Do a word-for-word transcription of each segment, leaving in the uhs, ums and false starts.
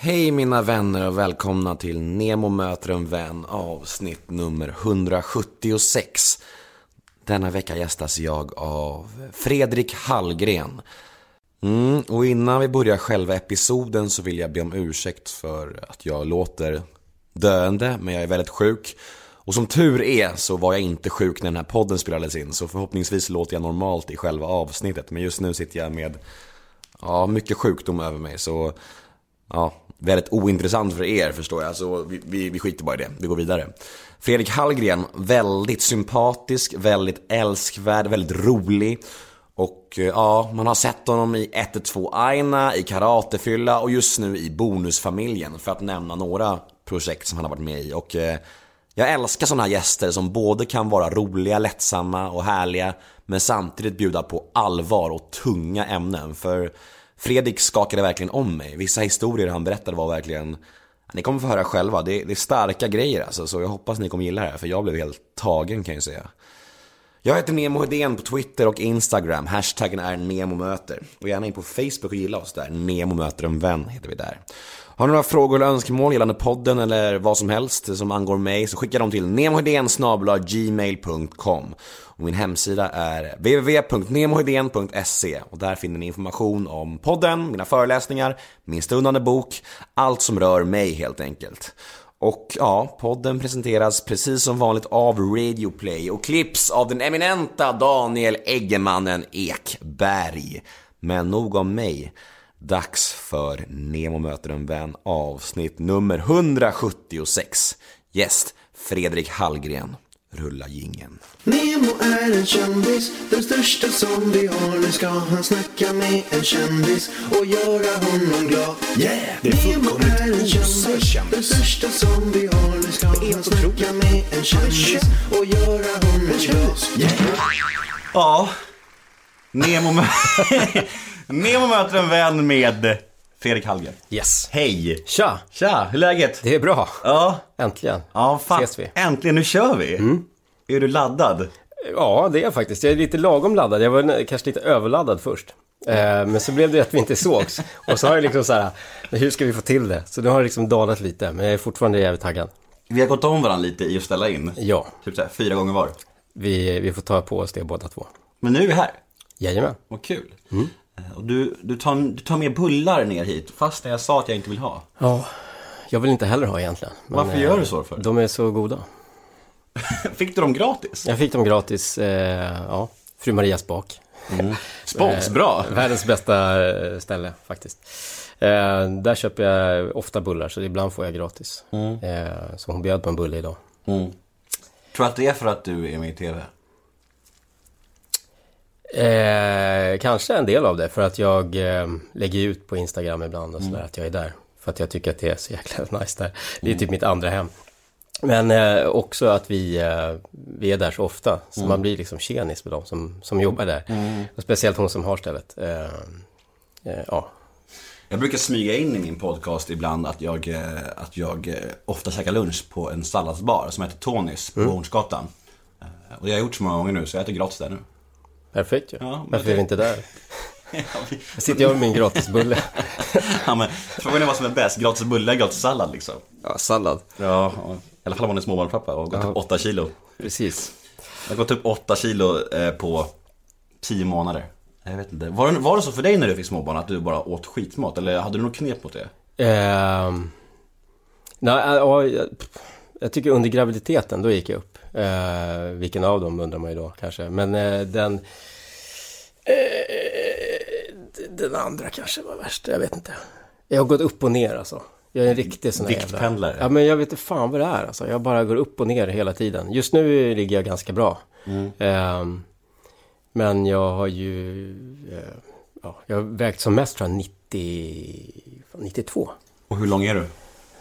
Hej mina vänner och välkomna till Nemo möter en vän avsnitt nummer hundrasjuttiosex. Denna vecka gästas jag av Fredrik Hallgren. Mm, och innan vi börjar själva episoden så vill jag be om ursäkt för att jag låter döende, men jag är väldigt sjuk. Och som tur är så var jag inte sjuk när den här podden spelades in, så förhoppningsvis låter jag normalt i själva avsnittet. Men just nu sitter jag med ja, mycket sjukdom över mig, så ja, väldigt ointressant för er förstår jag. Så vi, vi, vi skiter bara i det, vi går vidare. Fredrik Hallgren, väldigt sympatisk, väldigt älskvärd, väldigt rolig. Och ja, man har sett honom i ett två Aina, i Karatefylla och just nu i Bonusfamiljen, för att nämna några projekt som han har varit med i. Och eh, jag älskar sådana här gäster som både kan vara roliga, lättsamma och härliga, men samtidigt bjuda på allvar och tunga ämnen. För Fredrik skakade verkligen om mig. Vissa historier han berättade var verkligen, ni kommer få höra själva, det är, det är starka grejer alltså. Så jag hoppas ni kommer gilla det här, för jag blev helt tagen kan jag säga. Jag heter Nemo Hedén på Twitter och Instagram. Hashtaggen är NEMOMÖTER. Och gärna in på Facebook och gilla oss där. Nemo möter en vän heter vi där. Har ni några frågor eller önskemål gällande podden eller vad som helst som angår mig, så skicka dem till nemohedén snabel-a gmail punkt com. Och min hemsida är w w w punkt nemohedén punkt se. Och där finner ni information om podden, mina föreläsningar, min stundande bok, allt som rör mig helt enkelt. Och ja, podden presenteras precis som vanligt av Radio Play och klipps av den eminenta Daniel Eggemannen Ekberg. Men nog om mig. Dags för Nemo möter en vän avsnitt nummer hundrasjuttiosex. Gäst Fredrik Hallgren. Rulla jingeln. Nemo är en kändis, den största som vi har. Nu ska han snacka med en kändis och göra honom glad. Yeah! Det är Nemo är en kändis, den största som vi har. Nu ska han snacka med en kändis och göra honom glad. Yeah! Ja, Nemo, mö- Nemo möter en vän med Fredrik Hallgren. Yes. Hej. Tja. Tja, hur är läget? Det är bra. Ja. Äntligen. Ja, fan. Ses vi. Äntligen, nu kör vi. Mm. Är du laddad? Ja, det är jag faktiskt. Jag är lite lagom laddad. Jag var kanske lite överladdad först. Eh, men så blev det att vi inte sågs. Och så har jag liksom så här, hur ska vi få till det? Så nu har det liksom dalat lite, men jag är fortfarande jävligt taggad. Vi har gått om varandra lite i att ställa in. Ja. Typ så här, fyra gånger var. Vi, vi får ta på oss det båda två. Men nu är vi här. Jajamän. Vad kul. Mm. Och du, du, tar, du tar med bullar ner hit, fast när jag sa att jag inte vill ha. Ja, jag vill inte heller ha egentligen. Men, varför gör du så för? De är så goda. Fick du dem gratis? Jag fick dem gratis, eh, ja, Fru Marias bak. Mm. Spons, bra. Världens bästa ställe faktiskt. Eh, där köper jag ofta bullar, så ibland får jag gratis. Mm. Eh, så hon bjöd på en bulle idag. Mm. Tror att det är för att du är med i tv? Eh, kanske en del av det, för att jag eh, lägger ut på Instagram ibland och sådär, mm. att jag är där. För att jag tycker att det är så jäkla nice där. Det är mm. typ mitt andra hem. Men eh, också att vi, eh, vi är där så ofta. Så mm. man blir liksom tjenis med dem som, som jobbar där. Mm. Och speciellt hon som har stället. Eh, eh, ja. Jag brukar smyga in i min podcast ibland att jag, eh, att jag eh, ofta käkar lunch på en salladsbar som heter Tonys på mm. Hornsgatan. Eh, och jag har gjort så många gånger nu, så jag äter gratis där nu. Perfekt ju. Ja. Ja, varför är vi inte där? Ja, vi... Jag sitter jag med min gratisbulle. Ja, men frågan är vad som är bäst. Gratis bulle, gratis sallad liksom. Ja, sallad. Ja, i alla fall om man är småbarnspappa och gått ja. upp åtta kilo. Precis. Jag har gått upp åtta kilo eh, på tio månader. Jag vet inte. Var det, var det så för dig när du fick småbarn att du bara åt skitmat? Eller hade du något knep mot det? Eh, nej, jag, jag, jag tycker under graviditeten, då gick jag upp. Eh, vilken av dem undrar man ju då kanske. Men eh, den eh, den andra kanske var värst, jag vet inte. Jag har gått upp och ner alltså. Jag är en riktig sån här viktpendlare. Jävla... Ja, men jag vet inte fan vad det är alltså. Jag bara går upp och ner hela tiden. Just nu ligger jag ganska bra. Mm. Eh, men jag har ju eh, ja, jag har vägt som mest från nittio, nittiotvå. Och hur lång är du?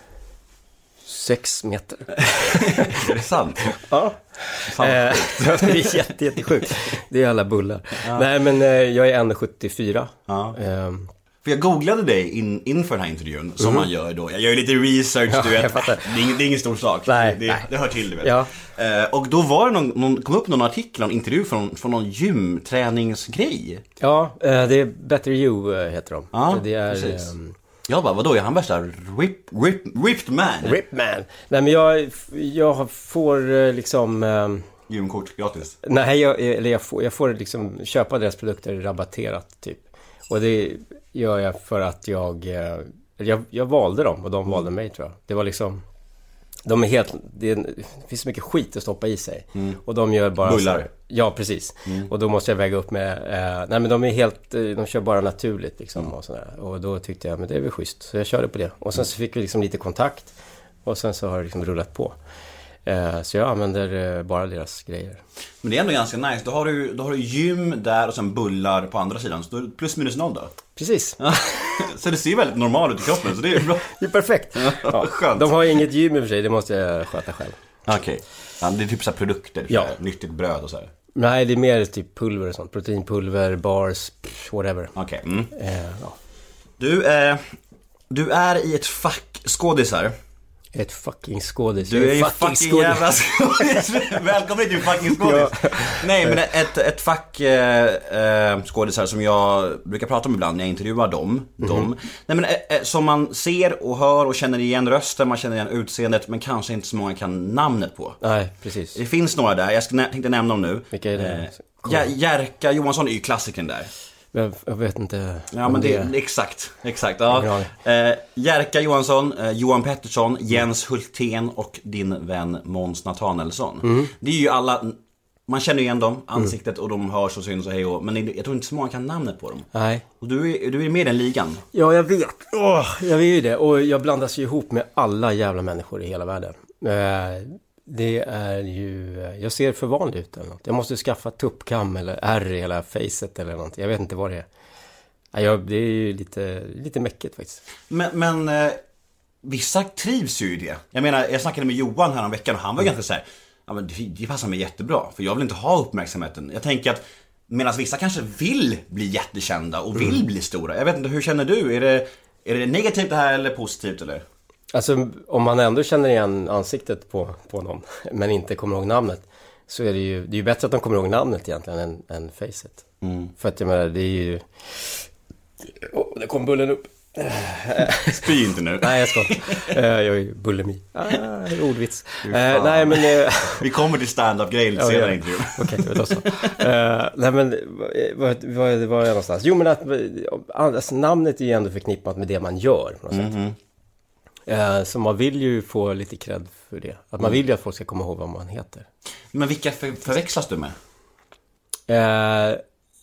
Sex meter. Är det sant? Ja. Fan. Eh, det är jätte, jättesjukt. Det är alla bullar. Ja. Nej, men eh, jag är en komma sjuttiofyra. Ja. Eh, För jag googlade dig in, inför den här intervjun, som mm. man gör då. Jag gör ju lite research, ja, du vet. Det är, ingen, det är ingen stor sak. Nej, det, nej. det hör till, du vet. Ja. Eh, och då var det någon, någon, kom upp någon artikel, någon intervju från, från någon gymträningsgrej. Ja, eh, det är Better You heter de. Ja, det är precis. Um, Jag bara, vadå, är han värsta rip, rip, ripped man? Rip man. Nej, men jag, jag får liksom... Um, Gymkort gratis. Nej, jag, eller jag, får, jag får liksom köpa deras produkter rabatterat typ. Och det gör jag för att jag... Jag, jag valde dem och de valde mig, tror jag. Det var liksom... De är helt... Det, är, det finns så mycket skit att stoppa i sig. Mm. Och de gör bara... Bullar. Så, ja, precis. Mm. Och då måste jag väga upp med... Eh, nej, men de är helt... De kör bara naturligt liksom. Mm. Och, sådär. Och då tyckte jag, men det är väl schysst. Så jag körde på det. Och sen så fick vi liksom lite kontakt. Och sen så har det liksom rullat på. Eh, så jag använder eh, bara deras grejer. Men det är ändå ganska nice. Då har du, då har du gym där och sen bullar på andra sidan. Så då är det plus minus noll då. Precis. Så det ser väldigt normalt ut i kroppen. Så det är bra. Det är perfekt. Ja. Skönt. De har inget gym i och för sig. Det måste jag sköta själv. Okej. Okay. Ja, det är typ så här produkter. Ja. Nyttigt bröd och så här. Nej, det är mer typ pulver och sånt. Proteinpulver, bars, whatever. Okej. Okay. Mm. Eh, ja. Du, eh, du är i ett fack skådisar. Ett fucking skådis. Du är ju fucking, fucking jävla skådis. Välkommen till fucking skådis. Ja. Nej, men ett, ett fack eh, skådisar som jag brukar prata om ibland när jag intervjuar dem. Mm-hmm. dem. Nej, men eh, som man ser och hör och känner igen rösten, man känner igen utseendet, men kanske inte så många kan namnet på. Nej, precis. Det finns några där, jag ska, tänkte nämna dem nu. Vilka är det? Eh, Jerka Johansson är ju klassikern där. Jag vet inte. Ja, men det är exakt, exakt. Ja. Eh, Jerka Johansson, eh, Johan Pettersson, Jens Hultén och din vän Måns Nathanaelsson. Mm. Det är ju alla, man känner igen dem, ansiktet, mm. och de hörs och syns och hej och, men jag tror inte så många kan namnet på dem. Nej. Och du är, du är med i den ligan. Ja, jag vet. Oh, jag vet ju det. Och jag blandas ju ihop med alla jävla människor i hela världen. Eh, Det är ju... Jag ser för vanligt ut eller något. Jag måste skaffa tuppkam eller ärr i hela facet eller något. Jag vet inte vad det är. Ja, jag, det är ju lite, lite mäckigt faktiskt. Men, men eh, vissa trivs ju i det. Jag menar, jag snackade med Johan här om veckan och han var mm. ganska så här... Ja, men det, det passar mig jättebra. För jag vill inte ha uppmärksamheten. Jag tänker att medan vissa kanske vill bli jättekända och vill mm. bli stora. Jag vet inte, hur känner du? Är det, är det negativt det här eller positivt eller? Alltså om man ändå känner igen ansiktet på, på någon men inte kommer ihåg namnet, så är det ju, det är ju bättre att de kommer ihåg namnet egentligen än, än facet. Mm. För att jag menar, det är ju... Oh, det kom bullen upp. Spy inte nu. Nej, jag ska inte. Jag är ju bulimi. Ah, ordvits. Uh, nej, men... Uh... Vi kommer till stand-up-grejer lite senare i intervjun. Okej, det var så. Uh, nej, men vad var jag någonstans? Jo, men att alltså, namnet är ju ändå förknippat med det man gör på något sätt. Mm-hmm. Eh, så man vill ju få lite cred för det. Att man vill ju att folk ska komma ihåg vad man heter. Men vilka för, förväxlas du med? Eh,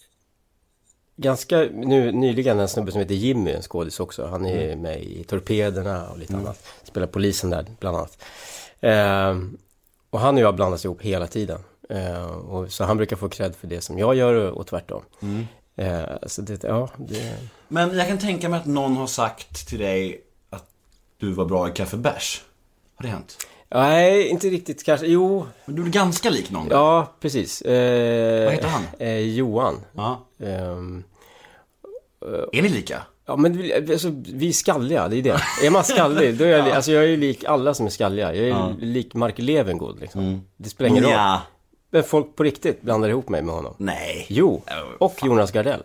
ganska nu, nyligen en snubbe som heter Jimmy, en skådis också. Han är mm. med i Torpederna och lite mm. annat. Spelar polisen där bland annat. Eh, och han och jag blandas ihop hela tiden. Eh, och, så han brukar få cred för det som jag gör och tvärtom. Mm. Eh, så det, ja, det... Men jag kan tänka mig att någon har sagt till dig du var bra i kaffebärs. Har det hänt? Nej, inte riktigt kanske. Jo. Men du är ganska lik någon där. Ja, precis. Eh, Vad heter han? Eh, Johan. Ja. Um, är ni lika? Ja, men vi, alltså, vi är skalliga, det är det. Är man skallig, då är jag, ja. alltså, jag är ju lik alla som är skalliga. Jag är ja. lik Mark Levengood liksom. Mm. Det spelar ingen roll. Ja. Men folk på riktigt blandar ihop mig med honom. Nej. Jo, och Jonas Gardell.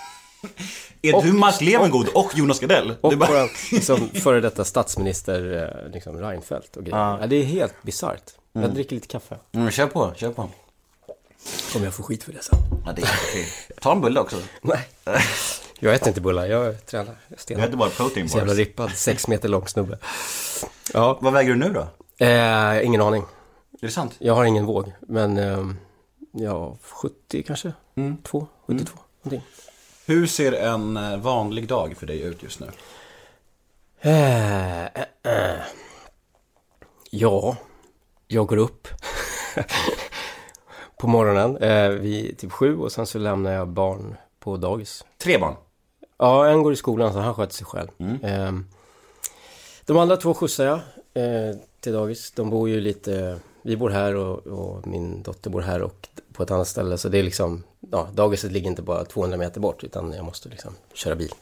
Är och, du Mark Levengood och, och Jonas Gardell? Och bara... våra, liksom, före detta statsminister liksom, Reinfeldt och grejer. Ja. Ja, det är helt bizarrt. Jag mm. dricker lite kaffe. Mm, kör på, kör på. Kommer jag få skit för det sen? Ja, det är okej. Ta en bulle också. Nej, jag äter inte bullar, jag tränar. Jag äter bara protein bars. Så jävla rippad, sex meter lång snubbe. Ja. Vad väger du nu då? Eh, ingen aning. Är det sant? Jag har ingen våg, men eh, ja, sjuttio kanske. Mm. två, sjuttiotvå, mm. någonting. Hur ser en vanlig dag för dig ut just nu? Äh, äh, äh. Ja, jag går upp på morgonen äh, vid typ sju och sen så lämnar jag barn på dagis. Tre barn? Ja, en går i skolan så han sköter sig själv. Mm. Äh, de andra två skjutsar jag äh, till dagis. De bor ju lite... Vi bor här och, och min dotter bor här och på ett annat ställe. Så det är liksom, ja, dagiset ligger inte bara tvåhundra meter bort utan jag måste liksom köra bil.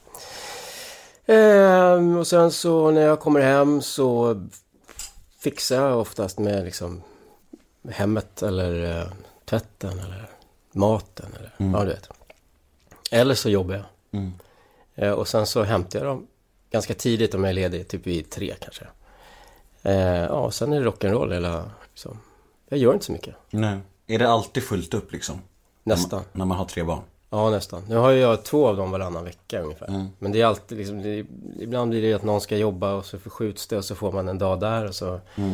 Ehm, och sen så när jag kommer hem så fixar jag oftast med liksom hemmet eller uh, tvätten eller maten. Eller, mm. ja, du vet. Eller så jobbar jag. Mm. Ehm, och sen så hämtar jag dem ganska tidigt om jag är ledig, typ vid tre kanske. Eh, ja, sen är det rock'n'roll eller liksom. Jag gör inte så mycket. Nej. Är det alltid fullt upp liksom? Nästan. När man, när man har tre barn? Ja, nästan. Nu har jag två av dem varannan vecka ungefär. Mm. Men det är alltid liksom, det, ibland blir det att någon ska jobba och så förskjuts det och så får man en dag där och så. Mm.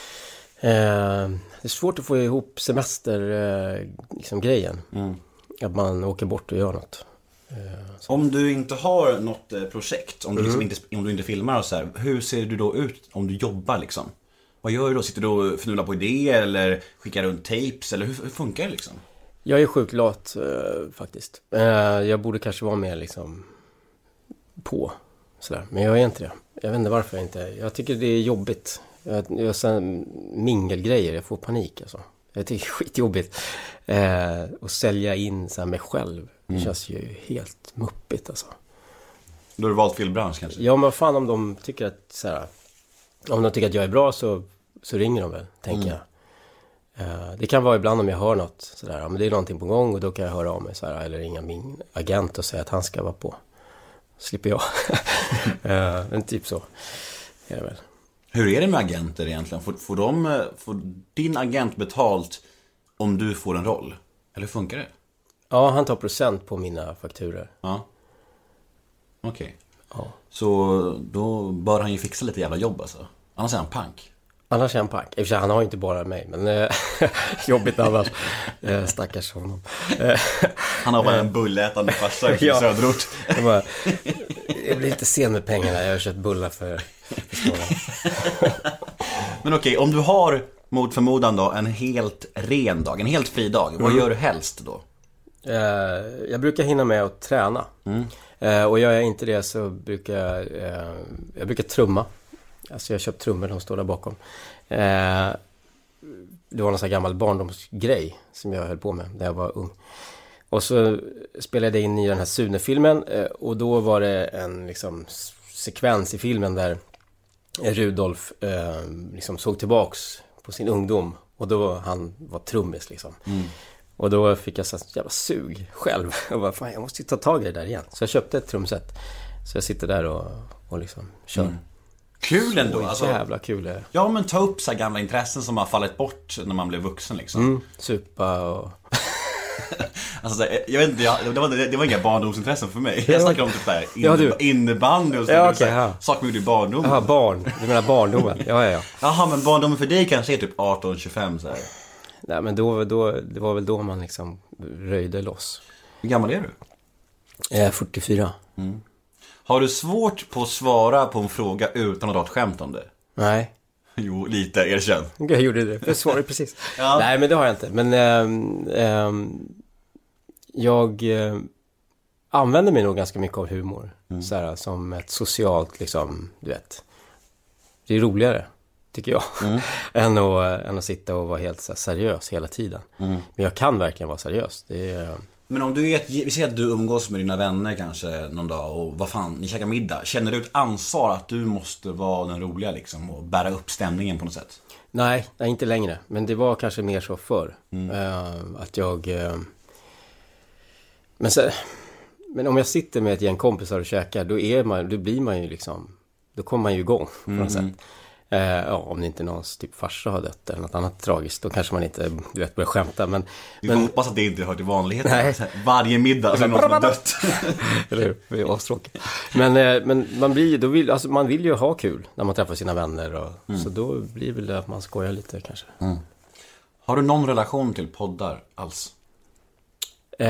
Eh, det är svårt att få ihop semester eh, liksom grejen. Mm. Att man åker bort och gör något. Eh, om du inte har något eh, projekt, om du, liksom mm. inte, om du inte filmar och så här, hur ser du då ut om du jobbar liksom? Vad gör du då? Sitter du och förnular på idéer eller skickar runt tapes eller hur, hur funkar det liksom? Jag är sjukt lat eh, faktiskt. Eh, jag borde kanske vara mer liksom på sådär. Men jag är inte det. Jag vet inte varför jag inte är. Jag tycker det är jobbigt. Jag gör sen mingelgrejer. Jag får panik alltså. Jag tycker det är skitjobbigt. Eh, och sälja in så här mig själv. Det mm. känns ju helt muppigt alltså. Då har du valt fel bransch kanske? Ja, men fan om de tycker att så här, om de tycker att jag är bra så, så ringer de väl, tänker mm. jag. Uh, det kan vara ibland om jag hör något sådär, ja, men det är någonting på gång och då kan jag höra av mig sådär, eller ringa min agent och säga att han ska vara på. Slipper jag. uh, men typ så är det väl. Hur är det med agenter egentligen? Får, får, de, får din agent betalt om du får en roll? Eller funkar det? Ja, han tar procent på mina fakturer. Ja. Okej. Okay. Ja. Så då bör han ju fixa lite jävla jobb alltså. Annars är han pank. Annars är han pank. I och för sig, han har ju inte bara mig, men eh, jobbigt annars. Eh, stackars honom. Eh, han har bara en bullätande farsa i ja. söderort. Jag, bara, jag blir lite sen med pengarna. Jag har köpt bullar för, för Men okej, om du har mot förmodan då en helt ren dag, en helt fri dag, vad mm. gör du helst då? Eh, jag brukar hinna med att träna. Mm. Eh, och gör jag inte det så brukar jag, eh, jag brukar trumma. Alltså jag har köpt trummor, de står där bakom. Eh, det var någon sån här gammal barndomsgrej som jag höll på med när jag var ung. Och så spelade jag in i den här Sune-filmen eh, och då var det en liksom sekvens i filmen där Rudolf eh, liksom såg tillbaks på sin ungdom och då han var trummis liksom. Mm. Och då fick jag så jävla sug själv. Och bara, fan, jag måste ju ta tag i det där igen. Så jag köpte ett trumset. Så jag sitter där och, och liksom kör. Mm. Kul ändå. Så alltså, jävla kul är det. Ja, men ta upp så här gamla intressen som har fallit bort när man blev vuxen liksom. Mm, supa och... alltså, jag vet inte, jag, det, var, det var inga barndomsintressen för mig. Jag snackar om typ där ja, du. innebandy och så. Ja, okay, ja. Saker med i barndomen. Ja, barn. Du menar barndomen. Ja, ja, ja. Jaha, men barndomen för dig kanske är typ arton tjugofem så här. Nej, men då, då, det var väl då man liksom röjde loss. Hur gammal är du? Jag är fyrtiofyra. Mm. Har du svårt på att svara på en fråga utan att ha ett skämt om det? Nej. Jo, lite, erkänn. Jag gjorde det, jag svarade precis. Ja. Nej, men det har jag inte. Men ähm, ähm, jag äh, använder mig nog ganska mycket av humor. Mm. Så här, som ett socialt, liksom, du vet. Det är roligare, tycker jag. Mm. än, att, än att sitta och vara helt så här, seriös hela tiden. Mm. Men jag kan verkligen vara seriös. Det är... Men om du är ett, vi säger att du umgås med dina vänner kanske någon dag och vad fan, ni käkar middag. Känner du ett ansvar att du måste vara den roliga liksom och bära upp stämningen på något sätt? Nej, nej inte längre. Men det var kanske mer så förr. Mm. Uh, att jag... Uh... Men, så... men om jag sitter med ett gäng kompisar och käkar, då, är man, då blir man ju liksom... Då kommer man ju igång på något mm. sätt. Uh, ja, om det inte någons typ farsa har dött eller något annat tragiskt, då kanske man inte, du vet, börjar skämta. Men, vi men... hoppas att det inte hör till vanligheten. Nej. Varje middag så är det någon som har dött. Eller hur? Det är astråkigt. Men, uh, men man, blir, då vill, alltså, man vill ju ha kul när man träffar sina vänner. Och, mm. Så då blir väl det att man skojar lite kanske. Mm. Har du någon relation till poddar alls? Uh,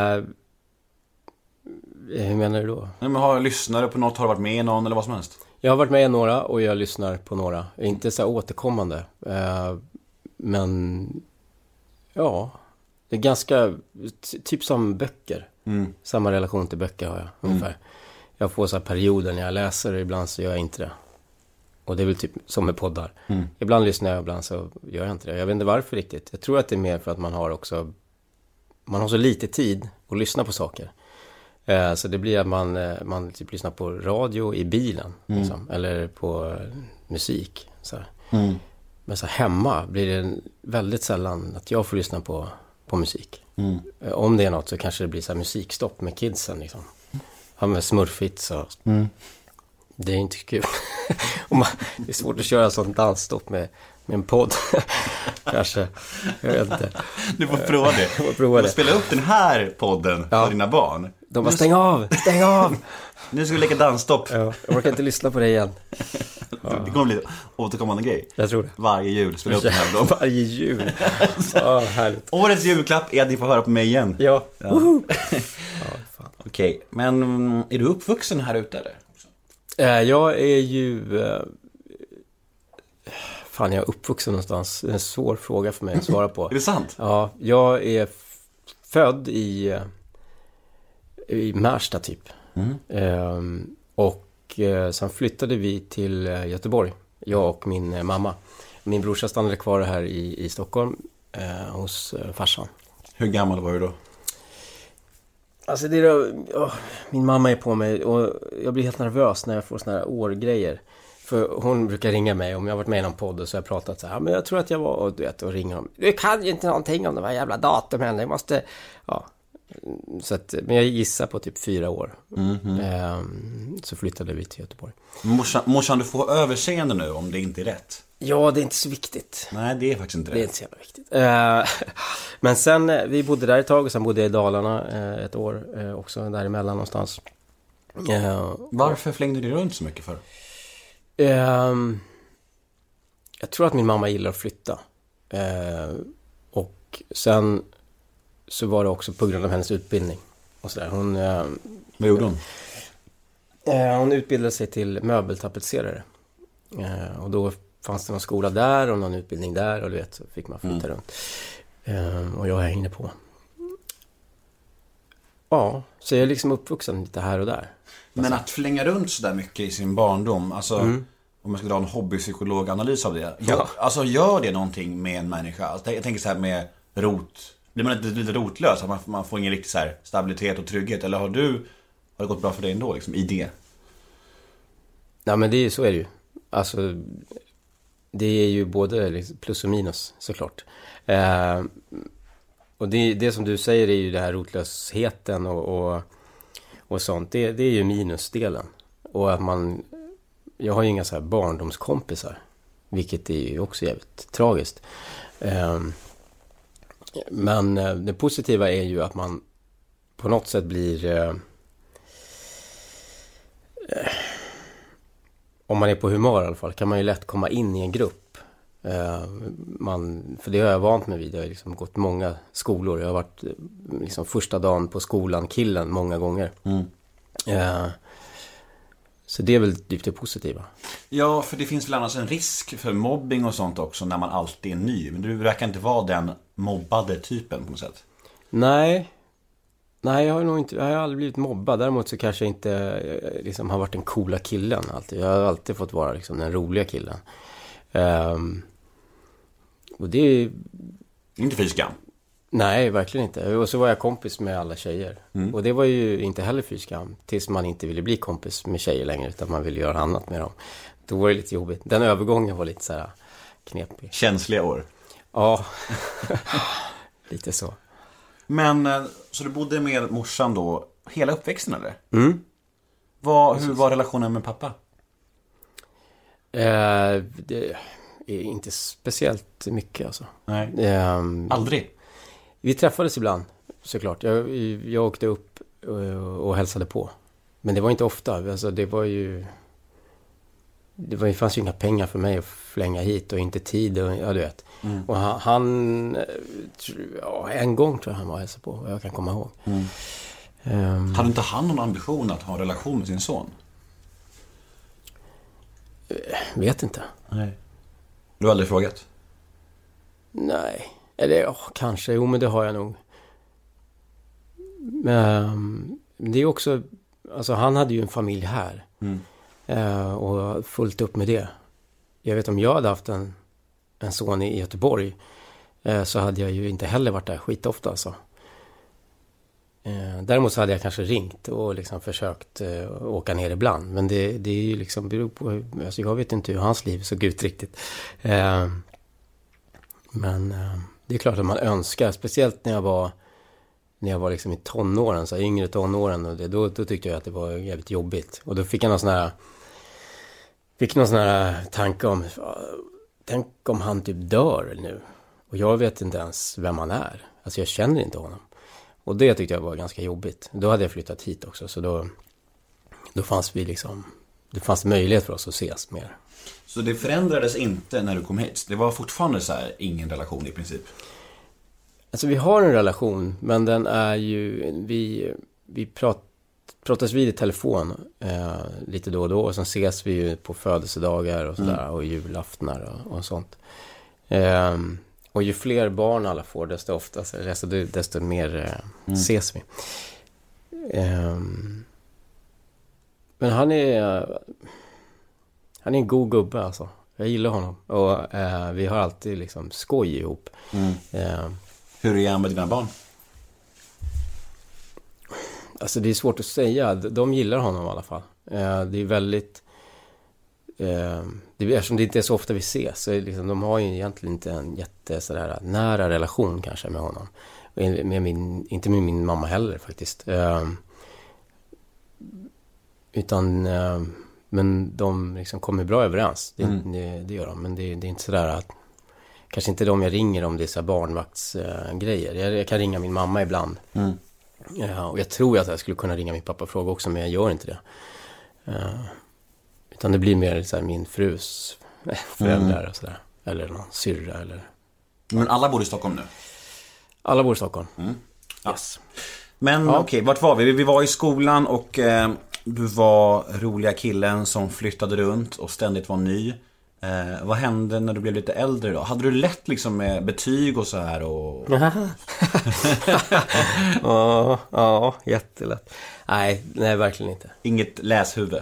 hur menar du då? Nej, men har lyssnare på något, har du varit med i någon eller vad som helst? Jag har varit med i några och jag lyssnar på några. Inte så här återkommande. Eh, men ja, det är ganska typ som böcker. Mm. Samma relation till böcker har jag ungefär. Mm. Jag får så här perioder när jag läser och ibland så gör jag inte det. Och det är väl typ som med poddar. Mm. Ibland lyssnar jag, ibland så gör jag inte det. Jag vet inte varför riktigt. Jag tror att det är mer för att man har också man har så lite tid att lyssna på saker. Så det blir att man, man typ lyssnar på radio i bilen mm. liksom, eller på musik så här. Mm. Men så hemma blir det väldigt sällan att jag får lyssna på, på musik. Mm. Om det är något så kanske det blir så här musikstopp med kidsen liksom. Ja, med smurfits och mm. Det är inte kul. Och man, det är svårt att köra sånt dansstopp med, med en podd. Kanske. Jag vet inte. Du får prova det. får prova du det. får spela upp den här podden Ja. för dina barn. De bara, stäng av, stäng av. Nu ska vi leka dansstopp. Ja, jag orkar inte lyssna på det igen. Det kommer bli återkommande grej. Jag tror det. Varje jul spela upp den här för dem. Varje jul. Ja, härligt. Årets julklapp är att ni får höra på mig igen. Ja. Ja. Ja, fan. Okej, men mm, är du uppvuxen här ute eller? Eh, Jag är ju... eh, Fan, jag är uppvuxen någonstans. Det är en svår fråga för mig att svara på. Är det sant? Ja, jag är f- född i, eh, i Märsta typ. Mm. Ehm, och eh, sen flyttade vi till eh, Göteborg, jag och min eh, mamma. Min brorsa stannade kvar här i, i Stockholm eh, hos eh, farsan. Hur gammal var du då? Alltså det är då, åh, min mamma är på mig och jag blir helt nervös när jag får såna här årgrejer. För hon brukar ringa mig om jag har varit med i någon podd och så har jag pratat så här, men jag tror att jag var, och du vet, och ringer om. Du kan ju inte någonting om de här jävla datumen, jag måste, ja. Så att, men jag gissar på typ fyra år. Mm-hmm. Ehm, så flyttade vi till Göteborg. Morsan, morsan, du får överseende nu om det inte är rätt. Ja, det är inte så viktigt. Nej, det är faktiskt inte Det är rätt. inte så jävla viktigt. Eh, men sen, eh, vi bodde där ett tag och sen bodde jag i Dalarna eh, ett år eh, också, däremellan någonstans. Eh, Varför flängde du runt så mycket för? Ehm, jag tror att min mamma gillar att flytta. Ehm, och sen så var det också på grund av hennes utbildning. Och så där. Hon, ehm, Vad gjorde hon? eh, hon utbildade sig till möbeltapetserare. Ehm, och då fanns det någon skola där och någon utbildning där. Och du vet, så fick man flytta Mm. runt. Ehm, och jag hängde på. Ja, så jag är liksom uppvuxen lite här och där. Men att flänga runt så där mycket i sin barndom, alltså Mm. om man ska dra en hobbypsykologanalys av det. Ja. Ja. Alltså gör det någonting med en människa? Alltså, jag tänker så här med rot. Blir man inte lite rotlös? Att man, man får ingen riktig så här stabilitet och trygghet? Eller har du, har det gått bra för dig ändå liksom, i det? Nej, men det är, så är det ju. Alltså, det är ju både liksom plus och minus såklart. Eh, och det, det som du säger är ju det här rotlösheten och, och, och sånt. Det, det är ju minusdelen. Och att man, jag har ju inga så här barndomskompisar. Vilket är ju också jävligt tragiskt. Eh, men det positiva är ju att man på något sätt blir... Eh, om man är på humör i alla fall kan man ju lätt komma in i en grupp. Eh, man, för det har jag vant mig vid. Jag har liksom gått många skolor. Jag har varit liksom första dagen på skolan killen många gånger. Mm. Eh, så det är väl typ det positiva. Ja, för det finns väl annars en risk för mobbing och sånt också när man alltid är ny. Men du verkar inte vara den mobbade typen på något sätt. Nej. Nej, jag har nog inte, jag har aldrig blivit mobbad. Däremot så kanske jag inte eh, liksom har varit den coola killen alltid. Jag har alltid fått vara liksom den roliga killen. Um, och det är... Inte fy skam. Nej, verkligen inte. Och så var jag kompis med alla tjejer. Mm. Och det var ju inte heller fy skam. Tills man inte ville bli kompis med tjejer längre. Utan man ville göra annat med dem. Då var det lite jobbigt. Den övergången var lite så här knepig. Känsliga år. Ja, lite så. Men, eh, så du bodde med morsan då hela uppväxten eller? Mm. Vad, hur var relationen med pappa? Eh, det är inte speciellt mycket alltså. Nej. Eh, Aldrig? vi träffades ibland, såklart. Jag, jag åkte upp och, och hälsade på. Men det var inte ofta. Alltså, det var ju... Det, var, det fanns ju inga pengar för mig att flänga hit och inte tid. Och, ja, du vet. Mm. Och han... han ja, en gång tror jag han var och hälsade på. Jag kan komma ihåg. Mm. Um, Hade inte han någon ambition att ha en relation med sin son? vet inte. Nej. Du har aldrig frågat? Nej. Eller ja, kanske. Jo, men det har jag nog. Men det är också... Alltså han hade ju en familj här. Mm. Eh, och fullt upp med det. Jag vet om jag hade haft en, en son i Göteborg. Eh, så hade jag ju inte heller varit där skitofta alltså. Eh, däremot så hade jag kanske ringt och liksom försökt eh, åka ner ibland. Men det, det är ju liksom beror på... Alltså jag vet inte hur hans liv såg ut riktigt. Eh, men eh, det är klart att man önskar. Speciellt när jag var... När jag var liksom i tonåren, så här, yngre tonåren. Och det, då, då tyckte jag att det var jävligt jobbigt. Och då fick jag någon sån här... fick någon sån här tanke om, tänk om han typ dör nu. Och jag vet inte ens vem han är. Alltså jag känner inte honom. Och det tyckte jag var ganska jobbigt. Då hade jag flyttat hit också, så då, då fanns vi liksom, det fanns möjlighet för oss att ses mer. Så det förändrades inte när du kom hit? Det var fortfarande så här, ingen relation i princip? Alltså vi har en relation, men den är ju, vi, vi prat, pratas vid i telefon eh, lite då och då. Och sen ses vi ju på födelsedagar och sådär, mm. och julaftnar och, och sånt. Eh, och ju fler barn alla får, desto oftast, desto, desto mer eh, mm. ses vi. Eh, men han är, han är en god gubbe alltså. Jag gillar honom. Och eh, vi har alltid liksom skoj ihop. Mm. Eh, Hur är han med dina barn? Alltså det är svårt att säga. De gillar honom i alla fall. Eh, det är väldigt... Eh, det, eftersom det inte är så ofta vi ses, så är liksom, de har ju egentligen inte en jätte sådär, nära relation kanske med honom. Med min, inte med min mamma heller faktiskt. Eh, utan... Eh, men de liksom kommer bra överens. Det, mm. det, det gör de. Men det, det är inte sådär att... Kanske inte de jag ringer om dessa barnvaktsgrejer. Uh, jag, jag kan ringa min mamma ibland. Mm. Uh, och jag tror att jag skulle kunna ringa min pappa och fråga också, men jag gör inte det. Uh, utan det blir mer så här, min frus föräldrar mm. och sådär. Eller någon syrra eller... Men alla bor i Stockholm nu? Alla bor i Stockholm. Mm. Ja. Yes. Men ja. Okej, vart var vi? Vi var i skolan och eh, du var roliga killen som flyttade runt och ständigt var ny. Eh, vad hände när du blev lite äldre då? Hade du lätt liksom med betyg och så här? Och... ja, ja, jättelätt. Nej, nej, verkligen inte. Inget läshuvud?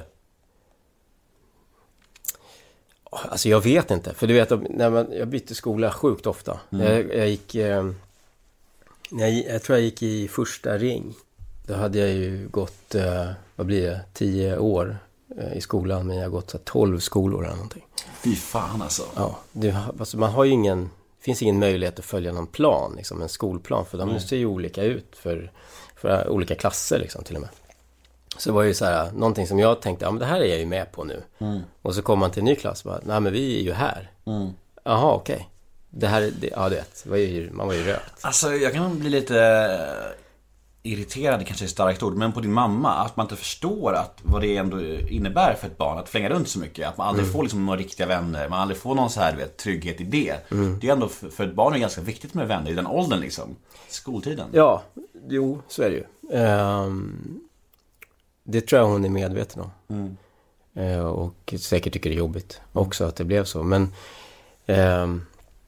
Alltså jag vet inte. För du vet, när man, jag bytte skola sjukt ofta. Mm. Jag, jag gick... Eh, jag, jag tror jag gick i första ring. Då hade jag ju gått, eh, vad blir det, tio år eh, i skolan. Men jag har gått så tolv skolor eller någonting. Fy fan alltså. Ja, det, alltså man har ju ingen, det finns ingen möjlighet att följa någon plan, liksom en skolplan. För de mm. ser ju olika ut för, för olika klasser liksom till och med. Så det var ju så här, någonting som jag tänkte, ja men det här är jag ju med på nu. Mm. Och så kom man till en ny klass och bara, nej men vi är ju här. Mm. Jaha, okej. Okay. Det här, det, ja du vet, var ju, man var ju rökt. Alltså jag kan bli lite irriterad, kanske är ett starkt ord, men på din mamma, att man inte förstår att vad det ändå innebär för ett barn att flänga runt så mycket, att man aldrig mm. får liksom några riktiga vänner, man aldrig får någon så här vet, trygghet i det. Mm. Det är ändå för, för ett barn är ganska viktigt med vänner i den åldern liksom, skoltiden. Ja, jo, så är det ju. Um, det tror jag hon är medveten om. Mm. Uh, och säkert tycker det är jobbigt också att det blev så, men um,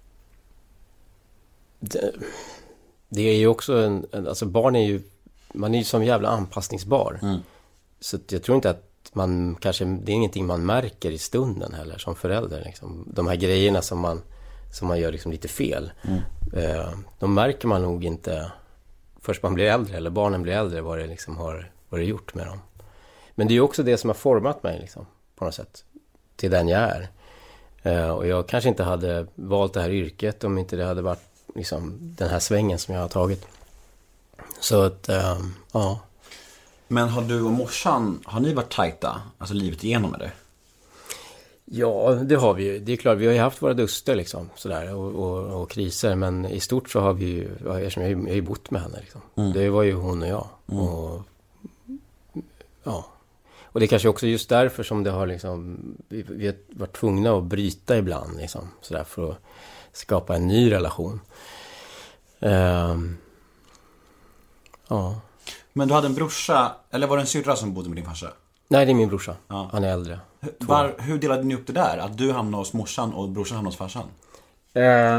det, det är ju också en, en, alltså barn är ju, man är ju som jävla anpassningsbar. Mm. Så jag tror inte att man kanske, det är ingenting man märker i stunden heller som förälder liksom. De här grejerna som man som man gör liksom lite fel. Mm. Eh, de märker man nog inte först man blir äldre, eller barnen blir äldre, vad det liksom har, vad det gjort med dem. Men det är ju också det som har format mig liksom, på något sätt till den jag är. Eh, och jag kanske inte hade valt det här yrket om inte det hade varit liksom den här svängen som jag har tagit. Så att, ähm, ja. Men har du och morsan, har ni varit tajta? Alltså livet igenom med det? Ja, det har vi ju. Det är klart, vi har ju haft våra duster liksom, sådär, och, och, och kriser. Men i stort så har vi ju, jag har ju, jag har ju bott med henne liksom. Mm. Det var ju hon och jag. Mm. Och, ja. Och det är kanske också just därför som det har liksom, vi, vi har varit tvungna att bryta ibland liksom, sådär, för att skapa en ny relation. Um, ja. Men du hade en brorsa, eller var det en syrra som bodde med din farsa? Nej, det är min brorsa. Ja. Han är äldre. Var, hur delade ni upp det där? Att du hamnade hos morsan och brorsan hamnade hos farsan? Uh,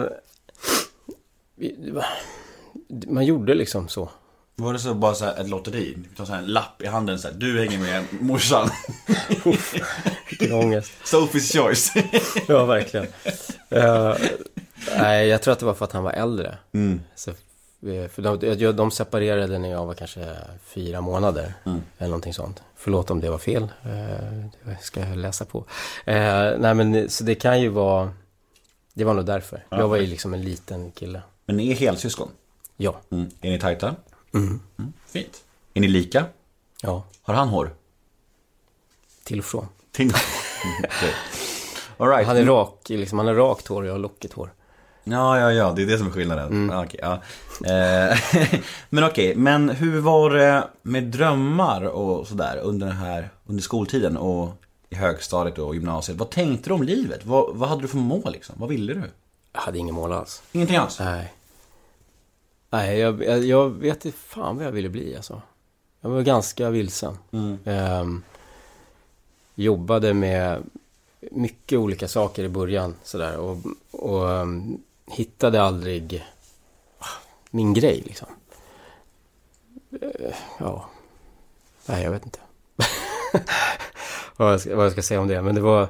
man gjorde liksom så. Var det så bara så här ett lotteri? Du tar så här en lapp i handen så här, du hänger med morsan. Vilken ångest. Sophie's choice. Ja, verkligen. Uh, nej, jag tror att det var för att han var äldre. Mm. Så, för de, de separerade när jag var kanske fyra månader. Mm. Eller någonting sånt. Förlåt om det var fel. Uh, det ska jag läsa på. Uh, nej, men så det kan ju vara... Det var nog därför. Ja, jag var ju liksom en liten kille. Men ni är helsyskon? Ja. Mm. Är ni tajta? Mm. Mm. Fint. Är ni lika? Ja. Har han hår? Till och från. Till... All right. Han är rak, liksom, han är rakt hår och jag har lockigt hår. Ja, ja, ja, det är det som är skillnaden. Mm. Okej, ja. eh, men okej, men hur var det med drömmar och sådär under den här, under skoltiden och i högstadiet och gymnasiet? Vad tänkte du om livet? Vad, vad hade du för mål liksom? Vad ville du? Jag hade ingen mål alls. Ingenting alls? Nej. Nej, jag, jag, jag vet inte fan vad jag ville bli alltså. Jag var ganska vilsen. Mm. Um, jobbade med mycket olika saker i början sådär, och, och um, hittade aldrig min grej liksom. Uh, ja. Nej, jag vet inte. vad, jag ska, vad jag ska säga om det. Men det var...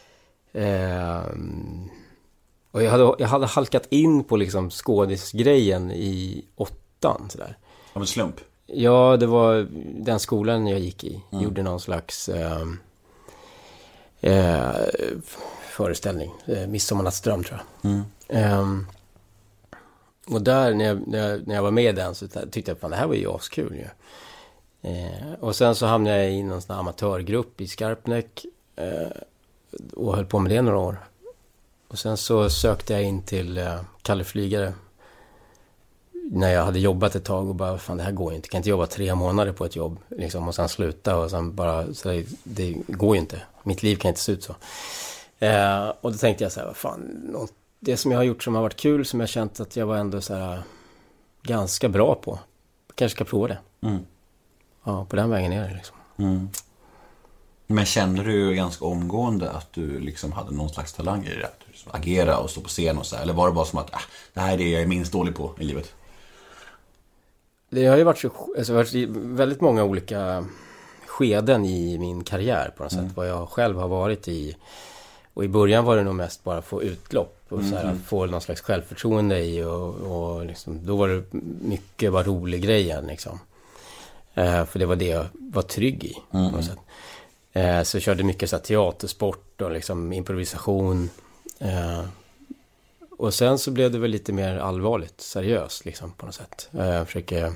Uh, och jag hade, jag hade halkat in på liksom skådisgrejen i åttan sådär. Av en slump? Ja, det var den skolan jag gick i. Mm. Gjorde någon slags uh, uh, föreställning. Uh, Midsommarnattsdröm tror jag. Mm. Um, och där när jag, när, jag, när jag var med i den så tyckte jag att det här var ju askul ju. Uh, och sen så hamnade jag i någon sån här amatörgrupp i Skarpnäck. Uh, och höll på med det några år. Och sen så sökte jag in till uh, Kalle Flygare. När jag hade jobbat ett tag och bara, fan det här går ju inte. Jag kan inte jobba tre månader på ett jobb liksom, och sen sluta och sen bara, så det, det går ju inte. Mitt liv kan inte se ut så. Eh, och då tänkte jag så här, vad fan, något, det som jag har gjort som har varit kul, som jag känt att jag var ändå så här ganska bra på. Jag kanske ska prova det. Mm. Ja, på den vägen är det liksom. Mm. Men kände du ganska omgående att du liksom hade någon slags talang i det? Att agera och stå på scen och så här? Eller var det bara som att, ah, det här är det jag är minst dålig på i livet? Det har ju varit, så, alltså, varit väldigt många olika skeden i min karriär på något mm. sätt. Vad jag själv har varit i. Och i början var det nog mest bara att få utlopp. Och mm. så här, få någon slags självförtroende i. Och, och liksom, då var det mycket bara rolig grejer liksom. Eh, för det var det jag var trygg i mm. på något sätt. Eh, så jag körde mycket så här, teatersport och liksom, improvisation. Eh, och sen så blev det väl lite mer allvarligt, seriöst liksom, på något sätt. Eh, jag försöker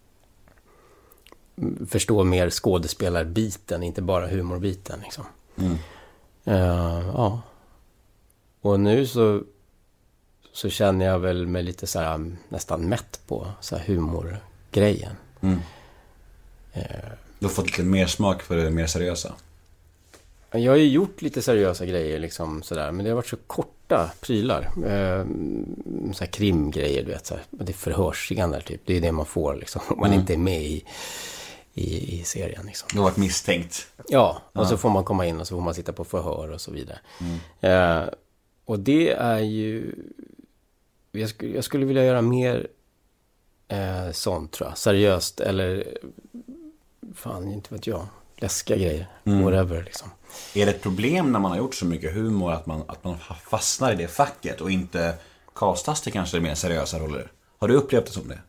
förstå mer skådespelarbiten, inte bara humorbiten liksom. Mm. Eh, ja. Och nu så så känner jag väl mig lite så här, nästan mätt på så här humorgrejen. Mm. Eh. Du har fått lite mer smak för det mer seriösa. Jag har ju gjort lite seriösa grejer liksom sådär, men det har varit så korta prylar. Eh, så här krimgrejer, du vet, så här, det är förhörsningar typ. Det är det man får liksom, om man mm. inte är med i, i, i serien liksom. Du har varit misstänkt. Ja, och ja. Så får man komma in och så får man sitta på förhör och så vidare. Mm. Eh, och det är ju... Jag skulle, jag skulle vilja göra mer eh, sånt, tror jag. Seriöst, eller... Fan, inte vet jag. Läskiga grejer. Mm. Whatever, liksom. Är det ett problem när man har gjort så mycket humor att man, att man fastnar i det facket och inte kastas till kanske mer seriösa roller? Har du upplevt det som det?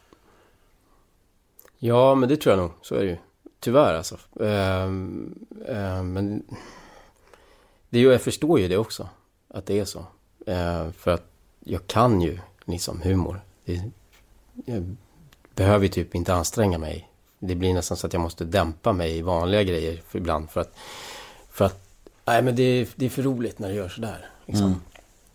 Ja, men det tror jag nog. Så är det ju. Tyvärr alltså. Um, um, men det är ju, jag förstår ju det också. Att det är så. Uh, för att jag kan ju liksom humor. Det, jag behöver ju typ inte anstränga mig. Det blir nästan så att jag måste dämpa mig i vanliga grejer för ibland. För att, för att nej, men det är, det är för roligt när det gör sådär. Liksom. Mm.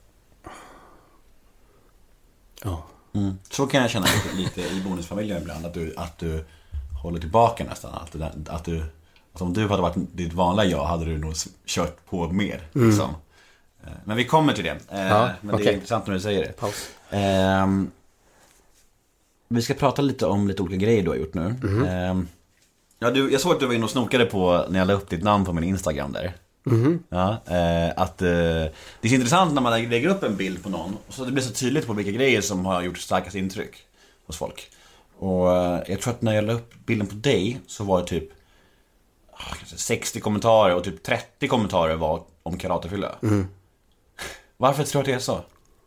Ja. Mm. Så kan jag känna lite, lite i Bonusfamiljen ibland. Att du, att du håller tillbaka nästan. Att du, att du, att om du hade varit ditt vanliga jag hade du nog kört på mer. Mm. Liksom. Men vi kommer till det. Ja, men okay. Det är intressant när du säger det. Paus. Um, Vi ska prata lite om lite olika grejer du har gjort nu. Mm-hmm. eh, ja, du, jag såg att du var inne och snokade på när jag la upp ditt namn på min Instagram där. Mm-hmm. Ja, eh, att, eh, det är så intressant när man lägger upp en bild på någon. Så det blir så tydligt på vilka grejer som har gjort starkast intryck hos folk. Och eh, jag tror att när jag la upp bilden på dig så var det typ ah, kanske sextio kommentarer och typ trettio kommentarer var om karatefylla. Mm. Varför tror du att det är så?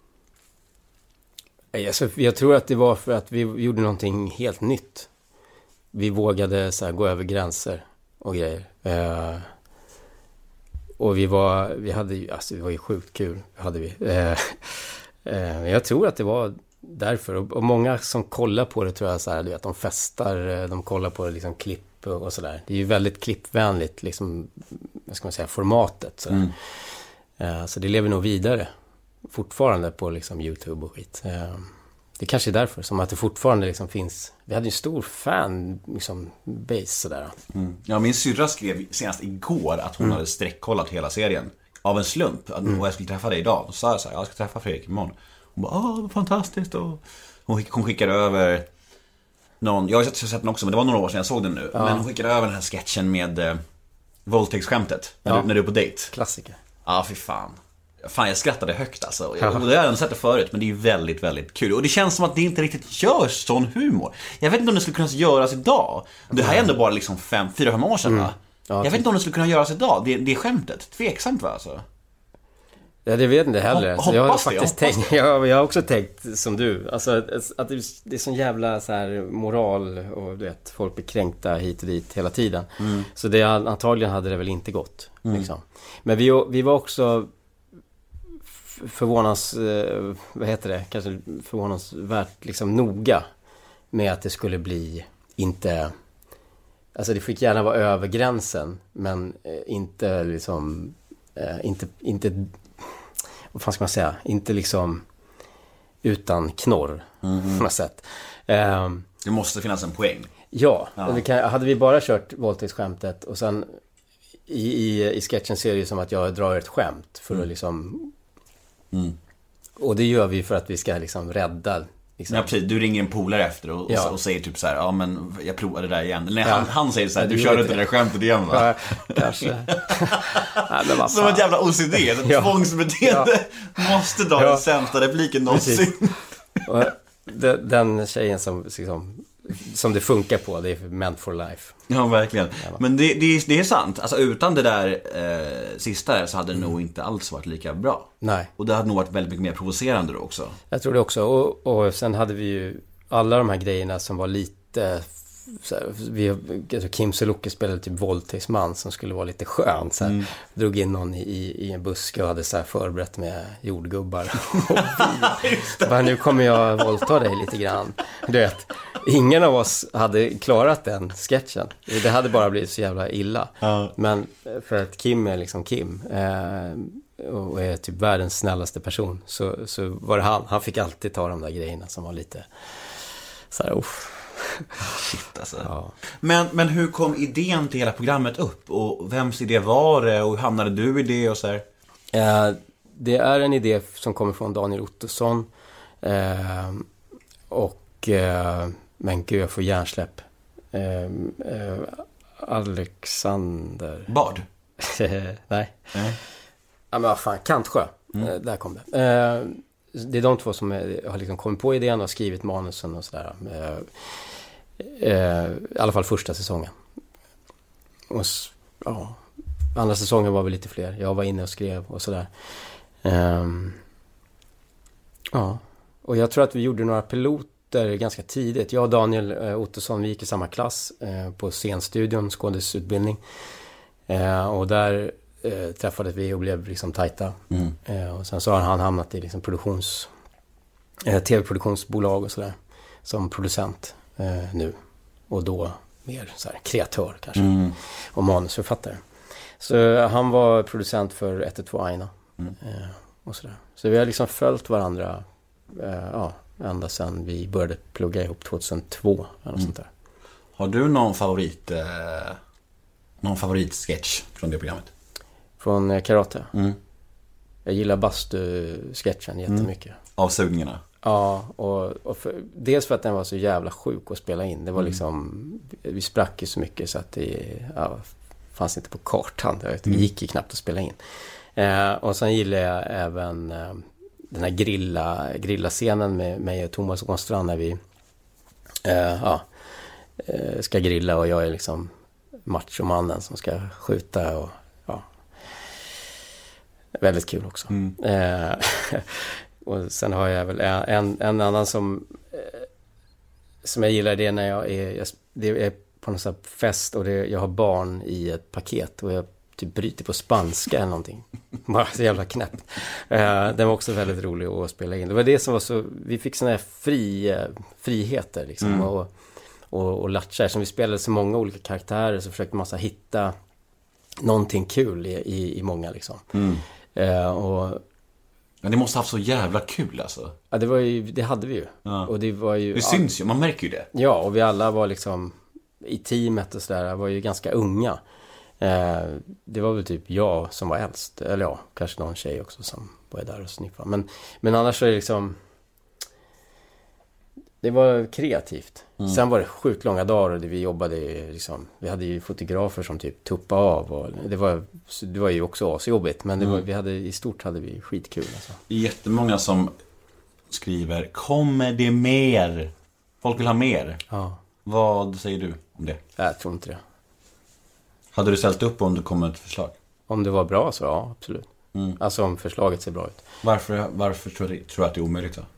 Alltså, jag tror att det var för att vi gjorde någonting helt nytt. Vi vågade så här, gå över gränser och grejer. Eh, och vi var, vi hade ju, alltså det var ju sjukt kul, hade vi. Eh, eh, jag tror att det var därför. Och, och många som kollar på det tror jag så här, du vet, de festar, de kollar på det, liksom klipp klipp och, och sådär. Det är ju väldigt klippvänligt, liksom, vad ska man säga, formatet. Sådär. Mm. Uh, så det lever nog vidare fortfarande på liksom YouTube och skit. Uh, det kanske är därför, som att det fortfarande liksom finns... Vi hade ju en stor fan, liksom, base sådär. Mm. Ja, min syrra skrev senast igår att hon mm. hade sträckkollat hela serien. Av en slump. Mm. Och jag skulle träffa dig idag. Då sa jag så här, jag ska träffa Fredrik imorgon. Hon bara, åh, vad fantastiskt. Och hon, hon skickade över någon... Jag har sett den också, men det var några år sedan jag såg den nu. Ja. Men hon skickade över den här sketchen med eh, våldtäktsskämtet. När, ja. du, när du är på dejt. Klassiker. Ja, fy fan. Fan, jag skrattade högt alltså. Och det har jag sett det förut, men det är ju väldigt, väldigt kul. Och det känns som att det inte riktigt görs sån humor. Jag vet inte om det skulle kunna göras idag. Det här är ändå bara liksom fem, fyra, fem år sedan, va? Mm. Ja, jag vet inte om det skulle kunna göras idag. Det, det är skämtet. Tveksamt, va? Alltså. Ja, det vet jag inte heller. Hoppas jag har det, faktiskt tänkt, jag, jag har också tänkt som du. Alltså att det är sån jävla så här moral och du vet, folk blir kränkta hit och dit hela tiden. Mm. Så det antagligen hade det väl inte gått. Mm. Liksom. Men vi, vi var också förvånans, vad heter det? Kanske förvånansvärt liksom noga med att det skulle bli inte... Alltså det fick gärna vara över gränsen, men inte liksom... Inte... inte vad fan ska man säga? Inte liksom utan knorr mm. på något sätt. Um, det måste finnas en poäng. Ja, ja. Vi kan, hade vi bara kört våldtäktsskämtet och sen i, i, i sketchen ser det ju som att jag drar ett skämt för mm. att liksom... Mm. Och det gör vi för att vi ska liksom rädda liksom. Ja, precis. Du ringer en polare efter och, ja. och, och säger typ så här, ja men jag provade det där igen. Nej, ja. han, han säger så här, du, du kör inte det där skämtet igen, va? Ja, kanske. Nej, men som ett jävla O C D, ett ja. tvångsbeteende. Ja. Måste dra ja. den sämsta repliken någonsin. Och den, den tjejen som liksom, som det funkar på, det är meant for life. Ja, verkligen. Men det, det, det är sant. Alltså utan det där eh, sista där så hade det mm. nog inte alls varit lika bra. Nej. Och det hade nog varit väldigt mycket mer provocerande då också. Jag tror det också. Och, och sen hade vi ju alla de här grejerna som var lite... Så här, vi, alltså Kim Sulocki spelade typ våldtäktsman som skulle vara lite skön. Så här, mm. drog in någon i, i en buske och hade så här förberett med jordgubbar. Bara, nu kommer jag våldta dig lite grann. Du vet, ingen av oss hade klarat den sketchen. Det hade bara blivit så jävla illa. Ja. Men för att Kim är liksom Kim eh, och är typ världens snällaste person, så, så var det han. Han fick alltid ta de där grejerna som var lite så här, uff. Shit alltså. Ja. Men, men hur kom idén till hela programmet upp? Och vems idé var det? Och hur hamnade du i det? Och så här? Eh, det är en idé som kommer från Daniel Ottosson. Eh, och eh, men gud, jag får hjärnsläpp. Eh, eh, Alexander Bard? Nej. Nej. Ja, men vad fan, Kantsjö. Mm. Eh, där kom det. Eh, det är de två som är, har liksom kommit på idén och skrivit manusen och sådär. Eh, eh, I alla fall första säsongen. Och ja, andra säsongen var väl lite fler. Jag var inne och skrev och sådär. Eh, ja, och jag tror att vi gjorde några piloter ganska tidigt. Jag och Daniel eh, Ottosson, vi gick i samma klass eh, på scenstudion, skådesutbildning. Eh, och där eh, träffades vi och blev liksom tajta. Mm. Eh, och sen så har han hamnat i liksom produktions eh, tv-produktionsbolag och sådär som producent eh, nu. Och då mer så här kreatör kanske. Mm. Och manusförfattare. Så han var producent för ett ett två Aina. Mm. Eh, och sådär. Så vi har liksom följt varandra eh, ja, ända sedan vi började plugga ihop tjugohundratvå eller mm. sånt där. Har du någon favorit eh, någon favoritsketch från det programmet? Från eh, Karate? Mm. Jag gillar bastu-sketchen jättemycket. Mm. Avsugningarna? Ja, och, och för, dels för att den var så jävla sjuk att spela in. Det var mm. liksom, vi sprack ju så mycket så att det ja, fanns inte på kartan. Det mm. gick ju knappt att spela in. Eh, och sen gillar jag även eh, den här grilla, grilla-scenen med mig och Thomas Åstrand när vi eh, ja, eh, ska grilla och jag är liksom machomannen som ska skjuta och ja, väldigt kul också. Mm. Eh, och sen har jag väl en, en annan som eh, som jag gillar, det när jag är, jag, det är på någon sån här fest och det, jag har barn i ett paket och jag typ bryter på spanska eller någonting. Bara så jävla knäppt. Eh, den var också väldigt rolig att spela in. Det var det som var så, vi fick såna här fri, friheter liksom. Mm. Och, och, och latcha. Som vi spelade så många olika karaktärer så försökte man så hitta någonting kul i, i, i många liksom. Mm. Eh, och Men det måste ha haft så jävla kul alltså. ja, det var ju, det hade vi ju. Ja. Och det var ju Det syns ju, man märker ju det. Ja, och vi alla var liksom i teamet och sådär, var ju ganska unga. Eh, det var väl typ jag som var äldst, eller ja, kanske någon tjej också som var där och sniffade. Men, men annars så är det liksom, det var kreativt. Mm. Sen var det sjukt långa dagar och det vi jobbade liksom, vi hade ju fotografer som typ tuppade av och det var, det var ju också asjobbigt, men det var, mm. vi hade, i stort hade vi skitkul alltså. Det är jättemånga som skriver, kommer det mer? Folk vill ha mer. Ja. Vad säger du om det? Jag tror inte det. Hade du ställt upp om det kom ett förslag? Om det var bra så ja, absolut. Mm. Alltså om förslaget ser bra ut. Varför, varför tror du tror att det är omöjligt då?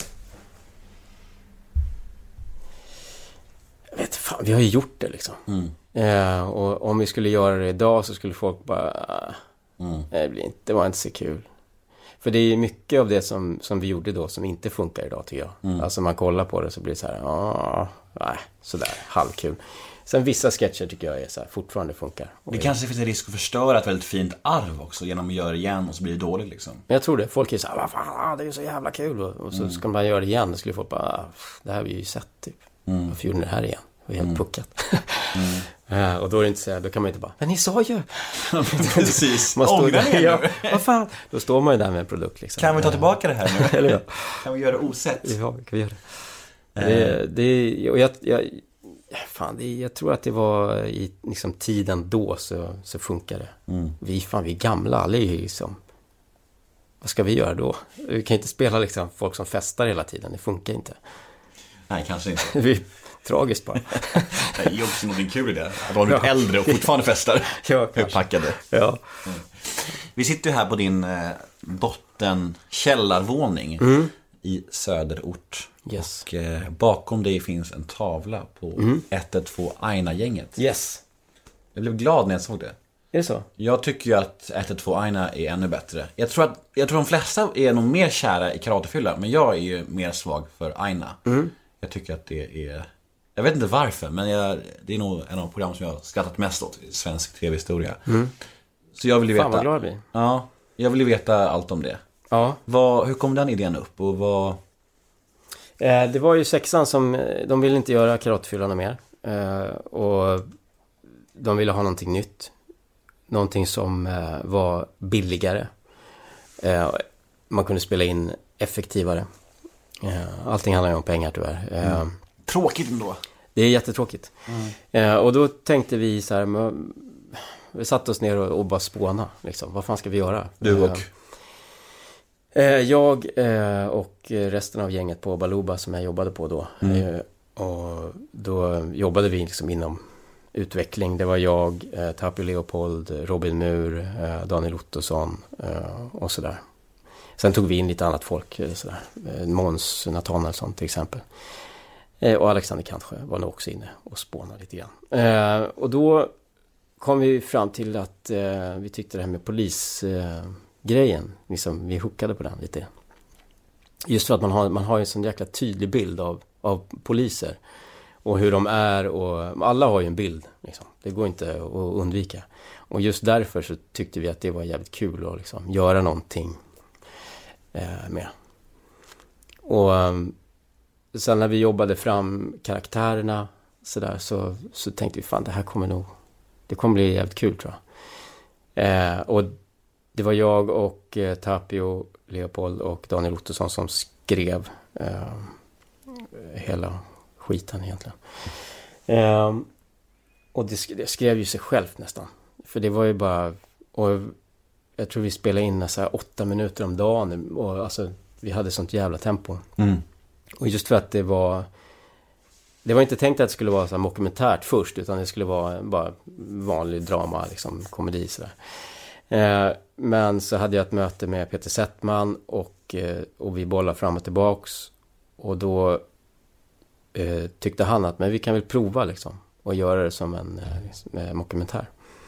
Jag vet fan, vi har ju gjort det liksom. Mm. Eh, och om vi skulle göra det idag så skulle folk bara Mm. det, blir inte, det var inte så kul. För det är mycket av det som, som vi gjorde då som inte funkar idag tycker jag. Mm. Alltså man kollar på det så blir det så här, ah, nej, sådär, halvkul. Sen vissa sketcher tycker jag är så här, fortfarande funkar. Och Det kanske finns en risk att förstöra ett väldigt fint arv också genom att göra det igen och så blir det dåligt liksom. Men jag tror det, folk är så här, vad fan, det är ju så jävla kul. Och, och så Mm. ska man göra det igen, då skulle folk bara, ah, det här har vi ju sett typ. Mm. Varför gjorde ni det här igen? Det var helt Mm. puckat. Mm. Ja, och då är det inte så här, då kan man inte bara, men ni sa ju. Precis. Man står Ångrar där, ni ja, nu? vad fan. Då står man ju där med en produkt liksom. Kan vi ta tillbaka det här nu? Eller ja. Kan vi göra det osett? Ja, kan vi göra det. Det, det och jag, jag, fan, det, jag tror att det var i liksom, tiden då så, så funkar det. Mm. Vi, fan, vi är gamla, alla är ju liksom, vad ska vi göra då? Vi kan inte spela liksom folk som festar hela tiden, det funkar inte. Nej, kanske inte. Vi är tragiskt bara. Det är ju också någonting kul i det. Att de är lite äldre och fortfarande festar. Ja, uppackade. Ja. Mm. Vi sitter ju här på din eh, botten källarvåning Mm. i söderort. Yes. Och eh, bakom dig finns en tavla på Mm. ett ett två Aina-gänget. Yes. Jag blev glad när jag såg det. Är det så? Jag tycker ju att ett ett två Aina är ännu bättre. Jag tror att jag tror de flesta är nog mer kära i karatefylla, men jag är ju mer svag för Aina. Mm. Jag tycker att det är, jag vet inte varför, men jag, det är nog en av program som jag har skrattat mest åt i svensk tv-historia. Mm. Så jag vill ju veta. Fan vad glad jag blir. Ja, jag vill ju veta allt om det. Ja. Vad, hur kom den idén upp och vad? Eh, det var ju sexan som, de ville inte göra karatefyllarna mer. Eh, och de ville ha någonting nytt. Någonting som eh, var billigare. Eh, man kunde spela in effektivare. Eh, allting handlar ju om pengar tyvärr. Eh, Mm. Tråkigt ändå. Det är jättetråkigt. Mm. Eh, och då tänkte vi så här, men, vi satt oss ner och, och bara spåna. Liksom. Vad fan ska vi göra? Du och? Eh, jag eh, och resten av gänget på Baluba som jag jobbade på då. Mm. Eh, och då jobbade vi liksom inom utveckling. Det var jag, eh, Tapio Leopold, Robin Mur, eh, Daniel Ottosson eh, och sådär. Sen tog vi in lite annat folk, eh, sådär. Eh, Måns Nathanaelsson till exempel. Eh, och Alexander Kantsjö var nog också inne och spånade lite grann. Eh, och då kom vi fram till att eh, vi tyckte det här med polisgrejen, eh, liksom, vi hookade på den lite. Just för att man har, man har en sån jäkla tydlig bild av, av poliser. Och hur de är, och alla har ju en bild liksom. Det går inte att undvika. Och just därför så tyckte vi att det var jävligt kul att liksom göra någonting eh, med. Och um, sen när vi jobbade fram karaktärerna så, där, så, så tänkte vi, fan det här kommer nog, det kommer bli jävligt kul tror jag. Eh, och det var jag och eh, Tapio Leopold och Daniel Ottosson som skrev eh, hela skiten egentligen. Eh, och det, det skrev ju sig självt nästan. För det var ju bara, och jag tror vi spelade in så här åtta minuter om dagen och alltså vi hade sånt jävla tempo. Mm. Och just för att det var, det var inte tänkt att det skulle vara så här dokumentärt först, utan det skulle vara bara vanlig drama, liksom komedi sådär. Eh, men så hade jag ett möte med Peter Settman och, eh, och vi bollade fram och tillbaks, och då eh, tyckte han att men vi kan väl prova liksom och göra det som en eh, dokumentär.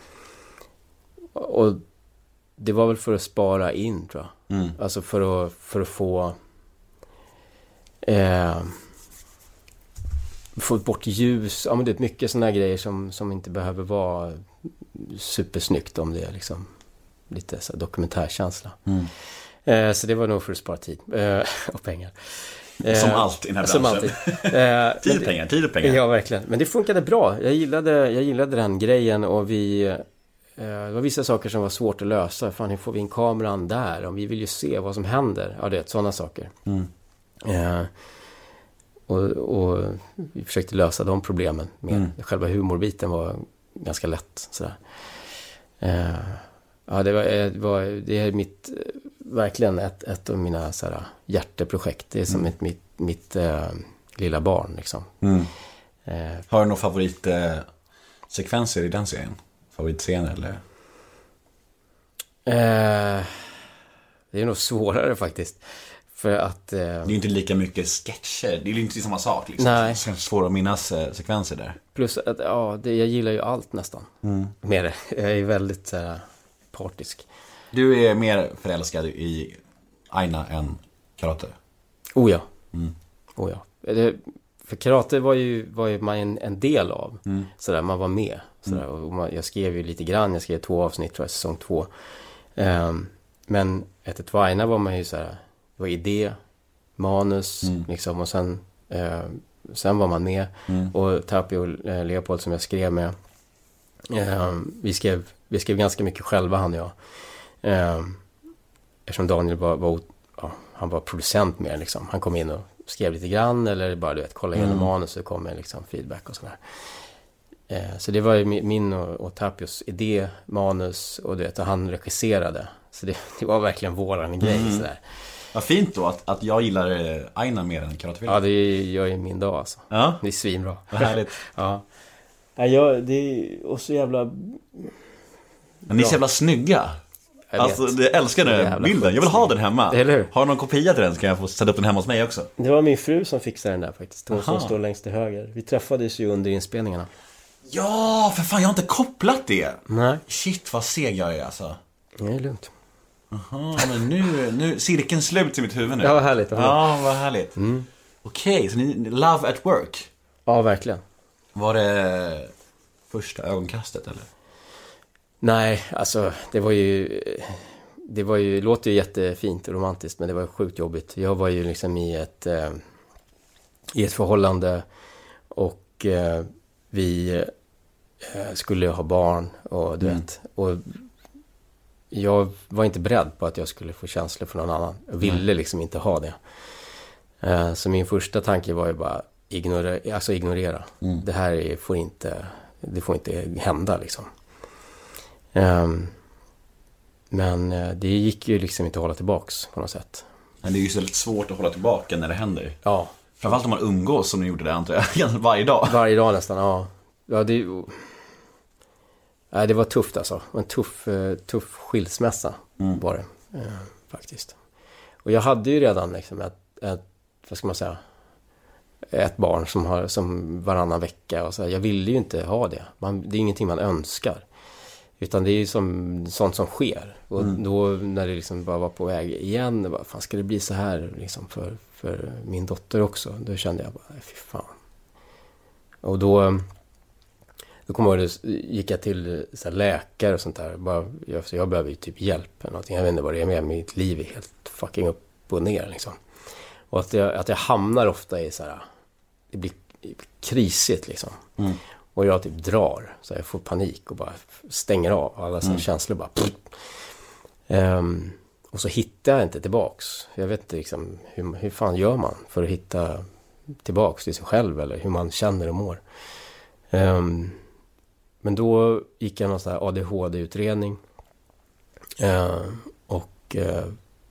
Och det var väl för att spara in tror jag. Mm. Alltså för att, för att få eh, få bort ljus, ja men det är mycket sådana grejer som, som inte behöver vara supersnyggt om det är liksom lite så här dokumentärkänsla. Mm. Eh, så det var nog för att spara tid eh, och pengar. Eh, som allt i den här som branschen. alltid. Eh, tid och pengar, tid och pengar. Ja, verkligen. Men det funkade bra. Jag gillade, jag gillade den grejen och vi... Eh, det var vissa saker som var svårt att lösa. Fan, hur får vi in kameran där? Om vi vill ju se vad som händer. Ja, det är sådana saker. Mm. Eh, och, och vi försökte lösa de problemen. Med Mm. själva humorbiten var ganska lätt. Sådär. Eh, ja, det var, det var det är mitt... verkligen ett, ett av mina såhär, hjärteprojekt. Det är som mm. ett, mitt, mitt äh, lilla barn liksom. Mm. Eh, Har du några favoritsekvenser äh, i den serien? Favoritscener eller? Eh, det är nog svårare faktiskt. För att... Eh, det är ju inte lika mycket sketcher. Det är ju inte samma sak liksom. Nej. Det är svårt att minnas eh, sekvenser där. Plus att ja, det, jag gillar ju allt nästan. Mm. Med det. Jag är väldigt såhär, partisk. Du är mer förälskad i Aina än karate? Oh ja. Mm. Oh ja. Det, för karate var ju, var ju man en, en del av. Mm. Sådär, man var med. Sådär, Mm. och man, jag skrev ju lite grann. Jag skrev två avsnitt, tror jag, säsong två. Um, men ett ett Aina var man ju såhär, det var idé, manus, Mm. liksom. Och sen, uh, sen var man med. Mm. Och Tapio och uh, Leopold som jag skrev med. Uh, vi, skrev, vi skrev ganska mycket själva, han och jag. Uh, eftersom Daniel var, var, ja, han var producent med liksom. Han kom in och skrev lite grann. Eller bara, du vet, kolla igenom Mm. manus och kom med liksom feedback och sådär. Uh, så det var ju min och, och Tapios idé, manus. Och du vet, och han regisserade. Så det, det var verkligen våran grej. Mm. Sådär. Vad fint då att, att jag gillar eh, Aina mer än karatefilm. Ja, det gör ju min dag alltså. Ja, Det är svinbra. vad härligt. Ja. Ja, jag, det är också jävla... Men ni är så jävla snygga. Jag Alltså, vet. jag älskar Så den jävla här bilden. Jag vill ha den hemma. Eller hur? Har du någon kopia till den så kan jag få sätta upp den hemma hos mig också. Det var min fru som fixade den där faktiskt. Hon som Aha. står längst till höger. Vi träffades ju under inspelningarna. Ja, för fan, jag har inte kopplat det. Nej, Shit, vad seg jag är alltså. det är lugnt. Aha, men nu, nu cirkeln slut i mitt huvud nu. Ja, vad härligt. Vad härligt. Ja, vad härligt. Mm. Okej, så ni, love at work. Ja, verkligen. Var det första ögonkastet eller? Nej, alltså det var ju... Det var ju, låter ju jättefint och romantiskt, men det var ju sjukt jobbigt. Jag var ju liksom i ett, eh, i ett förhållande och eh, vi eh, skulle ha barn och du Mm. vet. Och jag var inte beredd på att jag skulle få känslor för någon annan. Jag ville Mm. liksom inte ha det. Eh, så min första tanke var ju bara ignorera, alltså ignorera. Mm. Det här är, får inte, det får inte hända liksom. Um, Men det gick ju liksom inte att hålla tillbaks på något sätt. Men det är ju så väldigt svårt att hålla tillbaka när det händer. Ja. Framförallt om man umgås som ni gjorde det, antar jag, varje dag. Varje dag nästan, ja. Ja, det, nej, det var tufft alltså. En tuff, tuff skilsmässa Mm. var det, eh, faktiskt. Och jag hade ju redan liksom ett, ett, vad ska man säga, ett barn som har som varannan vecka. Och så här. Jag ville ju inte ha det. Man, det är ingenting man önskar. Utan det är ju som, sånt som sker. Och Mm. då när det liksom bara var på väg igen. Bara, fan, ska det bli så här liksom för, för min dotter också? Då kände jag bara, fy fan. Och då, då kom jag, gick jag till så här, läkare och sånt där. Bara, jag, så jag behöver ju typ hjälp eller någonting. Jag vet inte vad det är med. Mitt liv är helt fucking upp och ner liksom. Och att jag, att jag hamnar ofta i så här, det blir krisigt liksom. Mm. Och jag typ drar. Så jag får panik och bara stänger av. Alla sina Mm. känslor bara... Um, och så hittar jag inte tillbaks. Jag vet inte liksom, hur, hur fan gör man för att hitta tillbaks till sig själv. Eller hur man känner och mår. Um, men då gick jag någon sån här A D H D-utredning. Uh, och uh,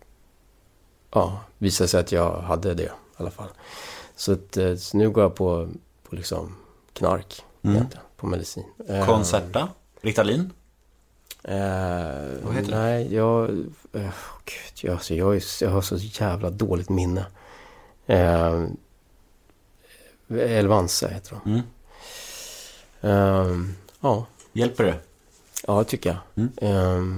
ja, visade sig att jag hade det i alla fall. Så, att, uh, så nu går jag på, på liksom knark. Mm. Egentligen, på medicin. Concerta? Ritalin? Eh, Vad heter det? nej, jag, eh, gud, jag, alltså, jag, är, jag har så jävla dåligt minne. Eh, Elvanse heter de. Mm. Eh, ja, Hjälper det? ja, tycker jag. Mm. Eh,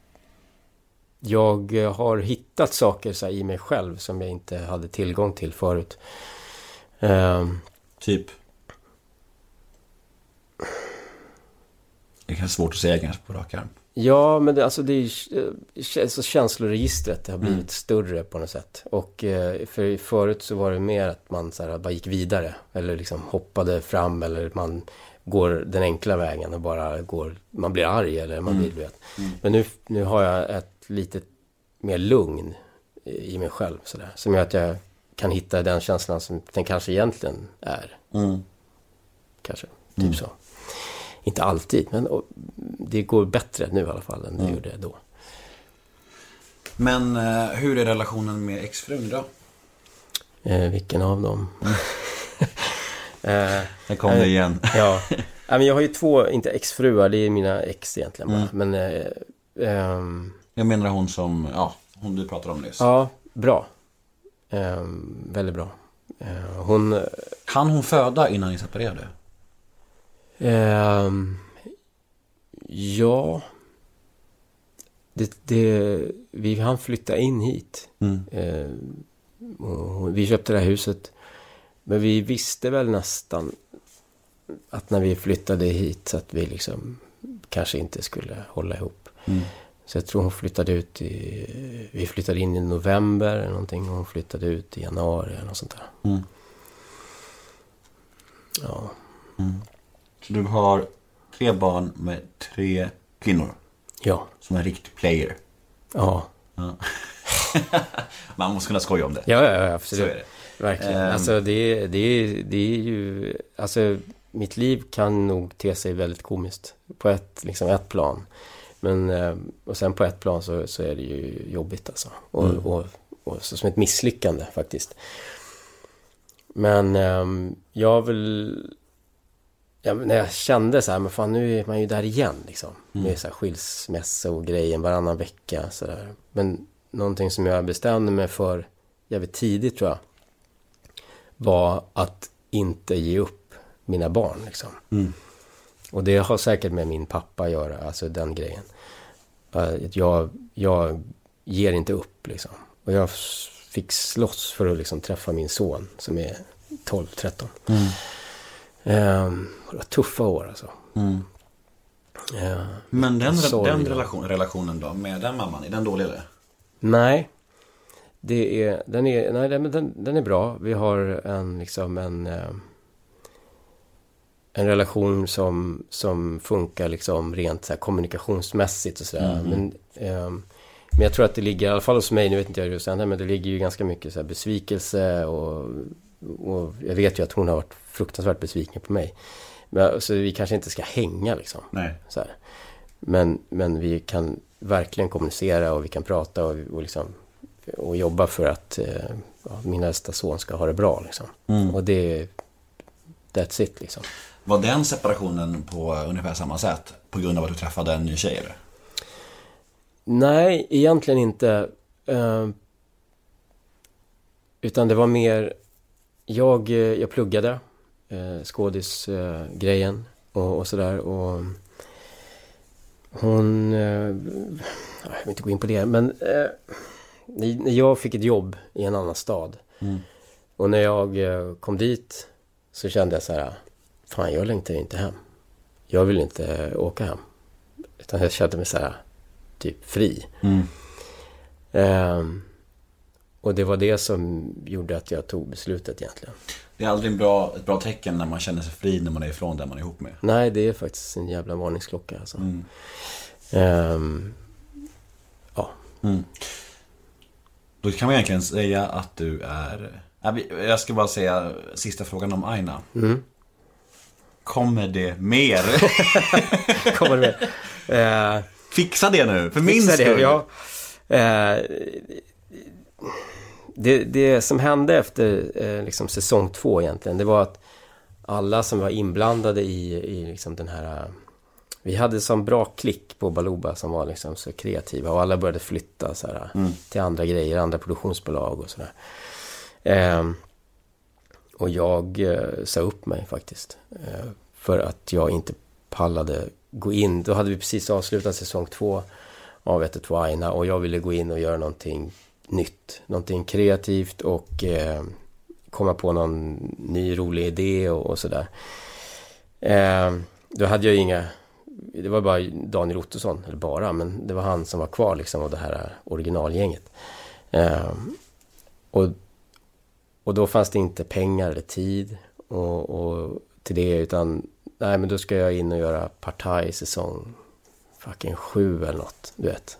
jag har hittat saker så här, i mig själv som jag inte hade tillgång till förut. Eh, Typ? Det är kanske svårt att säga kanske på rak arm. Ja, men det, alltså det är så känsloregistret det har blivit mm. större på något sätt. Och eh, för förut så var det mer att man så här, bara gick vidare. Eller liksom hoppade fram. Eller man går den enkla vägen och bara går... Man blir arg eller man vill, mm. vet. Mm. Men nu, nu har jag ett lite mer lugn i mig själv. Så där, som gör att jag kan hitta den känslan som den kanske egentligen är. Mm. Kanske, typ mm. så. Inte alltid, men det går bättre nu i alla fall än det mm. gjorde då. Men eh, hur är relationen med exfrun idag? Eh, vilken av dem? Mm. eh, Där kom det igen. Ja. ja, men jag har ju två, inte exfruar, det är mina ex egentligen. Mm. Men, eh, eh, jag menar hon som, ja, hon du pratade om nyss. Ja, bra. Eh, väldigt bra. Eh, hon... Hann hon föda innan ni separerade? Eh, ja, det, det, vi hann flytta in hit. Mm. Eh, och vi köpte det här huset. Men vi visste väl nästan att när vi flyttade hit så att vi liksom kanske inte skulle hålla ihop. Mm. Så jag tror hon flyttade ut i, vi flyttade in i november eller någonting och hon flyttade ut i januari eller något sånt där. Mm. Ja. Mm. Så du har tre barn med tre kvinnor? Ja. Som en riktig player? Ja. ja. Man måste kunna skoja om det. Ja, ja, ja absolut. Så är det. Verkligen. Um, alltså det, det, det är ju... Alltså mitt liv kan nog te sig väldigt komiskt. På ett, liksom ett plan. Men, och sen på ett plan så, så är det ju jobbigt alltså. Och, mm. och, och så som ett misslyckande faktiskt. Men um, jag vill... Ja, när jag kände så här, men fan nu är man ju där igen liksom. Mm. Med så här skilsmässa och grejen varannan vecka så där. Men någonting som jag bestämde mig för jävligt tidigt tror jag var att inte ge upp mina barn liksom. Mm. Och det har säkert med min pappa att göra, alltså den grejen. Att jag, jag ger inte upp liksom. Och jag fick slåss för att liksom träffa min son som är tolv tretton. Mm. Um, det var tuffa år alltså. Mm. Uh, Men den, den relation, relationen då med den mamman, är den dålig eller? Nej. Det är, den är, nej den, den, den är bra. Vi har en liksom en uh, en relation som som funkar liksom rent så här kommunikationsmässigt och så där. Mm. Men um, men jag tror att det ligger i alla fall hos mig, nu vet inte jag just ännu, men det ligger ju ganska mycket så här besvikelse och och jag vet ju att hon har varit fruktansvärt besviken på mig. Men, så vi kanske inte ska hänga liksom. Nej. Så här. Men, men vi kan verkligen kommunicera och vi kan prata och, och, liksom, och jobba för att eh, ja, min nästa son ska ha det bra liksom. Mm. Och det that's it liksom. Var den separationen på ungefär samma sätt på grund av att du träffade en ny tjej eller? Nej, egentligen inte. Uh, utan det var mer... Jag, jag pluggade eh, skådisgrejen eh, och, och sådär. Och hon... Eh, jag vill inte gå in på det. Men eh, när jag fick ett jobb i en annan stad. Mm. Och när jag eh, kom dit så kände jag så här... Fan, jag längtar inte hem. Jag vill inte åka hem. Utan jag kände mig så här typ fri. Mm. Eh, Och det var det som gjorde att jag tog beslutet egentligen. Det är aldrig en bra, ett bra tecken när man känner sig fri när man är ifrån där man är ihop med. Nej, det är faktiskt en jävla varningsklocka alltså. Mm. Um, ja. Mm. Då kan man egentligen säga att du är... Jag ska bara säga sista frågan om Aina. Mm. Kommer det mer? Kommer det mer? Uh, Fixa det nu, för min skull. Det, ja. Uh, Det, det som hände efter eh, liksom säsong två egentligen, det var att alla som var inblandade i, i liksom den här... Vi hade som bra klick på Baluba som var liksom så kreativa och alla började flytta så här, mm. till andra grejer, andra produktionsbolag och sådär. Eh, och jag eh, sa upp mig faktiskt eh, för att jag inte pallade gå in. Då hade vi precis avslutat säsong två av ett och två Aina och jag ville gå in och göra någonting nytt, någonting kreativt och eh, komma på någon ny rolig idé och, och sådär. Eh, då hade jag inga det var bara Daniel Ottosson, eller bara, men det var han som var kvar liksom av det här originalgänget. Eh, och, och då fanns det inte pengar eller tid och, och till det, utan nej, men då ska jag in och göra Partaj säsong fucking sju eller något, du vet.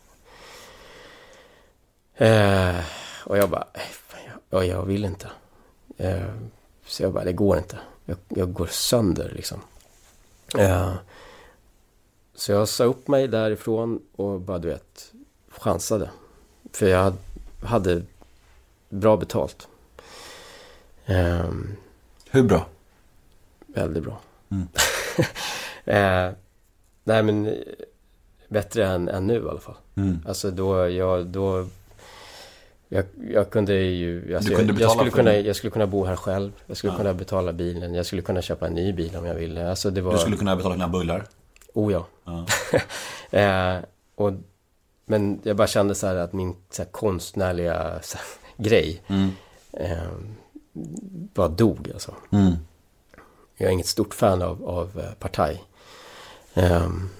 Eh, och jag bara, ja, jag vill inte. Eh, så jag bara, det går inte. Jag, jag går sönder liksom. Eh, så jag sa upp mig därifrån och bara, du vet, chansade. För jag hade bra betalt. Eh, Hur bra? Väldigt bra. Mm. eh, nej men bättre än, än nu i alla fall. Mm. Alltså då jag då jag, jag kunde ju alltså, kunde jag, jag skulle kunna jag skulle kunna bo här själv. Jag skulle ja. kunna betala bilen. Jag skulle kunna köpa en ny bil om jag ville. Alltså det var... Du skulle kunna betala dina bullar. Oh ja. ja. eh, och men jag bara kände så här att min så här, konstnärliga så här, grej mm. eh, bara dog alltså. Mm. Jag är inget stort fan av, av Partaj. Um,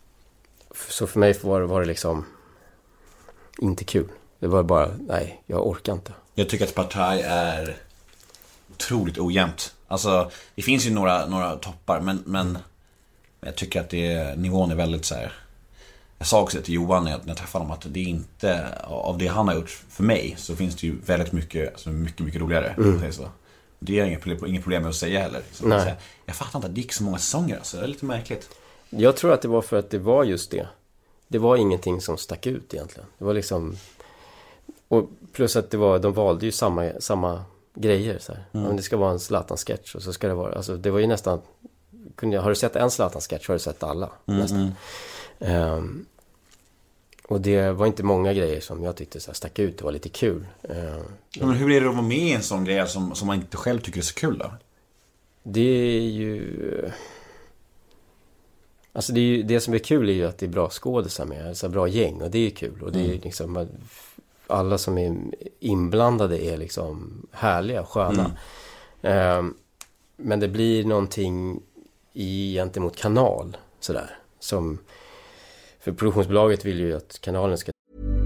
så för mig var, var det liksom inte kul. Det var bara, nej, jag orkar inte. Jag tycker att Partaj är otroligt ojämnt. Alltså, det finns ju några, några toppar, men, men jag tycker att det, nivån är väldigt så här. Jag sa också till Johan när jag, när jag träffade honom att det är inte, av det han har gjort för mig, så finns det ju väldigt mycket, alltså mycket, mycket roligare. Mm. Så. Det är inget problem, inget problem med att säga heller. Så jag, säga, jag fattar inte att det gick så många säsonger. Så det är lite märkligt. Jag tror att det var för att det var just det. Det var ingenting som stack ut egentligen. Det var liksom... Och plus att det var, de valde ju samma, samma grejer. Så här. Mm. Det ska vara en Zlatan-sketch och så ska det vara... Alltså det var ju nästan... Har du sett en Zlatan-sketch har du sett alla. Mm. Nästan. Um, och det var inte många grejer som jag tyckte så här stack ut. Det var lite kul. Uh, Men hur är det att vara med i en sån grej som, som man inte själv tycker är så kul då? Det är ju... Alltså det, är ju, det som är kul är ju att det är bra skådisar med. Alltså bra gäng och det är kul. Och det är liksom... Alla som är inblandade är liksom härliga och sköna. Mm. Um, men det blir någonting i, gentemot kanal sådär. Som... För produktionsbolaget vill ju att kanalen ska...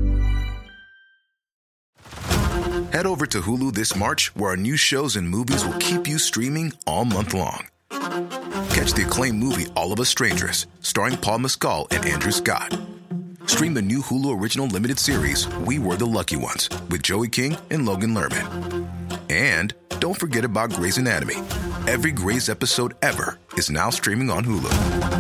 Head over to Hulu this March, where our new shows and movies will keep you streaming all month long. Catch the acclaimed movie All of Us Strangers, starring Paul Mescal and Andrew Scott. Stream the new Hulu original limited series We Were the Lucky Ones with Joey King and Logan Lerman. And don't forget about Grey's Anatomy. Every Grey's episode ever is now streaming on Hulu.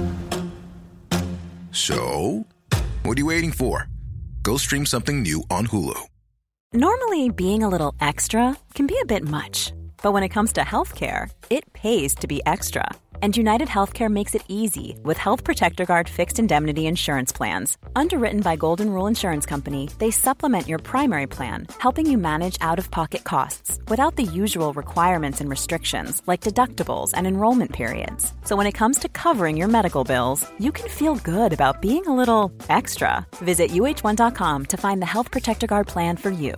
So, what are you waiting for? Go stream something new on Hulu. Normally, being a little extra can be a bit much. But when it comes to healthcare, it pays to be extra. And United Healthcare makes it easy with Health Protector Guard fixed indemnity insurance plans. Underwritten by Golden Rule Insurance Company, they supplement your primary plan, helping you manage out-of-pocket costs without the usual requirements and restrictions like deductibles and enrollment periods. So when it comes to covering your medical bills, you can feel good about being a little extra. Visit U H one dot com to find the Health Protector Guard plan for you.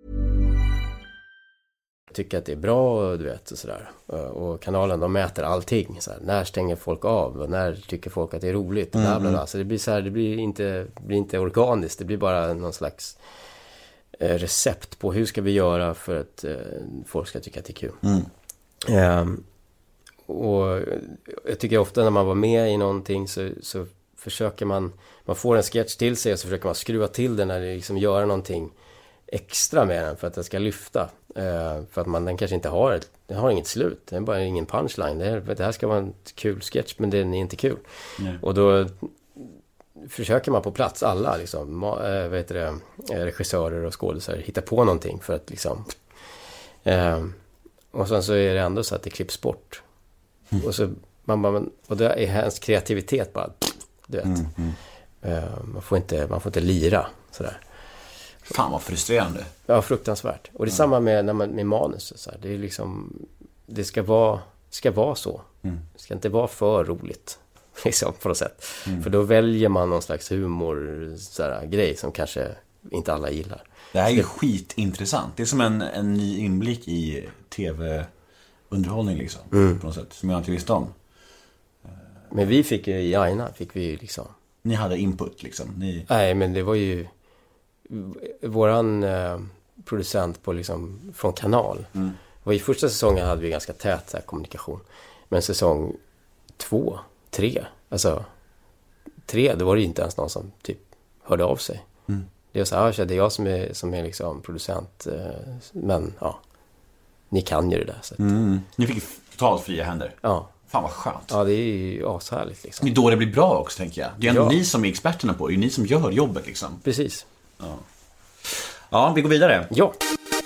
Tycker att det är bra, du vet, och sådär. Och kanalen, de mäter allting. Så här, när stänger folk av? Och när tycker folk att det är roligt? Mm. Bla, bla, bla. Så det blir så här, det blir inte, blir inte organiskt. Det blir bara någon slags eh, recept på hur ska vi göra för att eh, folk ska tycka att det är kul. Mm. Um, och jag tycker ofta när man var med i någonting så, så försöker man, man får en sketch till sig och så försöker man skruva till den eller liksom göra någonting extra med den för att den ska lyfta. Uh, för att man den kanske inte har den har inget slut. Det är bara ingen punchline. Det, är, det här ska vara en kul sketch men den är inte kul. Nej. Och då försöker man på plats alla liksom, ma, äh, vad heter det, regissörer och skådespelare hitta på någonting för att liksom uh, och sen så är det ändå så att det klipps bort. Mm. Och så man bara, och det är hans kreativitet bara, du vet. Mm, mm. Uh, man får inte man får inte lira sådär. Fan vad frustrerande. Ja, fruktansvärt. Och det är mm. samma med, när man, med manus. Så här. Det är liksom, det ska vara, ska vara så. Mm. Det ska inte vara för roligt. Liksom, på något sätt. Mm. För då väljer man någon slags humor så här, grej som kanske inte alla gillar. Det här är ju skitintressant. Det är som en, en ny inblick i tv-underhållning liksom. Mm. På något sätt. Som jag inte visste om. Men vi fick ju i Aina, fick vi liksom... Ni hade input liksom? Ni... Nej, men det var ju... Våran eh, producent på liksom, från Kanal. Mm. Var i första säsongen hade vi ganska tät så här, kommunikation. Men säsong två, tre, alltså tre, då var det inte ens någon som typ hörde av sig. Mm. Det är så här, det är jag som är, som är liksom producent, eh, men ja, ni kan ju det där. Så att... mm. Ni fick totalt fria händer. Ja. Fan vad skönt. Ja, det är ju ashärligt liksom. Det är då det blir bra också, tänker jag. Det är ändå ja. ni som är experterna på det. Det är ni som gör jobbet liksom. Precis. Ja, ja vi går vidare. Ja.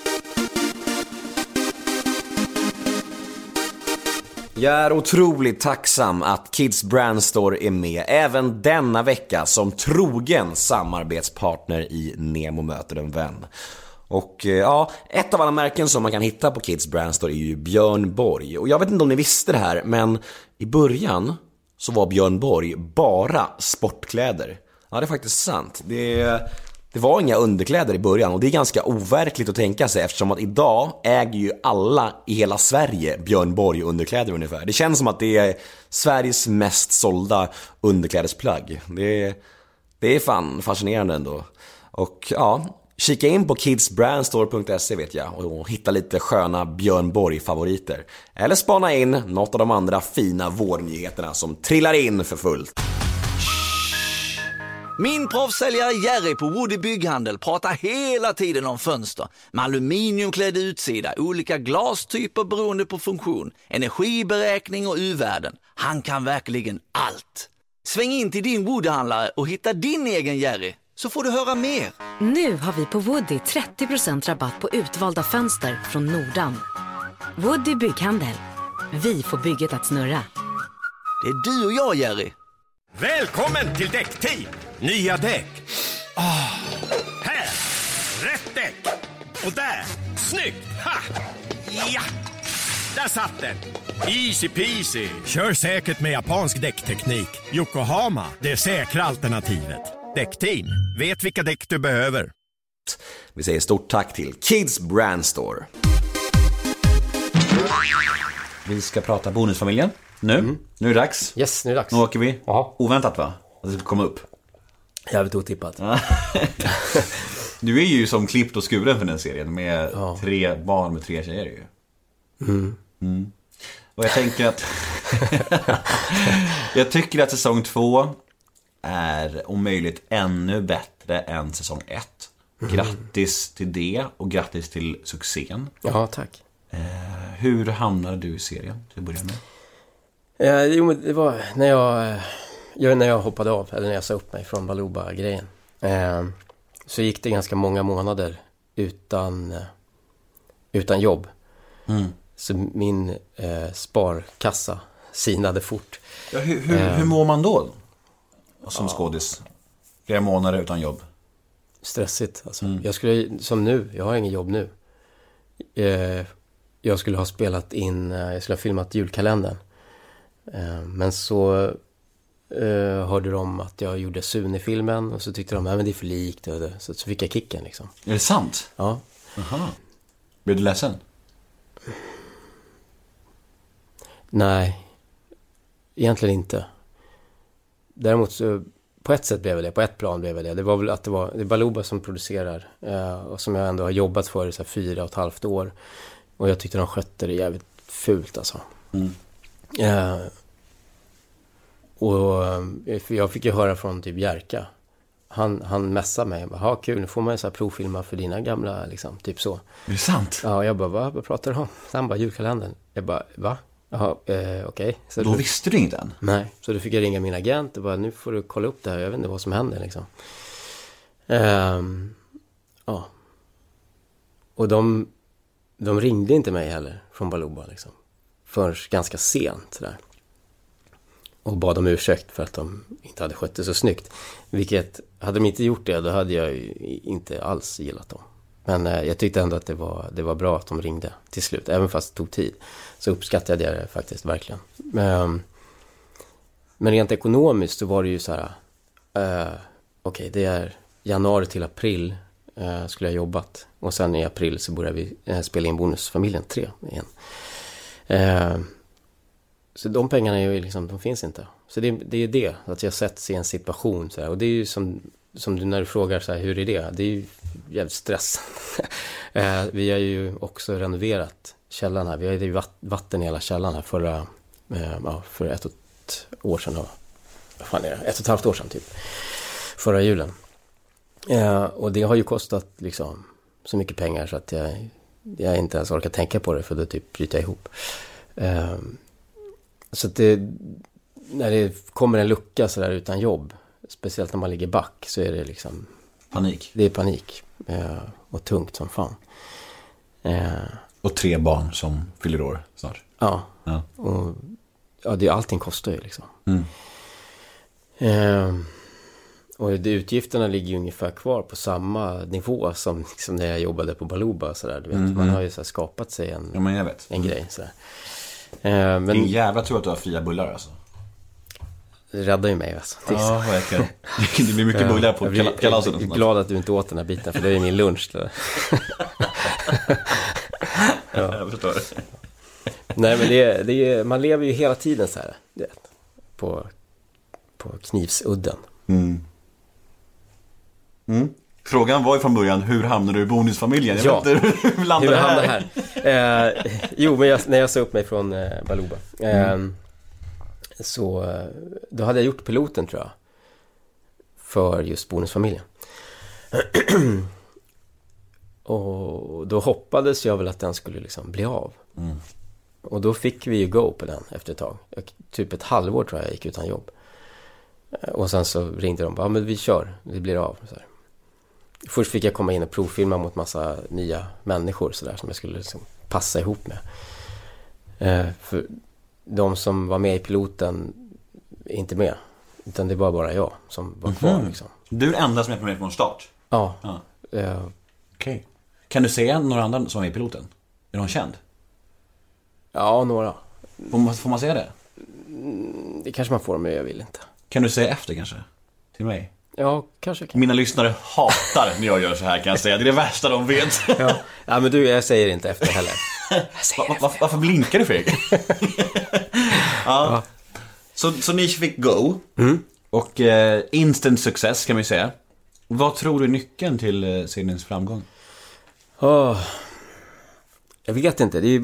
Jag är otroligt tacksam att Kids Brand Store är med även denna vecka som trogen samarbetspartner i Nemo möter en vän. Och ja, ett av alla märken som man kan hitta på Kids Brand Store är ju Björn Borg. Och jag vet inte om ni visste det här, men i början så var Björn Borg bara sportkläder. Ja, det är faktiskt sant. Det, det var inga underkläder i början, och det är ganska overkligt att tänka sig eftersom att idag äger ju alla i hela Sverige Björn Borg underkläder ungefär. Det känns som att det är Sveriges mest sålda underklädesplagg. Det, det är fan fascinerande ändå. Och ja... Kika in på kidsbrandstore punkt se vet jag och hitta lite sköna Björn Borg-favoriter. Eller spana in något av de andra fina vårnyheterna som trillar in för fullt. Min proffssäljare Jerry på Woody Bygghandel pratar hela tiden om fönster med aluminiumklädd utsida, olika glastyper beroende på funktion, energiberäkning och U-värden. Han kan verkligen allt. Sväng in till din Woody-handlare och hitta din egen Jerry. Så får du höra mer. Nu har vi på Woody trettio procent rabatt på utvalda fönster från Nordan. Woody Bygghandel. Vi får bygget att snurra. Det är du och jag, Jerry. Välkommen till Däckteam. Nya däck. Oh. Här. Rätt däck. Och där. Snyggt. Ha. Ja. Där satt den. Easy peasy. Kör säkert med japansk däckteknik. Yokohama, det säkra alternativet. Däckteam, vet vilka däck du behöver. Vi säger stort tack till Kids Brand Store. Vi ska prata Bonusfamiljen nu. Mm. Nu är det dags. Yes, nu är det dags. Nu åker vi. Aha. Oväntat va? Att det ska komma upp. Jävligt otippat. Du är ju som klippt och skuren för den serien. Med ja. tre barn med tre tjejer ju. Mm. Mm. Och jag tänker att jag tycker att säsong två är om möjligt ännu bättre än säsong ett. Mm. Grattis till det och grattis till succén. Ja, tack. Eh, hur hamnade du i serien till att börja med? Eh, jo, det var när jag, jag, när jag hoppade av, eller när jag sa upp mig från Baluba-grejen. Eh, så gick det ganska många månader utan, utan jobb. Mm. Så min eh, sparkassa sinade fort. Ja, hur, hur, eh, hur mår man då? Som ja. skådis. Flera månader utan jobb. Stressigt alltså. Mm. Jag skulle, som nu, jag har ingen jobb nu. Eh, jag skulle ha spelat in, eh, jag skulle ha filmat julkalendern. Eh, men så eh, hörde de att jag gjorde Sune-filmen. Och så tyckte de, nej men det är för likt. Och så, så fick jag kicken liksom. Är det sant? Ja. Aha. Blev du ledsen? Nej. Egentligen inte. Däremot så på ett sätt blev det, på ett plan blev det. Det var väl att det var, det är Baluba som producerar eh, och som jag ändå har jobbat för i så här fyra och ett halvt år. Och jag tyckte de skötte det jävligt fult alltså. Mm. Eh, och för jag fick ju höra från typ Jerka. Han, han mässade mig. Ja, kul, nu får man ju så här provfilma för dina gamla liksom, typ så. Är det sant? Ja, jag bara, vad, vad pratar du om? Han bara, julkalendern. Jag bara, va? Jaha, eh, okej. Okay. Då du, visste du inte än? Nej, så då fick jag ringa min agent och bara, nu får du kolla upp det här, jag vet inte vad som händer liksom. Um, ja. Och de, de ringde inte mig heller från Baluba liksom. Förrän ganska sent där. Och bad om ursäkt för att de inte hade skött det så snyggt. Vilket, hade de inte gjort det, då hade jag inte alls gillat dem. Men eh, jag tyckte ändå att det var, det var bra att de ringde till slut. Även fast det tog tid. Så uppskattade jag det faktiskt verkligen. Men, men rent ekonomiskt så var det ju så här. Eh, Okej, okay, det är januari till april eh, skulle jag jobbat. Och sen i april så började vi eh, spela in Bonusfamiljen tre igen. Eh, så de pengarna är ju liksom, de finns inte. Så det, det är det, att jag sätts i en situation så här. Och det är ju som, som du när du frågar så här, hur är det? Det är ju jävligt stress. eh, vi har ju också renoverat källaren här. Vi har ju vatten i hela källaren här förra, eh, ja, för ett och ett år sedan. Då. Vad fan är det? Ett och ett halvt år sedan typ. Förra julen. Eh, och det har ju kostat liksom så mycket pengar så att jag, jag inte ens orkar tänka på det, för då typ bryter jag ihop. Eh, så att det, när det kommer en lucka så där utan jobb, speciellt när man ligger back, så är det liksom panik. Det är panik. Eh, och tungt som fan. Eh, och tre barn som fyller år snart. Ja. Ja. Och ja, det, allting kostar ju liksom. Mm. Eh, och det, utgifterna ligger ju ungefär kvar på samma nivå som liksom när jag jobbade på Baluba så där, du vet. Mm. Man har ju så här skapat sig en, ja, men jag vet. en grej så där. Eh, men din jävla tror att du har fria bullar alltså. Det räddar ju mig alltså. Ja, verkligen. Det blir mycket bullar på kalaset. Jag är glad att du inte åt den här biten, för det är min lunch. Ja. Jag förstår det. Nej, men det är, det är, man lever ju hela tiden så här, vet, på, på knivsudden. Mm. Mm. Frågan var ju från början, hur hamnade du i bonusfamiljen? Jag ja, vet inte, hur landade hur här? här? Eh, jo, men jag, när jag sa upp mig från eh, Baluba eh, mm. så då hade jag gjort piloten, tror jag, för just bonusfamiljen. Och då hoppades jag väl att den skulle liksom bli av. Mm. Och då fick vi ju go på den efter ett tag. Typ ett halvår tror jag jag gick utan jobb. Och sen så ringde de bara, ja men vi kör, det blir av. Så här. Först fick jag komma in och provfilma mot massa nya människor så där, som jag skulle liksom passa ihop med. Eh, för de som var med i piloten är inte med. Utan det var bara jag som var kvar. Mm-hmm. Liksom. Du är den enda som är med från start? Ja. ja. Eh, Okej. Okay. Kan du se några andra som är med i piloten? Är de känd? Ja, några. Får man, får man säga det? Det kanske man får, men jag vill inte. Kan du säga efter kanske? Till mig? Ja, kanske kan. Mina lyssnare hatar när jag gör så här, kan jag säga. Det är det värsta de vet. Ja, ja men du, jag säger inte efter heller. Va, va, va, varför blinkar du, Fredrik? ja. ja. Så, så ni fick go. Mm. Och eh, instant success kan man ju säga. Vad tror du är nyckeln till eh, seriens framgång? Oh, jag vet inte. Det är,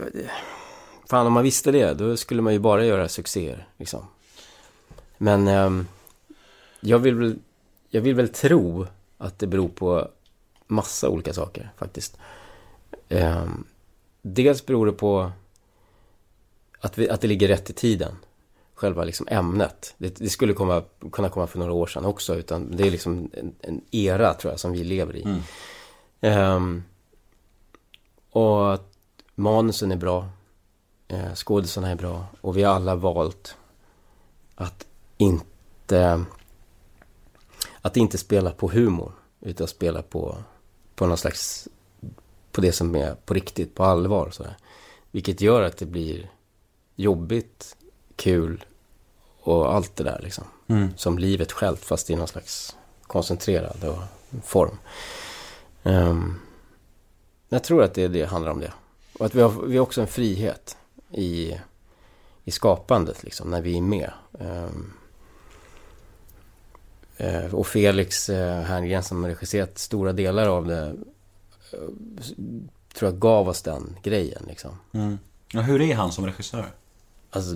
fan, om man visste det, då skulle man ju bara göra succéer liksom. Men eh, jag vill väl jag vill väl tro att det beror på massa olika saker faktiskt. Eh, dels beror det på att, vi, att det ligger rätt i tiden. Själva liksom ämnet. Det, det skulle komma, kunna komma för några år sedan också, utan det är liksom en, en era, tror jag, som vi lever i. Mm. Um, och att manusen är bra, uh, skådespelarna är bra, och vi har alla valt att inte att inte spela på humor, utan spela på på någon slags på det som är på riktigt, på allvar så där. Vilket gör att det blir jobbigt, kul och allt det där liksom. Mm. Som livet självt, fast i någon slags koncentrerad och form. Um, jag tror att det, det handlar om det. Och att vi har, vi har också en frihet i, i skapandet liksom, när vi är med. Um, uh, och Felix uh, Herngren, som har regisserat stora delar av det, uh, tror jag gav oss den grejen liksom. Mm. Ja, hur är han som regissör? Alltså,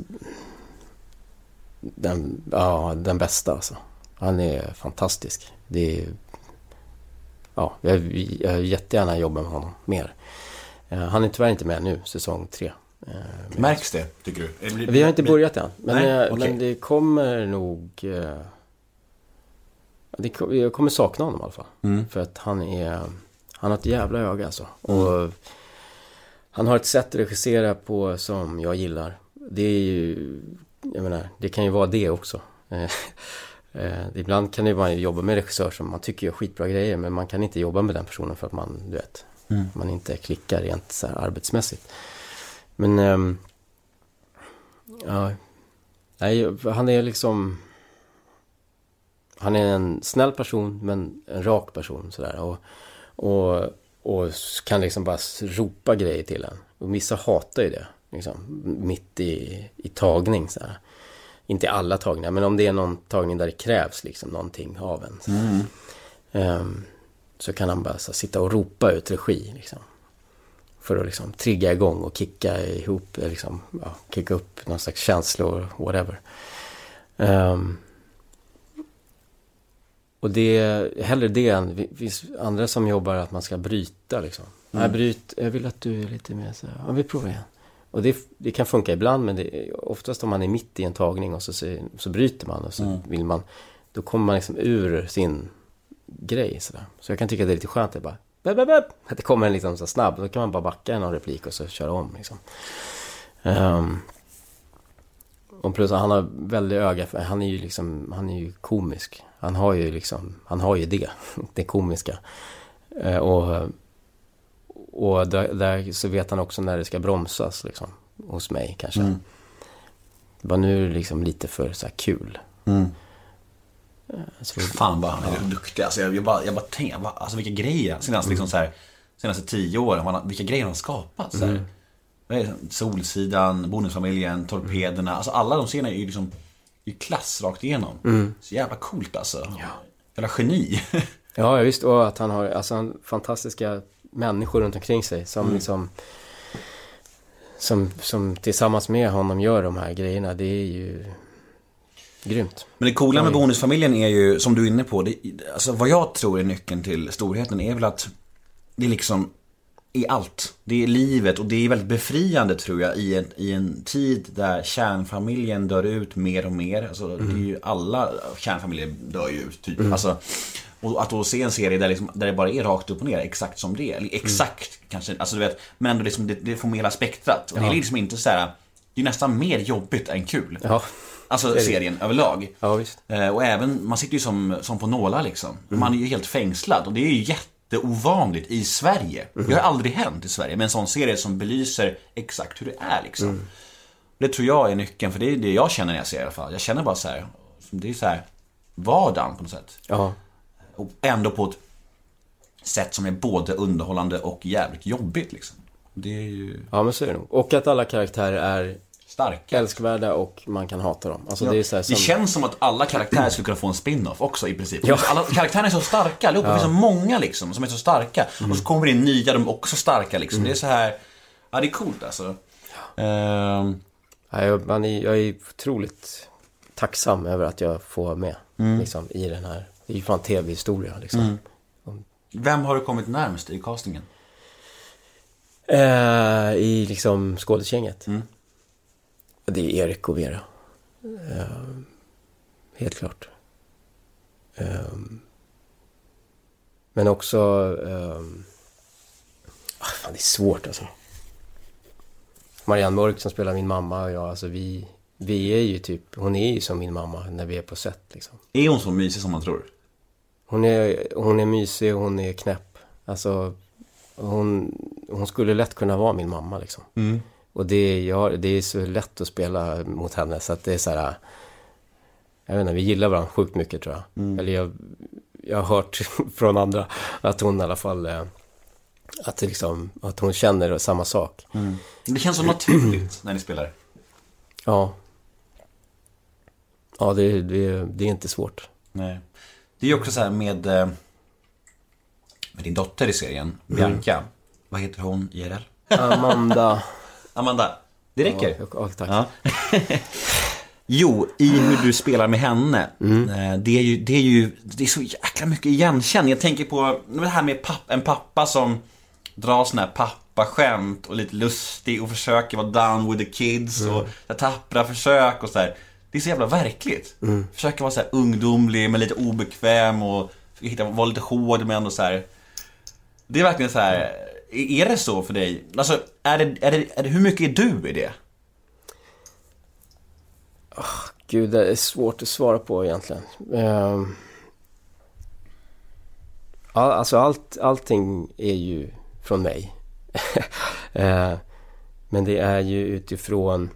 den, ja, den bästa alltså. Han är fantastisk. Det är, ja, jag, jag jättegärna jobbar med honom mer. Uh, han är tyvärr inte med nu, säsong tre. Uh, Märks det, tycker du? Blir, vi har inte börjat än. Men, nej, uh, okay. men det kommer nog... Uh, det, jag kommer sakna honom i alla fall. Mm. För att han är... Han har ett jävla öga alltså. Och mm. han har ett sätt att regissera på som jag gillar. Det är ju... Jag menar, det kan ju vara det också. Eh, ibland kan det ju vara jobba med regissör som man tycker gör skitbra grejer, men man kan inte jobba med den personen för att man, du vet, mm. man inte klickar rent så här arbetsmässigt. Men ehm, ja, nej, han är liksom, han är en snäll person, men en rak person så där, och och och kan liksom bara ropa grejer till en. Och vissa hatar ju det. liksom, mitt i, i tagning så här. Inte alla tagningar, men om det är någon tagning där det krävs liksom någonting av en så, Mm. um, så kan han bara så, sitta och ropa ut regi liksom, för att liksom trigga igång och kicka ihop liksom, ja, kicka upp någon slags känslor whatever. Um, och det är hellre det än det finns andra som jobbar att man ska bryta liksom. Mm. Jag, bryt, jag vill att du är lite mer så här, ja, vi provar igen. Och det, det kan funka ibland, men det, oftast om man är mitt i en tagning och så, så, så bryter man och så mm. vill man, då kommer man liksom ur sin grej så där. Så jag kan tycka att det är lite skönt att bara bäp, bäp, bäp, att det kommer en liksom så snabb, då kan man bara backa någon replik och så köra om liksom. Um, och plus han har väldigt öga för han är ju liksom, han är ju komisk. Han har ju liksom, han har ju det, det komiska. Uh, och och där, där så vet han också när det ska bromsas liksom, hos mig kanske. Mm. Bara nu är det liksom lite för så här kul. Mm. Så, fan vad han är ja. duktig. Alltså jag, jag bara, jag bara tänker, bara, alltså vilka grejer senaste, mm. liksom så här, senaste tio åren, man, vilka grejer han har skapat. Så här. Mm. Solsidan, Bonusfamiljen, Torpederna, alltså alla de scenerna är ju liksom är klass rakt igenom. Mm. Så jävla coolt alltså. Ja. Jävla geni. Ja, visst. Och att han har alltså, han, fantastiska människor runt omkring sig som mm. liksom som, som tillsammans med honom gör de här grejerna. Det är ju grymt. Men det coola med Bonusfamiljen är ju, som du är inne på, det, alltså vad jag tror är nyckeln till storheten är väl att det är liksom i allt. Det är livet, och det är väldigt befriande tror jag i en, i en tid där kärnfamiljen dör ut mer och mer. Alltså mm. det är ju alla kärnfamiljer dör ju ut typ. Mm. Alltså, och att då se en serie där, liksom, där det bara är rakt upp och ner, exakt som det är. Exakt mm. kanske, alltså du vet, men ändå liksom, det, det får med hela spektrat. Och ja. det är liksom inte så här, det är nästan mer jobbigt än kul. Ja. Alltså serien överlag. Ja, visst. Eh, och även, man sitter ju som, som på nålar liksom. Mm. Man är ju helt fängslad, och det är ju jätteovanligt i Sverige. Mm. Det har aldrig hänt i Sverige med en sån serie som belyser exakt hur det är liksom. Mm. Det tror jag är nyckeln, för det är det jag känner när jag ser i alla fall. Jag känner bara så här, det är så här vardagen på något sätt. Ja. Och ändå på ett sätt som är både underhållande och jävligt jobbigt liksom. Det är ju... Ja, men så är det nog. Och att alla karaktärer är starka, älskvärda, och man kan hata dem. Alltså, ja. det, är så här som... det känns som att alla karaktärer skulle kunna få en spin-off också i princip. Ja. Alla karaktärerna är så starka, allihopa. Ja. Det finns så många liksom som är så starka. Mm. Och så kommer det in nya, de är också starka liksom. Mm. Det är så här, ja, det är coolt alltså. Ja. Um... Ja, jag, man är, jag är otroligt tacksam över att jag får vara med mm. liksom, i den här, det är ju fan tv-historia liksom. Mm. Vem har du kommit närmast i castingen? Uh, I liksom skådespelgänget. Mm. Det är Erik och Vera. Uh, helt klart. Uh, men också uh, ah, fan, det är svårt alltså. Marianne Mörk som spelar min mamma och jag, alltså vi, vi är ju typ, hon är ju som min mamma när vi är på set liksom. Är hon så mysig som man tror? Hon är, hon är mysig, hon är knäpp. Alltså hon, hon skulle lätt kunna vara min mamma liksom. Mm. Och det, jag, det är så lätt att spela mot henne, så att det är så här, jag vet inte, vi gillar varandra sjukt mycket tror jag. Mm. Eller jag, jag har hört från andra att hon i alla fall, att, det liksom, att hon känner samma sak. Mm. Det känns så naturligt när ni spelar. Ja. Ja, det, det, det är inte svårt. Nej. Det är ju också så här med, med din dotter i serien, Bianca. Mm. Vad heter hon i R L? Amanda. Amanda, det räcker. Ja, ja, tack. Ja. Jo, i hur du spelar med henne, mm. det är ju det är ju det är så jäkla mycket igenkänning. Jag tänker på det här med papp, en pappa som drar såna här pappaskämt och lite lustig och försöker vara down with the kids mm. och tappra försök och så där. Det är så jävla verkligt. Mm. Försöker vara så här ungdomlig men lite obekväm och hitta, vara lite hård men ändå så här. Det är verkligen så här. Är det så för dig? Alltså, är det, är det, är det, hur mycket är du i det? Oh, Gud, det är svårt att svara på egentligen. Uh, all, alltså allt, allting är ju från mig. uh, men det är ju utifrån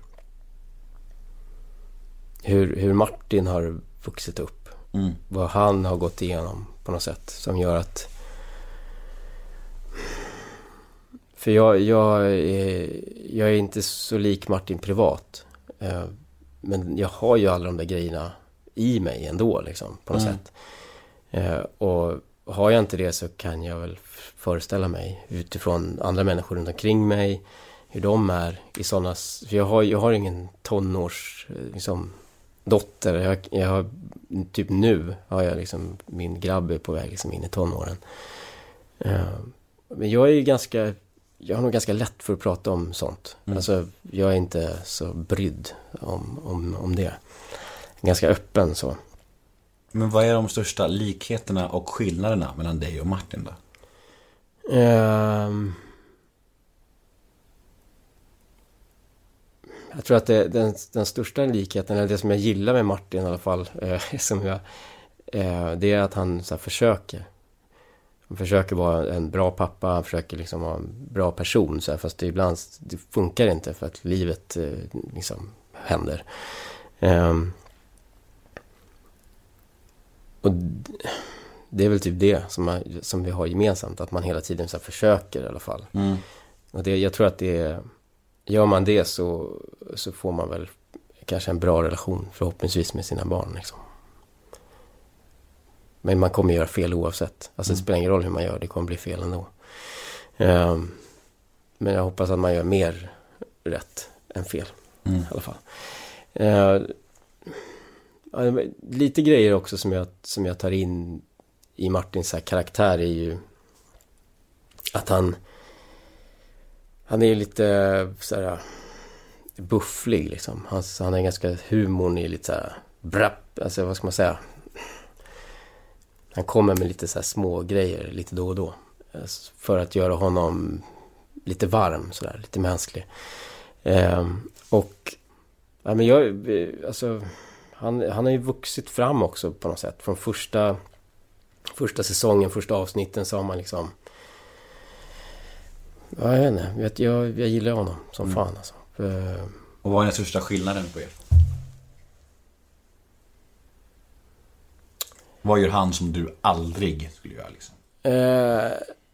hur, hur Martin har vuxit upp. Mm. Vad han har gått igenom på något sätt som gör att För jag, jag, är, jag är inte så lik Martin privat. Eh, men jag har ju alla de där grejerna i mig ändå liksom, på något mm. sätt. Eh, och har jag inte det så kan jag väl föreställa mig utifrån andra människor runt omkring mig, hur de är i sådana... För jag har, jag har ingen tonårs liksom, dotter. Jag, jag har, typ nu har jag liksom, min grabb är på väg liksom, in i tonåren. Uh, men jag är ju ganska... Jag har nog ganska lätt för att prata om sånt. Mm. Alltså, jag är inte så brydd om, om, om det. Ganska öppen så. Men vad är de största likheterna och skillnaderna mellan dig och Martin då? Um, jag tror att det, den, den största likheten, eller det som jag gillar med Martin i alla fall, eh, som jag, eh, det är att han så här, försöker. Han försöker vara en bra pappa, han försöker liksom vara en bra person, så här, fast det ibland det funkar inte för att livet eh, liksom händer. Um, och det är väl typ det som, man, som vi har gemensamt, att man hela tiden så här försöker i alla fall. Mm. Och det, jag tror att det är, gör man det så, så får man väl kanske en bra relation förhoppningsvis med sina barn liksom. Men man kommer göra fel oavsett. Alltså mm. det spelar ingen roll hur man gör, det kommer bli fel ändå. Um, men jag hoppas att man gör mer rätt än fel mm. i alla fall. Uh, lite grejer också som jag, som jag tar in i Martins här karaktär är ju att han han är lite så här bufflig liksom. Han, han är ganska, humorn är lite så här brapp, alltså vad ska man säga, han kommer med lite så här små grejer lite då och då för att göra honom lite varm så där, lite mänsklig. Ehm, och ja, men jag alltså han, han har ju vuxit fram också på något sätt. Från första första säsongen, första avsnitten så har man liksom, ja, jag vet inte, jag, jag, jag gillar honom som mm. fan alltså. För, och vad är den största skillnaden på er? Vad gör han som du aldrig skulle göra liksom? Eh,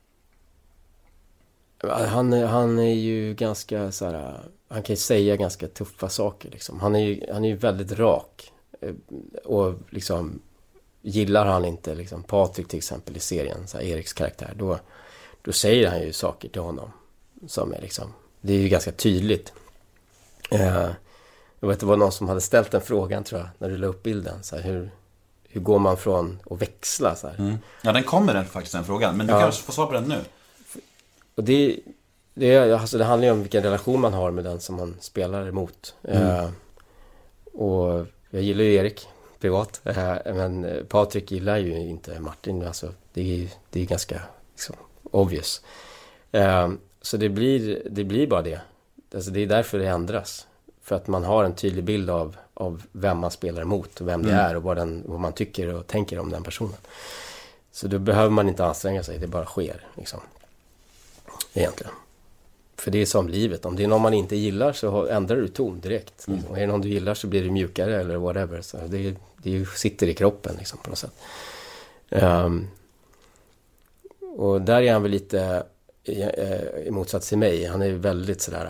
han, han är ju ganska så här, han kan ju säga ganska tuffa saker liksom. Han är ju, han är ju väldigt rak. Och liksom gillar han inte liksom Patrik till exempel i serien, så här, Eriks karaktär, då, då säger han ju saker till honom som är liksom, det är ju ganska tydligt. Eh, jag vet, det var någon som hade ställt en frågan tror jag, när du la upp bilden, så här, hur Hur går man från att växla så här? Mm. Ja, den kommer den faktiskt, den frågan. Men du ja. kan få svar på den nu. Och det, det, alltså det handlar ju om vilken relation man har med den som man spelar emot. Mm. Uh, och jag gillar ju Erik privat. Uh, men Patrik gillar ju inte Martin. Alltså, det är det är ganska liksom, obvious. Uh, så det blir, det blir bara det. Alltså, det är därför det ändras. För att man har en tydlig bild av, av vem man spelar emot och vem mm. det är och vad, den, vad man tycker och tänker om den personen. Så då behöver man inte anstränga sig, det bara sker liksom. Egentligen. För det är som livet, om det är någon man inte gillar så ändrar du ton direkt. Mm. Och är det någon du gillar så blir det mjukare eller whatever. Så det, det sitter i kroppen liksom, på något sätt. Um, och där är han väl lite i motsats till mig. Han är väldigt sådär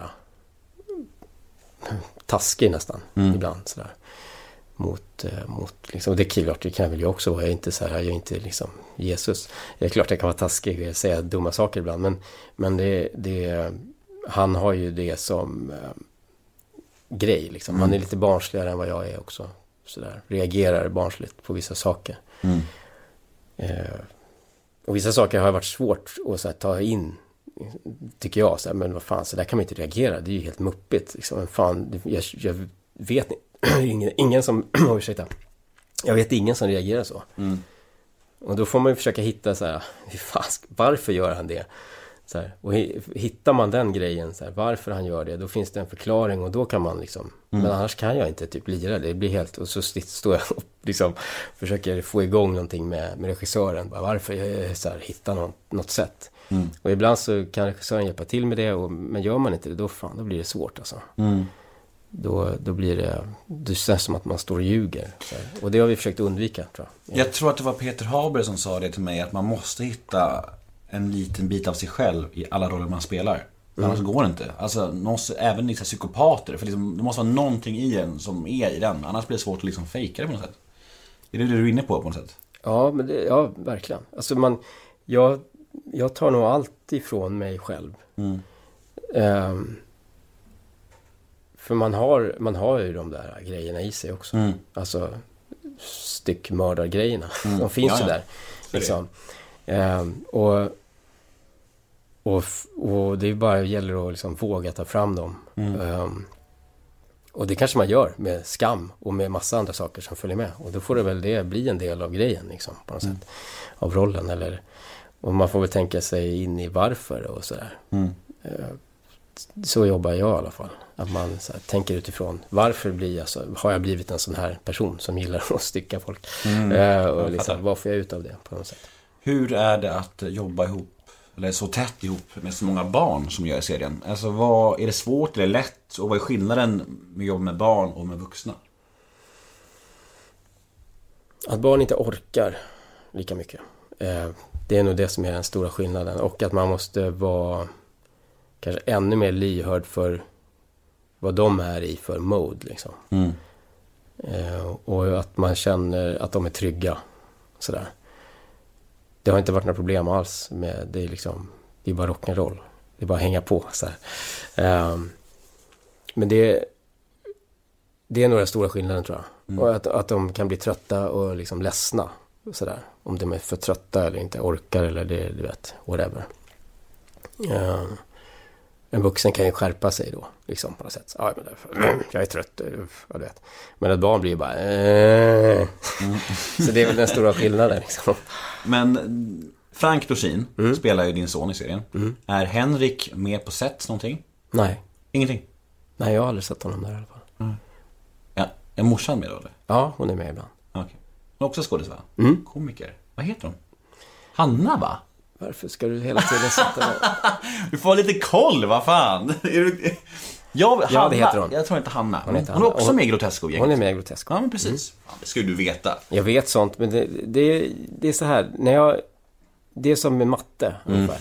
taskig nästan mm. ibland sådär mot, eh, mot liksom, det är klart, det kan väl jag också vara. Jag är inte så här, jag är inte liksom Jesus. Det är klart jag kan vara taskig och säga dumma saker ibland, men, men det, det, han har ju det som eh, grej liksom. Mm. Han är lite barnsligare än vad jag är också, sådär, reagerar barnsligt på vissa saker. Mm. Eh, och vissa saker har varit svårt att så här, ta in, tycker jag, så här, men vad fan, så där kan man inte reagera, det är ju helt muppigt liksom. Men fan, jag, jag vet ingen, ingen som oh, ursäkta, jag vet ingen som reagerar så. Mm. Och då får man ju försöka hitta så här, hur fan, varför gör han det? Så här, och hittar man den grejen så här, varför han gör det, då finns det en förklaring och då kan man liksom, mm. men annars kan jag inte typ lira det, det blir helt, och så står jag och liksom försöker få igång någonting med, med regissören, bara, varför jag så här, hitta något, något sätt. Mm. Och ibland så kan regissören hjälpa till med det, och, men gör man inte det, då, fan, då blir det svårt alltså. Mm. Då, då blir det, det känns som att man står och ljuger så här. Och det har vi försökt undvika, tror jag. Jag tror att det var Peter Haber som sa det till mig, att man måste hitta en liten bit av sig själv i alla roller man spelar. Mm. Annars går det inte. Alltså, någonstans, även liksom psykopater. För liksom, det måste vara någonting i en som är i den. Annars blir det svårt att liksom fejka det på något sätt. Är det det du är inne på på något sätt? Ja, men det, ja verkligen. Alltså man, jag, jag tar nog allt ifrån mig själv. Mm. Um, för man har, man har ju de där grejerna i sig också. Mm. Alltså styckmördargrejerna. Mm. De finns ja, ju ja. där. Liksom. Um, och, och, och det är bara gäller att liksom våga ta fram dem. Mm. Um, och det kanske man gör med skam och med massa andra saker som följer med. Och då får det väl det bli en del av grejen liksom, på något Mm. sätt. Av rollen. Eller, och man får väl tänka sig in i varför och sådär. Mm. Uh, så jobbar jag i alla fall. Att man så här, tänker utifrån varför blir jag så, har jag blivit en sån här person som gillar att stycka folk. Mm. Uh, och liksom, vad får jag ut av det på något sätt. Hur är det att jobba ihop, eller så tätt ihop med så många barn som gör i serien? Alltså vad, är det svårt eller lätt? Och vad är skillnaden med att jobba med barn och med vuxna? Att barn inte orkar lika mycket. Uh, det är nog det som är den stora skillnaden. Och att man måste vara kanske ännu mer lyhörd för vad de är i för mode liksom. Mm. Eh, och att man känner att de är trygga sådär. Det har inte varit några problem alls med det är liksom, det är bara rock'n'roll. Det är bara att hänga på så här. Eh, men det det är nog den stora skillnaden tror jag. Mm. Och att, att de kan bli trötta och liksom ledsna sådär. Om de är för trötta eller inte orkar eller det, du vet, whatever. Eh, En vuxen kan ju skärpa sig då, liksom på något sätt. Ja, men därför, jag är trött, ja, du vet. Men ett barn blir ju bara... Äh. Mm. Så det är väl den stora skillnaden, liksom. Men Frank Dorsin mm. spelar ju din son i serien. Mm. Är Henrik med på set någonting? Nej. Ingenting? Nej, jag har aldrig sett honom där i alla fall. Mm. Ja, är morsan med då, eller? Ja, hon är med ibland. Okej. Okay. Hon är också skådis, va? Mm. Komiker. Vad heter hon? Hanna, va? Varför ska du hela tiden sätta... Du får lite koll, vad fan? Jag, Hanna, ja, det heter hon. Jag tror inte Hanna. Hon, hon, Hanna. hon är också hon, med i Grotesco. Hon är med i Grotesco. Ja, men precis. Mm. Ja, det ska du veta. Jag vet sånt, men det, det, det är så här. När jag, det är som med matte, mm. ungefär.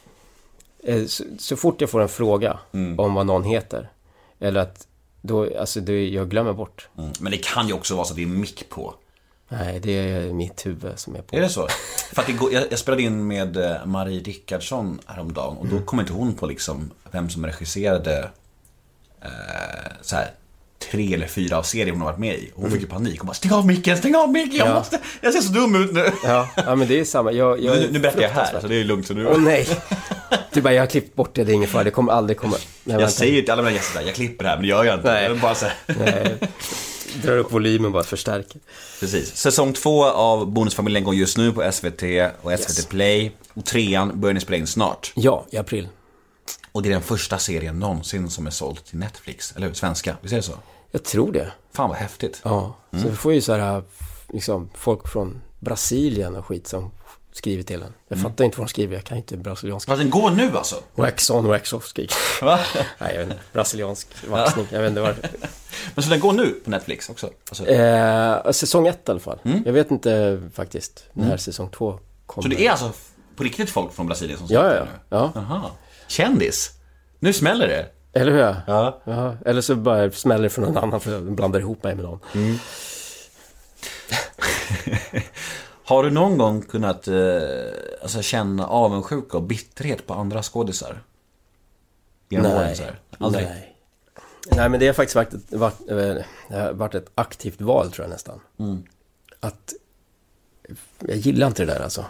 Så, så fort jag får en fråga mm. om vad någon heter, eller att då, alltså det, jag glömmer bort. Mm. Men det kan ju också vara så att det är mick på. Nej, det är mitt huvud som är på. Är det så? För att igår, jag, jag spelade in med Marie Rickardsson häromdagen. Och då kom inte hon på liksom vem som regisserade eh, så här, tre eller fyra av serier hon har varit med i. Och hon fick ju panik. Hon bara, stäng av micken, stäng av micken. Jag, ja. måste, jag ser så dum ut nu. Ja, ja men det är samma. Jag, jag nu, nu berättar jag här, så det är lugnt. Så nu... Åh nej. Du bara, jag har klippt bort det, det är ingen fara. Det kommer aldrig komma. Nej, jag säger till alla mina gäster, jag klipper det här, men det gör jag inte. Nej. Jag bara så här. Nej. Drar upp volymen, bara förstärker. Precis. Säsong två av Bonusfamiljen går just nu på S V T och S V T yes. Play. Och trean börjar ni spela in snart. Ja, i april. Och det är den första serien någonsin som är såld till Netflix. Eller hur? Svenska, visst är det så? Jag tror det. Fan vad häftigt. Ja, mm. så vi får ju så här liksom, folk från Brasilien och skit som skriver till den. Jag mm. fattar inte vad de skriver, jag kan inte brasiliansk. Fast den går nu alltså? Wax on, wax off skriker. Va? Nej, jag vet inte. Brasiliansk vaxning, jag vet inte vad. Men så den går nu på Netflix också? Alltså... Eh, säsong ett i alla fall. Mm. Jag vet inte faktiskt när mm. säsong två kommer. Så det är alltså på riktigt folk från Brasilien som ja, ja, ja. Aha. Kändis? Nu smäller det. Eller hur? Ja. Ja. Eller så bara smäller det för någon annan för att blandar ihop mig med någon. Mm. Har du någon gång kunnat eh, alltså, känna avundsjuka och bitterhet på andra skådisar? Nej. Så här? Aldrig? Nej. Nej, men det har faktiskt varit ett, varit, varit ett aktivt val tror jag nästan. Mm. Att jag gillar inte det där alltså.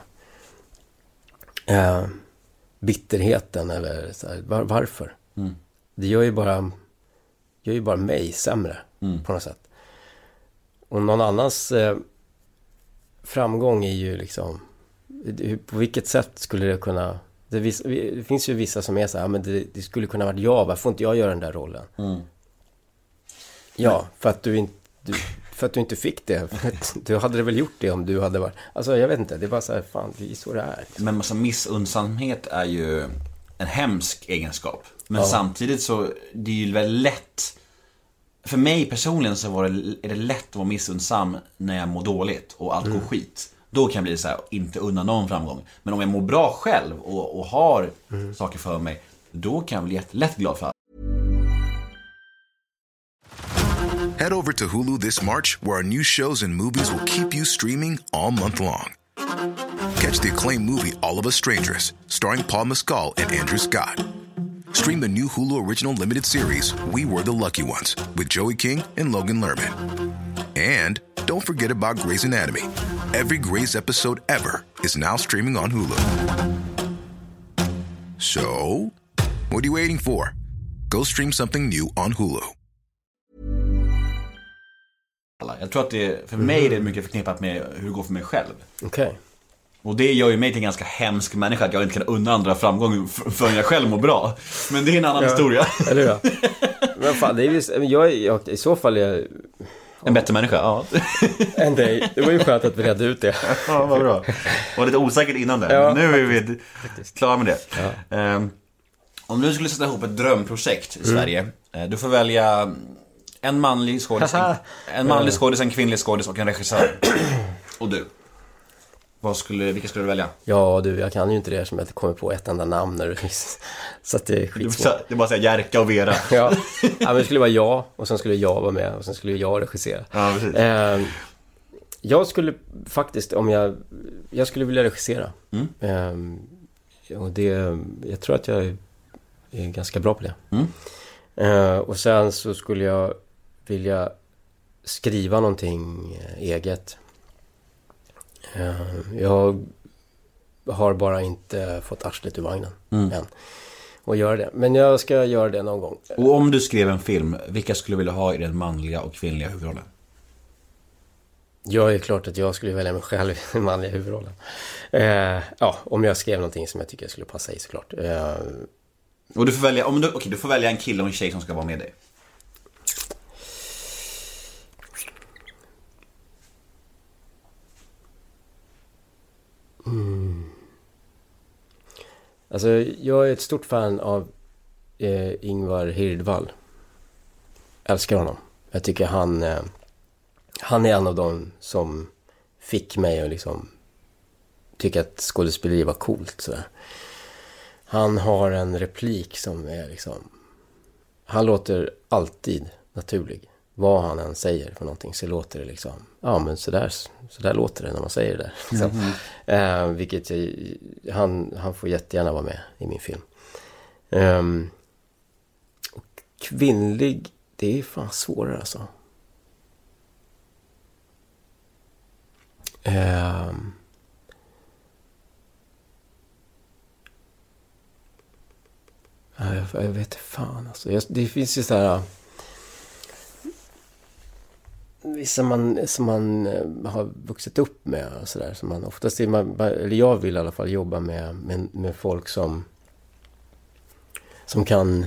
Eh, bitterheten eller så här, var, varför? Mm. Det gör ju bara gör ju bara mig sämre mm. på något sätt. Och någon annans eh, framgång är ju liksom på vilket sätt skulle det kunna det, vis, det finns ju vissa som är så här, men det, det skulle kunna varit jag, varför får inte jag göra den där rollen? Mm. Ja, för att du inte du, för att du inte fick det. Du hade det väl gjort det om du hade varit... Alltså jag vet inte, det är bara så här, fan, det är så det är. Men massa missunnsamhet är ju en hemsk egenskap. Men ja. Samtidigt så, det är ju väldigt lätt... För mig personligen så var det, är det lätt att vara missunnsam när jag mår dåligt och allt går mm. skit. Då kan jag bli så här, inte unna någon framgång. Men om jag mår bra själv och, och har Mm. saker för mig, då kan jag bli jättelätt glad för allt. Head over to Hulu this March, where our new shows and movies will keep you streaming all month long. Catch the acclaimed movie All of Us Strangers, starring Paul Mescal and Andrew Scott. Stream the new Hulu original limited series We Were the Lucky Ones with Joey King and Logan Lerman. And don't forget about Grey's Anatomy. Every Grey's episode ever is now streaming on Hulu. So, what are you waiting for? Go stream something new on Hulu. Jag tror att det, för mig är det mycket förknippat med hur det går för mig själv. Okej. Okay. Och det gör ju mig till en ganska hemsk människa, att jag inte kan unna andra framgång förrän jag själv mår bra. Men det är en annan ja, historia. Eller ja. Men fan, det är visst, jag, jag, i så fall är jag... En bättre människa, ja. En dig. Det var ju skönt att vi redde ut det. Ja, vad bra. Det var lite osäkert innan det, ja, men nu är vi klara med det. Ja. Um, om du skulle sätta ihop ett drömprojekt i mm. Sverige, du får välja en manlig skådis, en, en manlig skådis, en kvinnlig skådis och en regissör. Och du. Vad skulle, vilka skulle du välja? Ja du, jag kan ju inte det som jag inte kommer på ett enda namn när du finns. Så att det är skitsvårt. Det är bara att säga Jerka och Vera. Ja. Ja, men det skulle vara jag, och sen skulle jag vara med, och sen skulle jag regissera. Ja, precis. Eh, jag skulle faktiskt, om jag jag skulle vilja regissera. Mm. Eh, och det, jag tror att jag är ganska bra på det. Mm. Eh, och sen så skulle jag vilja skriva någonting eget. Jag har bara inte fått arslet ur vagnen mm. än och göra det. Men jag ska göra det någon gång. Och om du skrev en film, vilka skulle du vilja ha i den manliga och kvinnliga huvudrollen? Jag är klart att jag skulle välja mig själv i den manliga huvudrollen. Eh, ja, om jag skrev någonting som jag tycker skulle passa i, såklart. Eh, och du får välja, om du, okej, du får välja en kille och en tjej som ska vara med dig. Mm. Alltså jag är ett stort fan av eh, Ingvar Hirdwall. Älskar honom. Jag tycker han eh, han är en av dem som fick mig att liksom tycka att skådespeleri var coolt sådär. Han har en replik som är liksom, han låter alltid naturlig. Vad han än säger för någonting så låter det liksom, ja men sådär, sådär låter det när man säger det där. Liksom. Mm-hmm. Eh, vilket jag, han, han får jättegärna vara med i min film. Um, och kvinnlig, det är fan svårare alltså. Um, jag, jag vet fan alltså. Jag, det finns ju så här... Vissa man, som man har vuxit upp med och sådär, som man oftast är man, eller jag vill i alla fall jobba med, med, med folk som som kan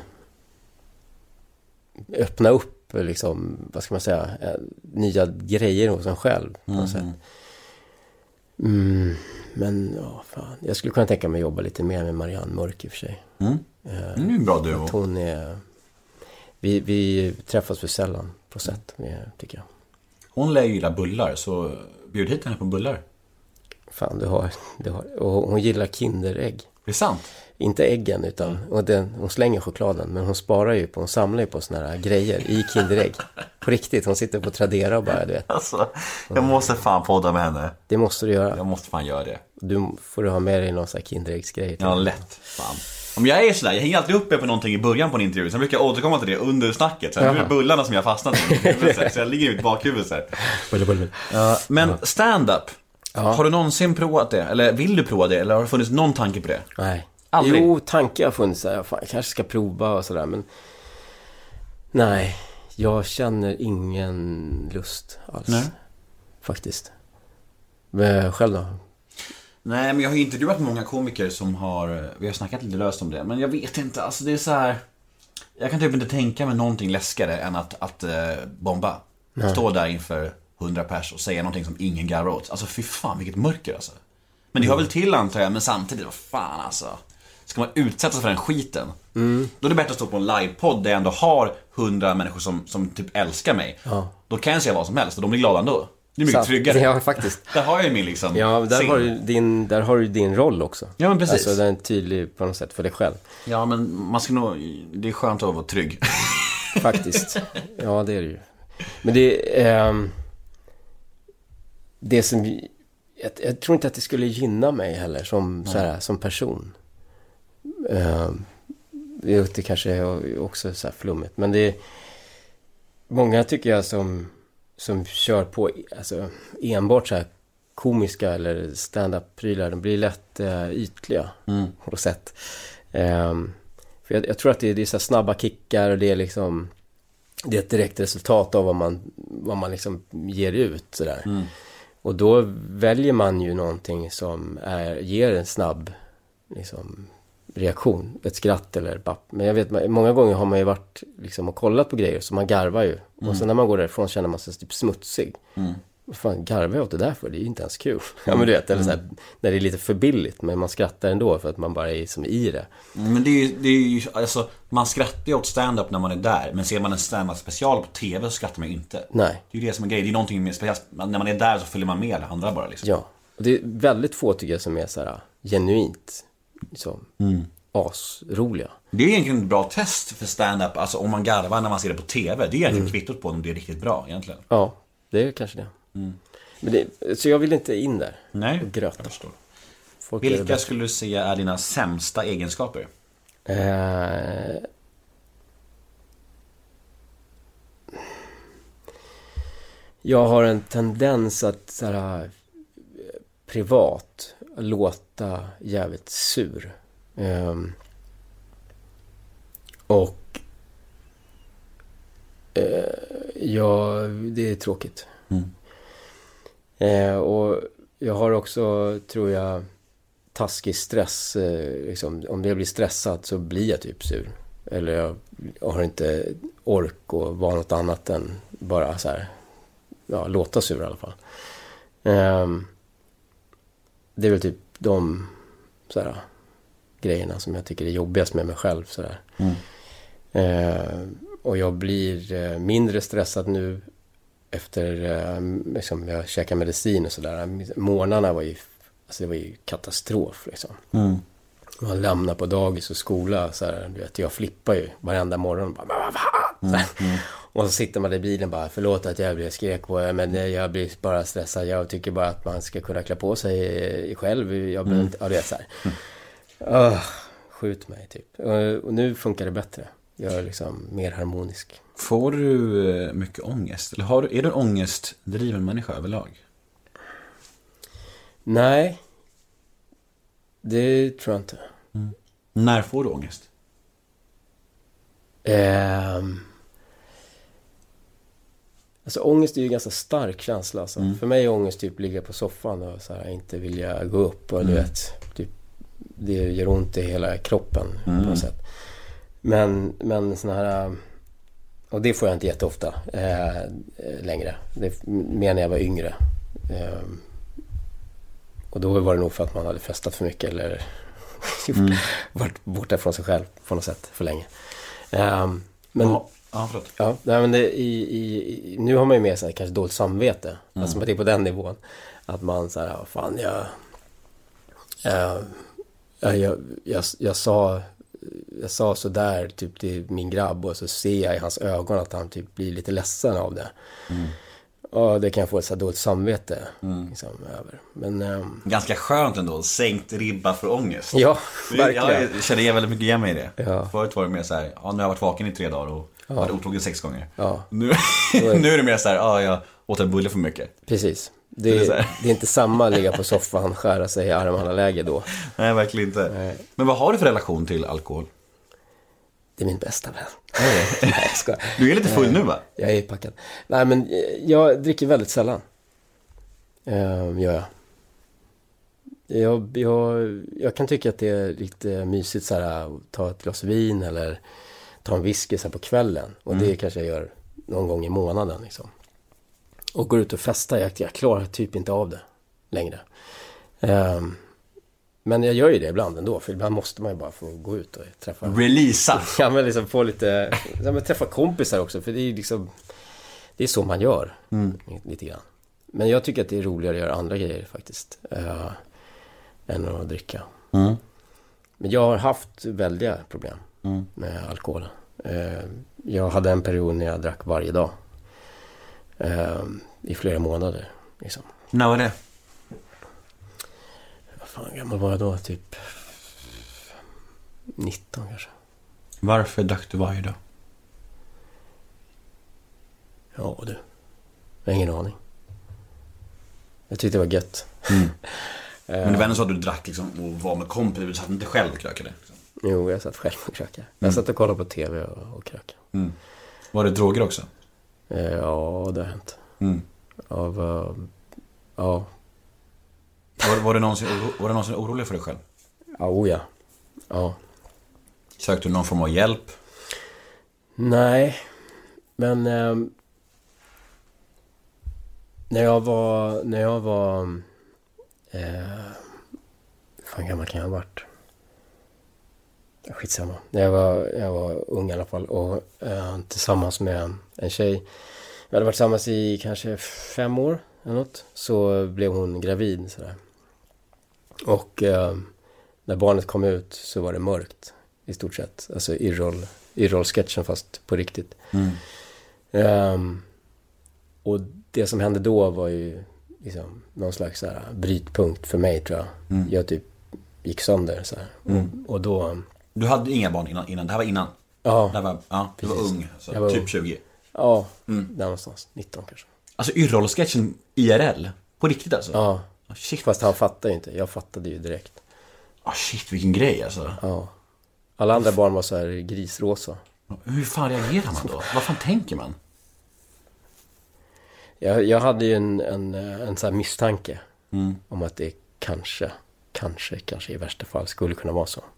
öppna upp liksom, vad ska man säga, nya grejer hos en själv på något sätt. Mm, men ja, fan. Jag skulle kunna tänka mig jobba lite mer med Marianne Mörk i och för sig. Mm. Det är en bra duo. Hon är, vi, vi träffas för sällan på sätt, tycker jag. Hon lär ju gilla bullar, så bjud hit henne på bullar. Fan, du har, du har. Och hon gillar Kinderägg. Det är sant. Inte äggen, utan och den, hon slänger chokladen, men hon sparar ju på, hon samlar ju på såna här grejer i Kinderägg. På riktigt, hon sitter på Tradera och bara, du vet. Alltså, jag måste fan podda med henne. Det måste du göra. Jag måste fan göra det. Du får du ha med dig någon sån här Kinderäggsgrej. Ja, lätt. Fan. Om jag är sådär, jag hänger alltid uppe på någonting i början på en intervju, sen brukar jag återkomma till det under snacket. Sen är det bullarna som jag fastnat i, så jag ligger i mitt bakhuvud så här. Bulle, bulle. Uh, men stand-up, ja. Har du någonsin provat det? Eller vill du prova det? Eller har det funnits någon tanke på det? Nej. Aldrig? Jo, tanke har funnits så här, fan, jag kanske ska prova och sådär, men nej, jag känner ingen lust alls. Nej. Faktiskt. Men själv då? Nej, men jag har intervjuat många komiker som har, vi har snackat lite löst om det, men jag vet inte, alltså det är så här, jag kan typ inte tänka mig någonting läskigare än att, att uh, bomba. Nej. Stå där inför hundra pers och säga någonting som ingen garvar åt. Alltså fy fan, vilket mörker alltså. Men det hör väl till, antar jag, men samtidigt, vad fan alltså. Ska man utsättas för den skiten? Mm. Då är det bättre att stå på en livepodd där jag ändå har hundra människor som, som typ älskar mig. Ja. Då kan jag säga vad som helst och de blir glada ändå. Det är mycket Så, tryggare. Ja, faktiskt. Där har jag min liksom. Ja, där scen. har, du din, där har du din roll också. Ja, men precis. Alltså den är tydlig på något sätt för dig själv. Ja, men man ska nog, det är skönt att vara trygg. Faktiskt. Ja, det är det ju. Men det är... Um, det som... Jag, jag tror inte att det skulle gynna mig heller som, så här, som person. Um, det kanske är också så här flummigt. Men det är... Många tycker jag som, som kör på alltså, enbart så här komiska eller stand-up-prylar, de blir lätt uh, ytliga mm. på något sätt. Um, för jag, jag tror att det är, det är så här snabba kickar och det är liksom det är ett direkt resultat av vad man, vad man liksom ger ut så där. Mm. Och då väljer man ju någonting som är, ger en snabb liksom, reaktion, ett skratt eller bapp. Men jag vet, många gånger har man ju varit liksom, och kollat på grejer så man garvar ju. Mm. Och sen när man går därifrån känner man sig typ smutsig. Mm. Vad fan garvar jag åt det där för? Det är ju inte ens kul. Mm. Ja, men du vet, eller så här, när det är lite för billigt, men man skrattar ändå för att man bara är som i det. Mm, men det är ju, det är ju alltså, man skrattar ju åt stand-up när man är där, men ser man en stand-up special på tv så skrattar man ju inte. Nej. Det är ju det som är grejen, det är någonting mer speciellt. När man är där så följer man med det andra bara liksom. Ja, och det är väldigt få tycker jag som är så här genuint liksom, mm. asroliga. Det är egentligen ett bra test för stand-up, alltså om man garvar när man ser det på tv. Det är egentligen mm. kvittot på om det är riktigt bra egentligen. Ja, det är kanske det. Mm. Men det, så jag vill inte in där. Nej, och gröta. Jag förstår. Folk Vilka skulle du säga är dina sämsta egenskaper? Eh... Jag har en tendens att så här, privat låta jävligt sur. Eh... Och eh... ja, det är tråkigt. Mm. Eh, och jag har också, tror jag, taskig stress. Eh, liksom, om jag blir stressad så blir jag typ sur. Eller jag, jag har inte ork och vara något annat än bara så här, ja, låta sur i alla fall. Eh, det är väl typ de så här, grejerna som jag tycker är jobbigast med mig själv. Så där. Mm. Eh, och jag blir eh, mindre stressad nu efter eh, liksom, jag käkar medicin och sådär. Månaderna var ju, alltså det var ju katastrof liksom. Mm. Man lämnar på dagis och skola så här, du vet, jag flippar ju varenda morgon bara, vad fan? Mm. Mm. Och så sitter man i bilen bara, förlåt att jag blev skrek på, men jag blir bara stressad. Jag tycker bara att man ska kunna klä på sig själv. Jag blir mm. inte, ja, det är så här. Mm. Oh, skjut mig typ. Och, och nu funkar det bättre. Jag är liksom mer harmonisk. Får du mycket ångest? Eller har du, är du en ångestdriven människa överlag? Nej. Det tror jag inte. Mm. När får du ångest? Um, alltså ångest är ju en ganska stark känsla. Alltså. Mm. För mig är ångest typ ligga på soffan och så här, inte vilja gå upp. Och, mm. du vet, typ, det gör ont i hela kroppen mm. på något sätt. Men, men såna här... Och det får jag inte jätteofta eh, längre. Det är mer när jag var yngre. Eh, och då var det nog för att man hade festat för mycket eller mm. varit borta från sig själv på något sätt för länge. Eh, men, ja, ja, förlåt. Ja, nej, men det, i, i, nu har man ju med sig kanske dåligt samvete. Mm. Alltså det är på den nivån. Att man så här, fan jag... Eh, jag, jag, jag, jag sa... Jag sa så där typ till min grabb och så ser jag i hans ögon att han typ blir lite ledsen av det. Mm. Och det kan jag få ett så dåligt samvete mm. liksom, över. Men, um... ganska skönt ändå, sänkt ribba för ångest. ja, verkligen. Jag känner igen väldigt mycket igen mig i det. Ja. Förut var det mer så här, ja, nu har jag varit vaken i tre dagar och ja. varit otrogen sex gånger. Ja. Nu, nu är det mer så här, ja, jag åt en bulle för mycket. Precis. Det är, det, är det är inte samma ligga på soffan, skära sig i armarna läge då. Nej, verkligen inte. Nej. Men vad har du för relation till alkohol? Det är min bästa vän. Nej, jag ska. Du är lite full nu, va? Jag är packad. Nej, men jag dricker väldigt sällan. Uh, gör jag. Jag, jag. Jag kan tycka att det är lite mysigt så här, att ta ett glas vin eller ta en whisky så här på kvällen. Och mm. det kanske jag gör någon gång i månaden. Liksom. Och går ut och festar. Jag, jag klarar typ inte av det längre. Um, Men jag gör ju det ibland ändå, för ibland måste man ju bara få gå ut och träffa... Releasa! Ja, men liksom få lite... Ja, men träffa kompisar också, för det är liksom... Det är så man gör, mm. lite grann. men jag tycker att det är roligare att göra andra grejer faktiskt. Uh, än att dricka. Mm. Men jag har haft väldiga problem mm. med alkohol. Uh, jag hade en period när jag drack varje dag. Uh, I flera månader. Liksom. När var det? Vad fan gammal var jag då? Typ nitton kanske. Varför drack du varje dag? Ja du. Jag har ingen aning. Jag tyckte det var gött. Mm. Men det var ändå så att du drack liksom och var med kompis. Du satt inte själv och krökade? Liksom. Jo, jag satt själv och krökade. Mm. Jag satt och kollade på tv och, och krökade. Mm. Var det droger också? Eh, ja, det har hänt. Mm. Av, uh, ja. Var, var, det någonsin, var det någonsin orolig för dig själv? Ja, oh ja. Ja. Sökte du någon form av hjälp? Nej, men eh, när jag var när jag var eh, fan gammal kan jag ha varit? Skitsamma. När jag var jag var ung i alla fall och eh, tillsammans med en tjej. Vi hade varit tillsammans i kanske fem år eller något. Så blev hon gravid sådär. Och eh, när barnet kom ut så var det mörkt i stort sett. Alltså Yrrol, Yrrol-sketchen fast på riktigt. Mm. Um, och det som hände då var ju liksom någon slags så här brytpunkt för mig tror jag. Mm. Jag typ gick sönder så här. Mm. Och, och då... Du hade inga barn innan, innan. Det här var innan? Ja. Det här var, ja, du var ung. Alltså, var typ ung. tjugo. Ja, mm. där någonstans. nitton kanske. Alltså Yrrol-sketchen I R L? På riktigt alltså? Ja. Oh, shit. Fast han fattade ju inte. Jag fattade ju direkt. Ah, oh, shit, vilken grej alltså. Ja. Alla andra barn var så här grisrosa. Hur fan reagerar man då? Vad fan tänker man? Jag, jag hade ju en, en, en så här misstanke mm. om att det kanske, kanske, kanske i värsta fall skulle kunna vara så.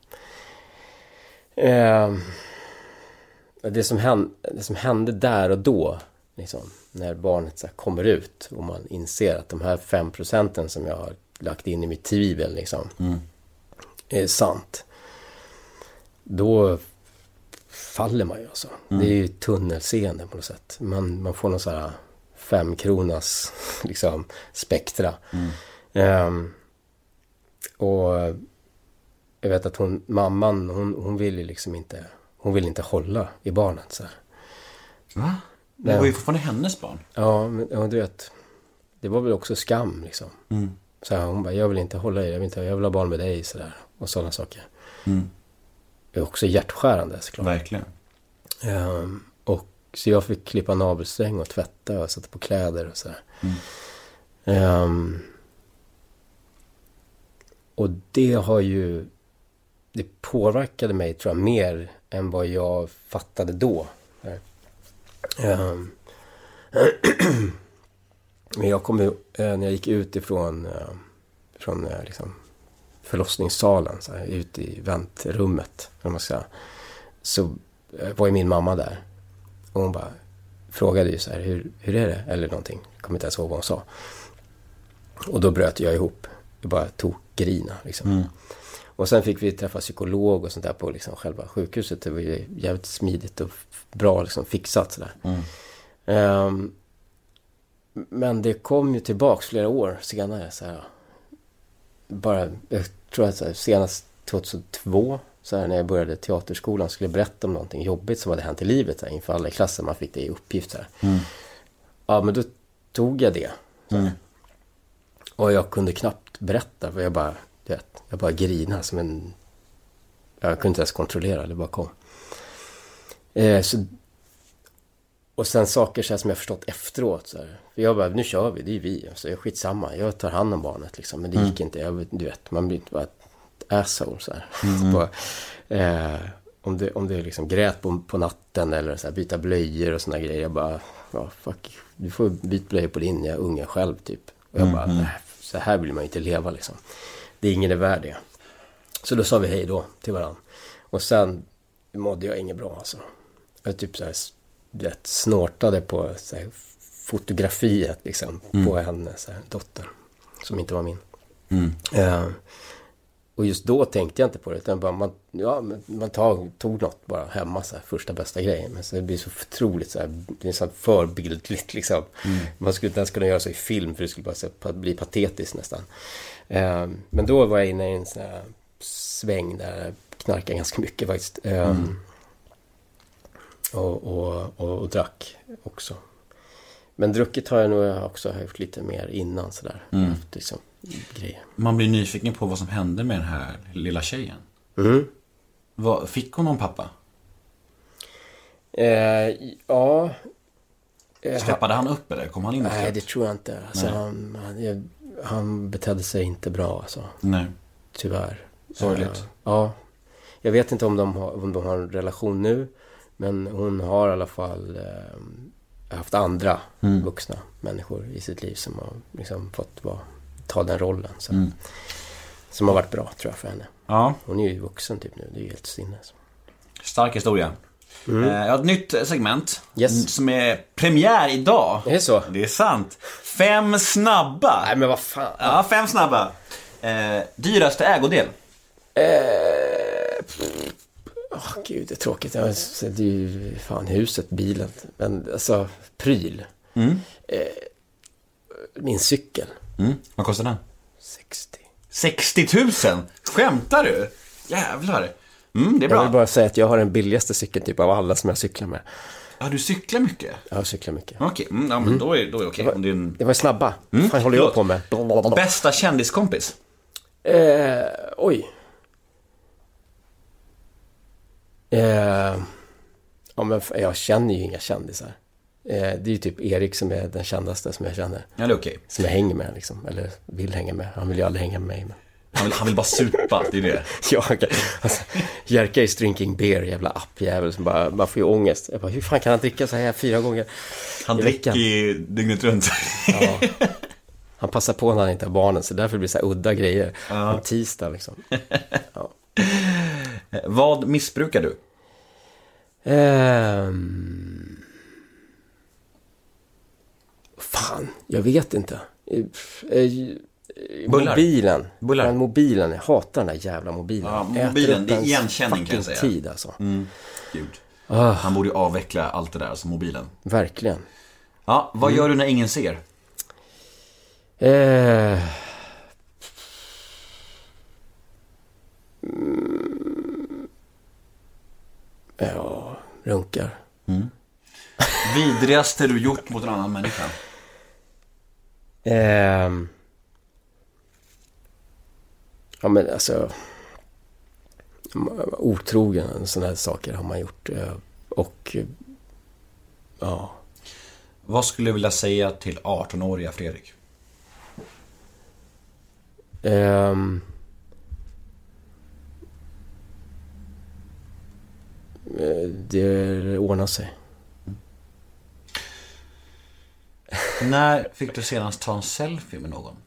Eh, det, som hände, det som hände där och då, liksom, när barnet så här kommer ut och man inser att de här fem procenten som jag har lagt in i mitt tvivel liksom, mm. är sant. Då faller man ju alltså. Mm. Det är ju tunnelseende på något sätt. Man, man får någon så här fem kronas liksom spektra. Mm. Um, och jag vet att hon, mamman, hon, hon vill ju liksom inte, hon vill inte hålla i barnet så här. Va? Det var ju fortfarande hennes barn. Ja, men ja, du vet, det var väl också skam liksom. Mm. Så här, hon bara, jag vill inte hålla i, jag vill inte, jag vill ha barn med dig så där och sådana saker. Mm. Det är också hjärtskärande såklart. Verkligen. Um, och så jag fick klippa navelsträng och tvätta och sätta på kläder och sådär. Mm. Um, och det har ju, det påverkade mig tror jag mer än vad jag fattade då. Um, men jag kom ju, när jag gick ut ifrån uh, från uh, liksom förlossningssalen så här, ut i väntrummet om man ska säga, så var ju min mamma där och hon bara frågade ju så här, hur, hur är det? Eller någonting, jag kommer inte ens ihåg vad hon sa. Och då bröt jag ihop, jag bara tog grina liksom. Mm. Och sen fick vi träffa psykolog och sånt där på liksom själva sjukhuset. Det var ju jävligt smidigt och bra liksom fixat sådär. Mm. Um, men det kom ju tillbaks flera år senare så här. Bara, jag tror att så här, senast tjugohundratvå så här, när jag började teaterskolan skulle jag berätta om någonting jobbigt som hade hänt i livet så här, inför alla i klassen. Man fick det i uppgift så här. Mm. Ja, men då tog jag det. Mm. Och jag kunde knappt berätta för jag bara, du vet, jag bara grinade som en... Jag kunde inte ens kontrollera, det bara kom. Eh, så, och sen saker så här, som jag förstått efteråt. Så här. För jag bara, nu kör vi, det är vi. Så jag är skitsamma, jag tar hand om barnet liksom. Men det gick mm. inte, jag, du vet, man blir bara ett asshole så här. Mm. bara, eh, om det, om det liksom grät på, på natten eller så här, byta blöjor och såna grejer. Jag bara, ja, fuck, du får byta blöjor på din unga själv typ. Och jag bara, mm. nej, så här vill man inte leva liksom. Det är ingen är värd det. Så då sa vi hej då till varandra. Och sen mådde jag inget bra alltså. Jag typ så här, vet, snortade på så här, fotografiet liksom. Mm. På henne, så här, dotter. Som inte var min. Mm. Uh, och just då tänkte jag inte på det, utan bara man, ja, man tog, tog något bara hemma, så här, första bästa grejen. Men så det blir så otroligt så här, det är så förbildligt liksom. Mm. Man skulle inte ens kunna göra så i film, för det skulle bara så här, bli patetiskt nästan. Eh, men då var jag inne i en sån här sväng där jag knarkade ganska mycket faktiskt. Eh, mm. och, och, och, och drack också. Men druckit har jag nog också gjort lite mer innan sådär. Mm. Liksom, grejer. Man blir nyfiken på vad som hände med den här lilla tjejen. Mm. Vad, fick hon någon pappa? Eh, ja. Släppade han upp eller kom han in? Nej, det tror jag inte. Alltså, han, han, han betedde sig inte bra. Alltså. Nej. Tyvärr. Sorgligt. Eh, ja. Jag vet inte om de, har, om de har en relation nu. Men hon har i alla fall eh, haft andra mm. vuxna människor i sitt liv som har liksom fått vara, ta den rollen. Så. Mm. Som har varit bra, tror jag, för henne. Ja. Hon är ju vuxen typ nu, det är ju helt sinnes. Stark historia. Mm. Eh, jag har ett nytt segment yes. som är premiär idag. Det är så? Det är sant. Fem snabba. Nej, men vad fan. Ja, fem snabba. Eh, dyraste ägodel. Eh, oh, gud, det är tråkigt. Det är ju fan huset, bilen. Men alltså, pryl. Mm. Eh, min cykel. Mm. Vad kostar den? sextio. sextio tusen? Skämtar du? Jävlar. Mm, det är bra. Jag vill bara säga att jag har den billigaste cykeln typ av alla som jag cyklar med. Ja, du cyklar mycket? Ja, jag cyklar mycket. Okej, okay. mm, ja, men mm. då är, då är det okej. Okay. Det, en... det var snabba. Mm. Fan håller jag på med? Bästa kändiskompis? Eh, oj. Eh, ja, men jag känner ju inga kändisar. Eh, det är ju typ Erik som är den kändaste som jag känner. Ja, det är okej. Okay. Som jag hänger med liksom. Eller vill hänga med. Han vill ju aldrig hänga med mig. Men... Han vill, han vill bara supa, det är det. Ja, okay. Alltså, Jerka är drinking beer, jävla appjävel som bara, man får ju ångest. Jag bara, hur fan kan han dricka så här fyra gånger? Han dricker i dygnet runt. Ja. Han passar på när han inte har barnen, så därför blir det så här udda grejer. Ja. En tisdag liksom. Ja. Vad missbrukar du? Um... Fan, jag vet inte. Bullar. Mobilen. Bullar. Men mobilen, jag hatar den där jävla mobilen. Ja, mobilen, det är igenkänning kan jag säga. Tid alltså. Mm. Gud. Ah. Han borde ju avveckla allt det där, alltså mobilen. Verkligen. Ja, vad mm. gör du när ingen ser? Eh... Mm. Ja, runkar. Mm. Vidrigaste du gjort mot en annan människa? Eh... Ja, men alltså... Otrogen, sådana här saker har man gjort. Och... Ja... Vad skulle du vilja säga till arton-åriga Fredrik? Um, det ordnar sig. När fick du senast ta en selfie med någon?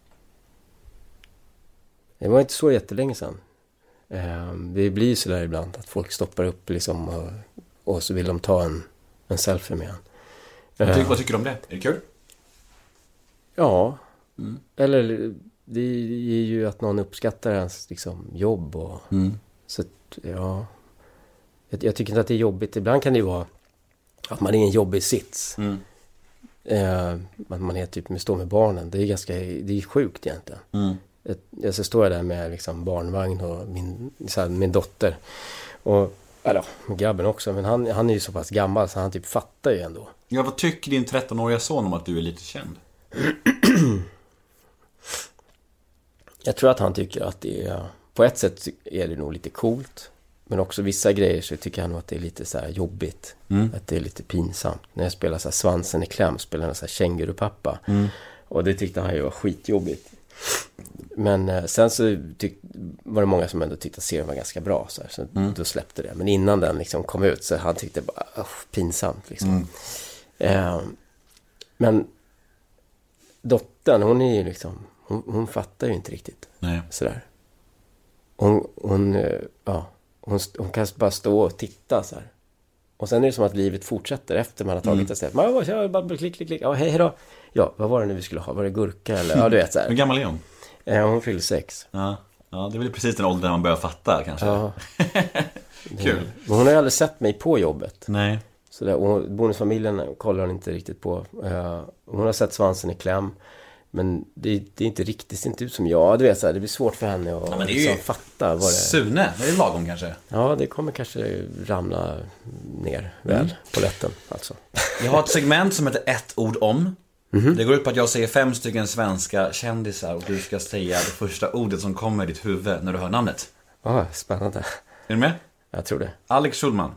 Det var inte så jättelänge sedan. Um, det blir så där ibland att folk stoppar upp liksom och, och så vill de ta en, en selfie med en. Vad, ty- vad tycker du om det? Är det kul? Ja. Mm. Eller det är ju att någon uppskattar ens liksom, jobb. Och, mm. Så att, ja. Jag, jag tycker inte att det är jobbigt. Ibland kan det ju vara att man är en jobbig sits. Mm. Eh, att man är typ med, står med barnen. Det är ganska, det är sjukt egentligen. Mm. Jag, jag så står jag där med liksom, barnvagn och min, så här, min dotter. Och eller, grabben också. Men han, han är ju så pass gammal så han typ fattar ju ändå. Ja, vad tycker din tretton-åriga son om att du är lite känd? Jag tror att han tycker att det är... På ett sätt är det nog lite coolt. Men också vissa grejer så tycker han nog att det är lite så här jobbigt. Mm. Att det är lite pinsamt. När jag spelar så här Svansen i kläm spelar jag så här kängurupappa. Mm. Och det tyckte han ju var skitjobbigt. Men eh, sen så tyck, var det många som ändå tyckte att serien var ganska bra. Så, här, så mm. då släppte det. Men innan den liksom kom ut så han tyckte bara oh, pinsamt liksom. Mm. Eh, men dottern, hon är ju liksom... Hon, hon fattar ju inte riktigt. Nej. Sådär. Hon, hon, ja, hon, hon kan bara stå och titta så här. Och sen är det som att livet fortsätter efter man har tagit mm. ett sätt. Man bara, bara klick, klick, klick. Ja, hej, hej då. Ja, vad var det nu vi skulle ha? Var det gurka eller? Ja, du vet så här. Hur gammal är hon? Eh, hon fyller sex. Ja. Ja, det är väl precis den åldern man börjar fatta kanske. Ja. Kul. Men hon har ju aldrig sett mig på jobbet. Nej. Så där, och bonusfamiljen kollar hon inte riktigt på. Uh, hon har sett svansen i kläm. Men det, det är inte riktigt, det ser inte ut som jag. Du vet så här, det blir svårt för henne att ja, liksom fatta vad det är. Sune, det är lagom kanske. Ja, det kommer kanske ramla ner väl mm. på lätten alltså. Jag har ett segment som heter ett ord om. Mm-hmm. Det går ut på att jag säger fem stycken svenska kändisar och du ska säga det första ordet som kommer i ditt huvud när du hör namnet. Ja, ah, spännande. Är du med? Jag tror det. Alex Schulman.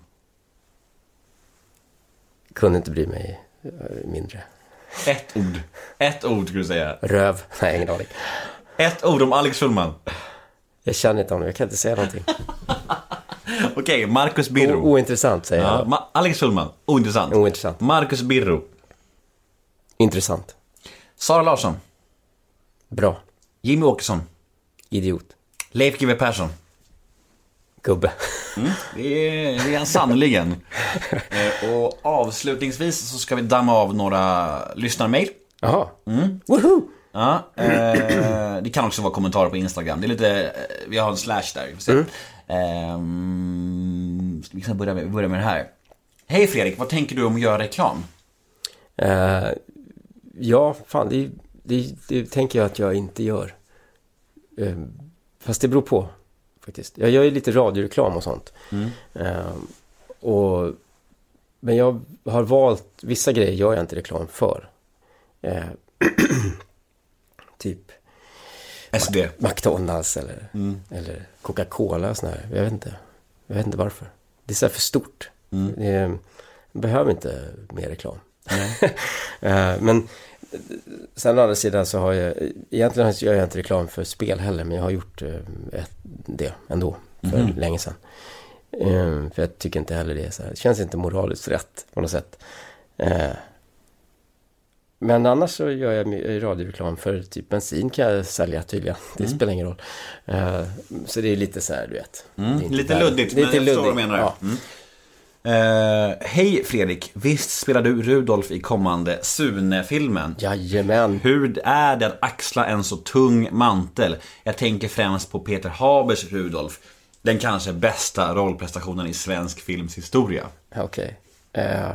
Kunde inte bry mig mindre. Ett ord. Ett ord skulle du säga. Röv. Nej, ingen aning. Ett ord om Alex Schulman. Jag känner inte honom, jag kan inte säga någonting. Okej, okay, Marcus Birro. O- ointressant säger ja, jag. Ma- Alex Schulman, ointressant. Ointressant. Marcus Birro. Intressant. Sara Larsson. Bra. Jimmy Åkesson. Idiot. Leif G W Persson. Gubbe. Mm, det är, det är en sannoliken. eh, och avslutningsvis så ska vi damma av några lyssnarmail. Jaha. Mm. Woohoo! Ja, eh, det kan också vara kommentarer på Instagram. Det är lite, vi har en slash där. Vi mm. eh, vi kan börja med, börja med det här. Hej Fredrik, vad tänker du om att göra reklam? Uh, ja, fan, det, det, det tänker jag att jag inte gör. Uh, fast det beror på, faktiskt. Jag gör ju lite radioreklam och sånt. Mm. Uh, och, men jag har valt, vissa grejer gör jag inte reklam för. Uh, typ S D. McDonalds eller, mm. eller Coca-Cola och sån här. Jag vet inte. Jag vet inte varför. Det är så här för stort. Mm. Det, jag behöver inte mer reklam. Men sen å andra sidan så har jag egentligen gör jag inte reklam för spel heller, men jag har gjort ett, det ändå för mm. länge sedan. För jag tycker inte heller det är så här. Det känns inte moraliskt rätt på något sätt. Men annars så gör jag radioreklam för typ bensin kan jag sälja tydligen. Det mm. spelar ingen roll. Så det är lite så här, du vet. Mm. Lite luddigt, men jag förstår vad du menar. Ja. Mm. Uh, Hej Fredrik, visst spelar du Rudolf i kommande Sune-filmen? Jajamän. Hur är det att axla en så tung mantel? Jag tänker främst på Peter Habers Rudolf. Den kanske bästa rollprestationen i svensk films historia. Okej okay. uh,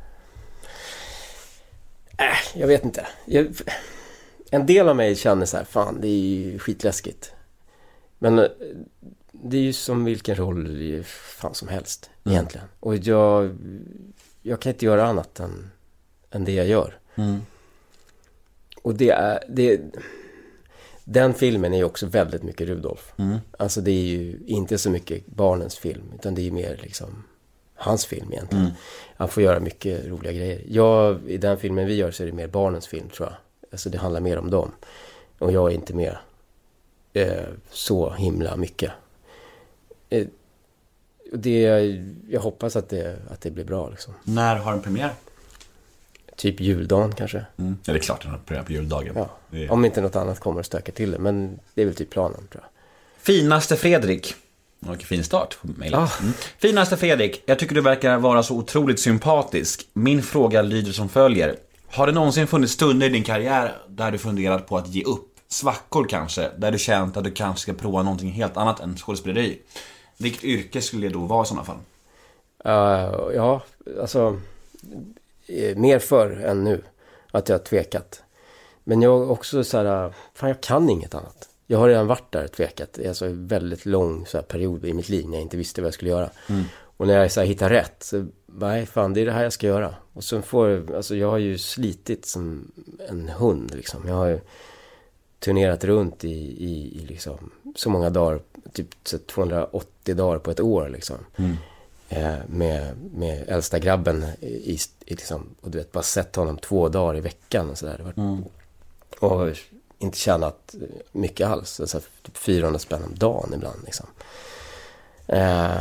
äh, Jag vet inte jag, En del av mig känner så här, fan det är ju skitläskigt. Men det är ju som vilken roll fan som helst mm. egentligen. Och jag, jag kan inte göra annat än, än det jag gör. Mm. Och det är, det, den filmen är ju också väldigt mycket Rudolf. Mm. Alltså det är ju inte så mycket barnens film, utan det är ju mer liksom hans film egentligen. Mm. Han får göra mycket roliga grejer. Jag, i den filmen vi gör så är det mer barnens film tror jag. Alltså det handlar mer om dem. Och jag är inte mer eh, så himla mycket. Eh, det, jag hoppas att det, att det blir bra liksom. När har den premiär? Typ juldagen kanske. Mm. Ja, det är klart den har premiär på juldagen. Ja. Är... Om inte något annat kommer att stöka till det. Men det är väl typ planen tror jag. Finaste Fredrik. Vilken fin start på mejlet. Ah. Mm. Finaste Fredrik, jag tycker du verkar vara så otroligt sympatisk. Min fråga lyder som följer. Har det någonsin funnits stunder i din karriär där du funderat på att ge upp? Svackor kanske, där du känt att du kanske ska prova någonting helt annat än skådespeleri. Vilket yrke skulle det då vara i sådana fall? Uh, ja, alltså mer förr än nu att jag har tvekat. Men jag också så här, fan jag kan inget annat. Jag har redan varit där tvekat. Alltså en väldigt lång så här, period i mitt liv när jag inte visste vad jag skulle göra. Mm. Och när jag så här, hittar rätt så, nej fan det är det här jag ska göra. Och sen får, alltså jag har ju slitit som en hund liksom. Jag har ju turnerat runt i, i, i liksom så många dagar, typ så tvåhundraåttio dagar på ett år liksom. Mm. Eh, med, med äldsta grabben i, i, liksom, och du vet, bara sett honom två dagar i veckan och sådär. Mm. Och inte tjänat mycket alls, alltså typ fyrahundra spänn om dagen ibland liksom. Eh,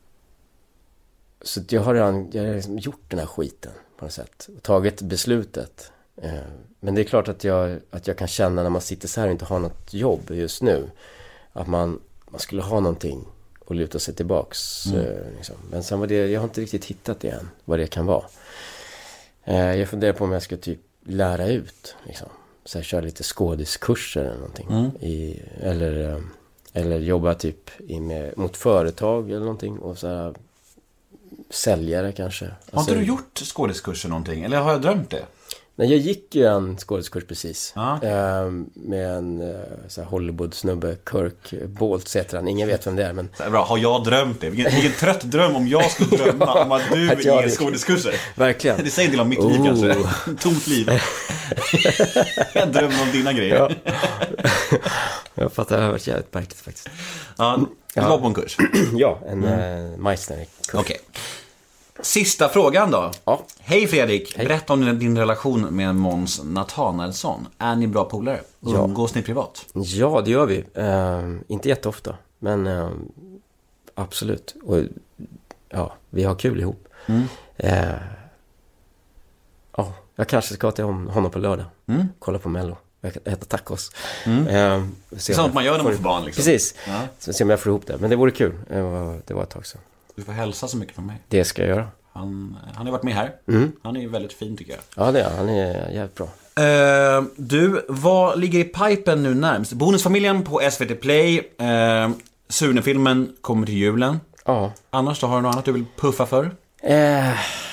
så jag har redan jag har liksom gjort den här skiten på något sätt och tagit beslutet. Eh, men det är klart att jag, att jag kan känna när man sitter så här och inte har något jobb just nu att man, man skulle ha någonting och luta sig tillbaks. Mm. Eh, liksom. Men sen var det, jag har inte riktigt hittat det än vad det kan vara. Eh, jag funderar på om jag ska typ lära ut liksom. Så här, köra lite skådiskurser eller någonting. Mm. I, eller eller jobba typ i med, mot företag eller någonting. Och så här, säljare kanske. Har Alltså, inte du gjort skådiskurser någonting? Eller har jag drömt det? Nej, jag gick ju en skådespelskurs precis. Ja. Eh, med en eh, så här Hollywood-snubbe, Kirk Bolt heter han. Ingen vet vem det är, men... Bra, har jag drömt det? Vilken, vilken trött dröm om jag skulle drömma om att du Att jag ger hade- skådiskurser. Verkligen. Det säger en del om mitt liv Oh. kanske. Tomt liv. Jag drömmer om dina grejer. Ja. Jag fattar, det har varit jävligt märkligt faktiskt. Ja, du Ja. var på en kurs. Ja, en mm. eh, Meissner-kurs. Okej. Sista frågan då. Ja. Hej Fredrik, Hej. berätta om din, din relation med Måns Nathanaelsson. Är ni bra polare? Ja. Umgås ni privat? Ja, det gör vi. Eh, inte jätteofta, men eh, absolut. Och ja, vi har kul ihop. Mm. Eh, ja, jag kanske ska till hon- honom på lördag. Mm. Kolla på Mello. Jag kan äta tacos. Mm. Eh, Det se är om sånt jag man gör när man får- får barn liksom. Precis. Ja. Så se om jag får ihop det. Men det vore kul. Det var, det var ett tag sedan. Du får hälsa så mycket från mig. Det ska jag göra. Han, han har varit med här. Mm. Han är ju väldigt fin tycker jag. Ja, det är han. är jävligt bra. Eh, du, vad ligger i pipen nu närmst? Bonusfamiljen på S V T Play. Uh, Sune-filmen kommer till julen. Ja. Annars då, har du något annat du vill puffa för? Eh,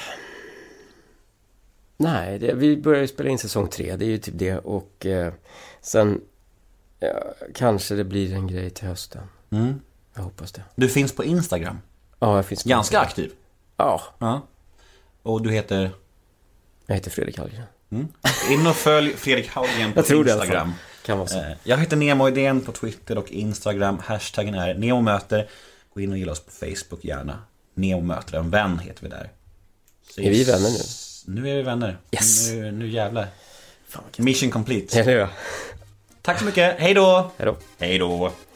nej, det, vi börjar ju spela in säsong tre. Det är ju typ det. Och eh, sen ja, kanske det blir en grej till hösten. Mm. Jag hoppas det. Du finns på Instagram. Ja, jag finns på Ganska Instagram. aktiv. Ja, Ja. Och du heter? jag heter Fredrik Hallgren. Mm. In och följ Fredrik Hallgren på Jag tror det i alla Instagram. fall. Kan vara så. Eh, Jag heter Nemo-idén på Twitter och Instagram. Hashtaggen är Neomöter. Gå in och gilla oss på Facebook gärna. Neomöter, en vän heter vi där. Är vi vänner nu? Nu är vi vänner. Yes. Nu, nu jävlar. Fan, vad kul. Mission complete. Eller hur? Tack så mycket. Hej då. Hej då. Hej då.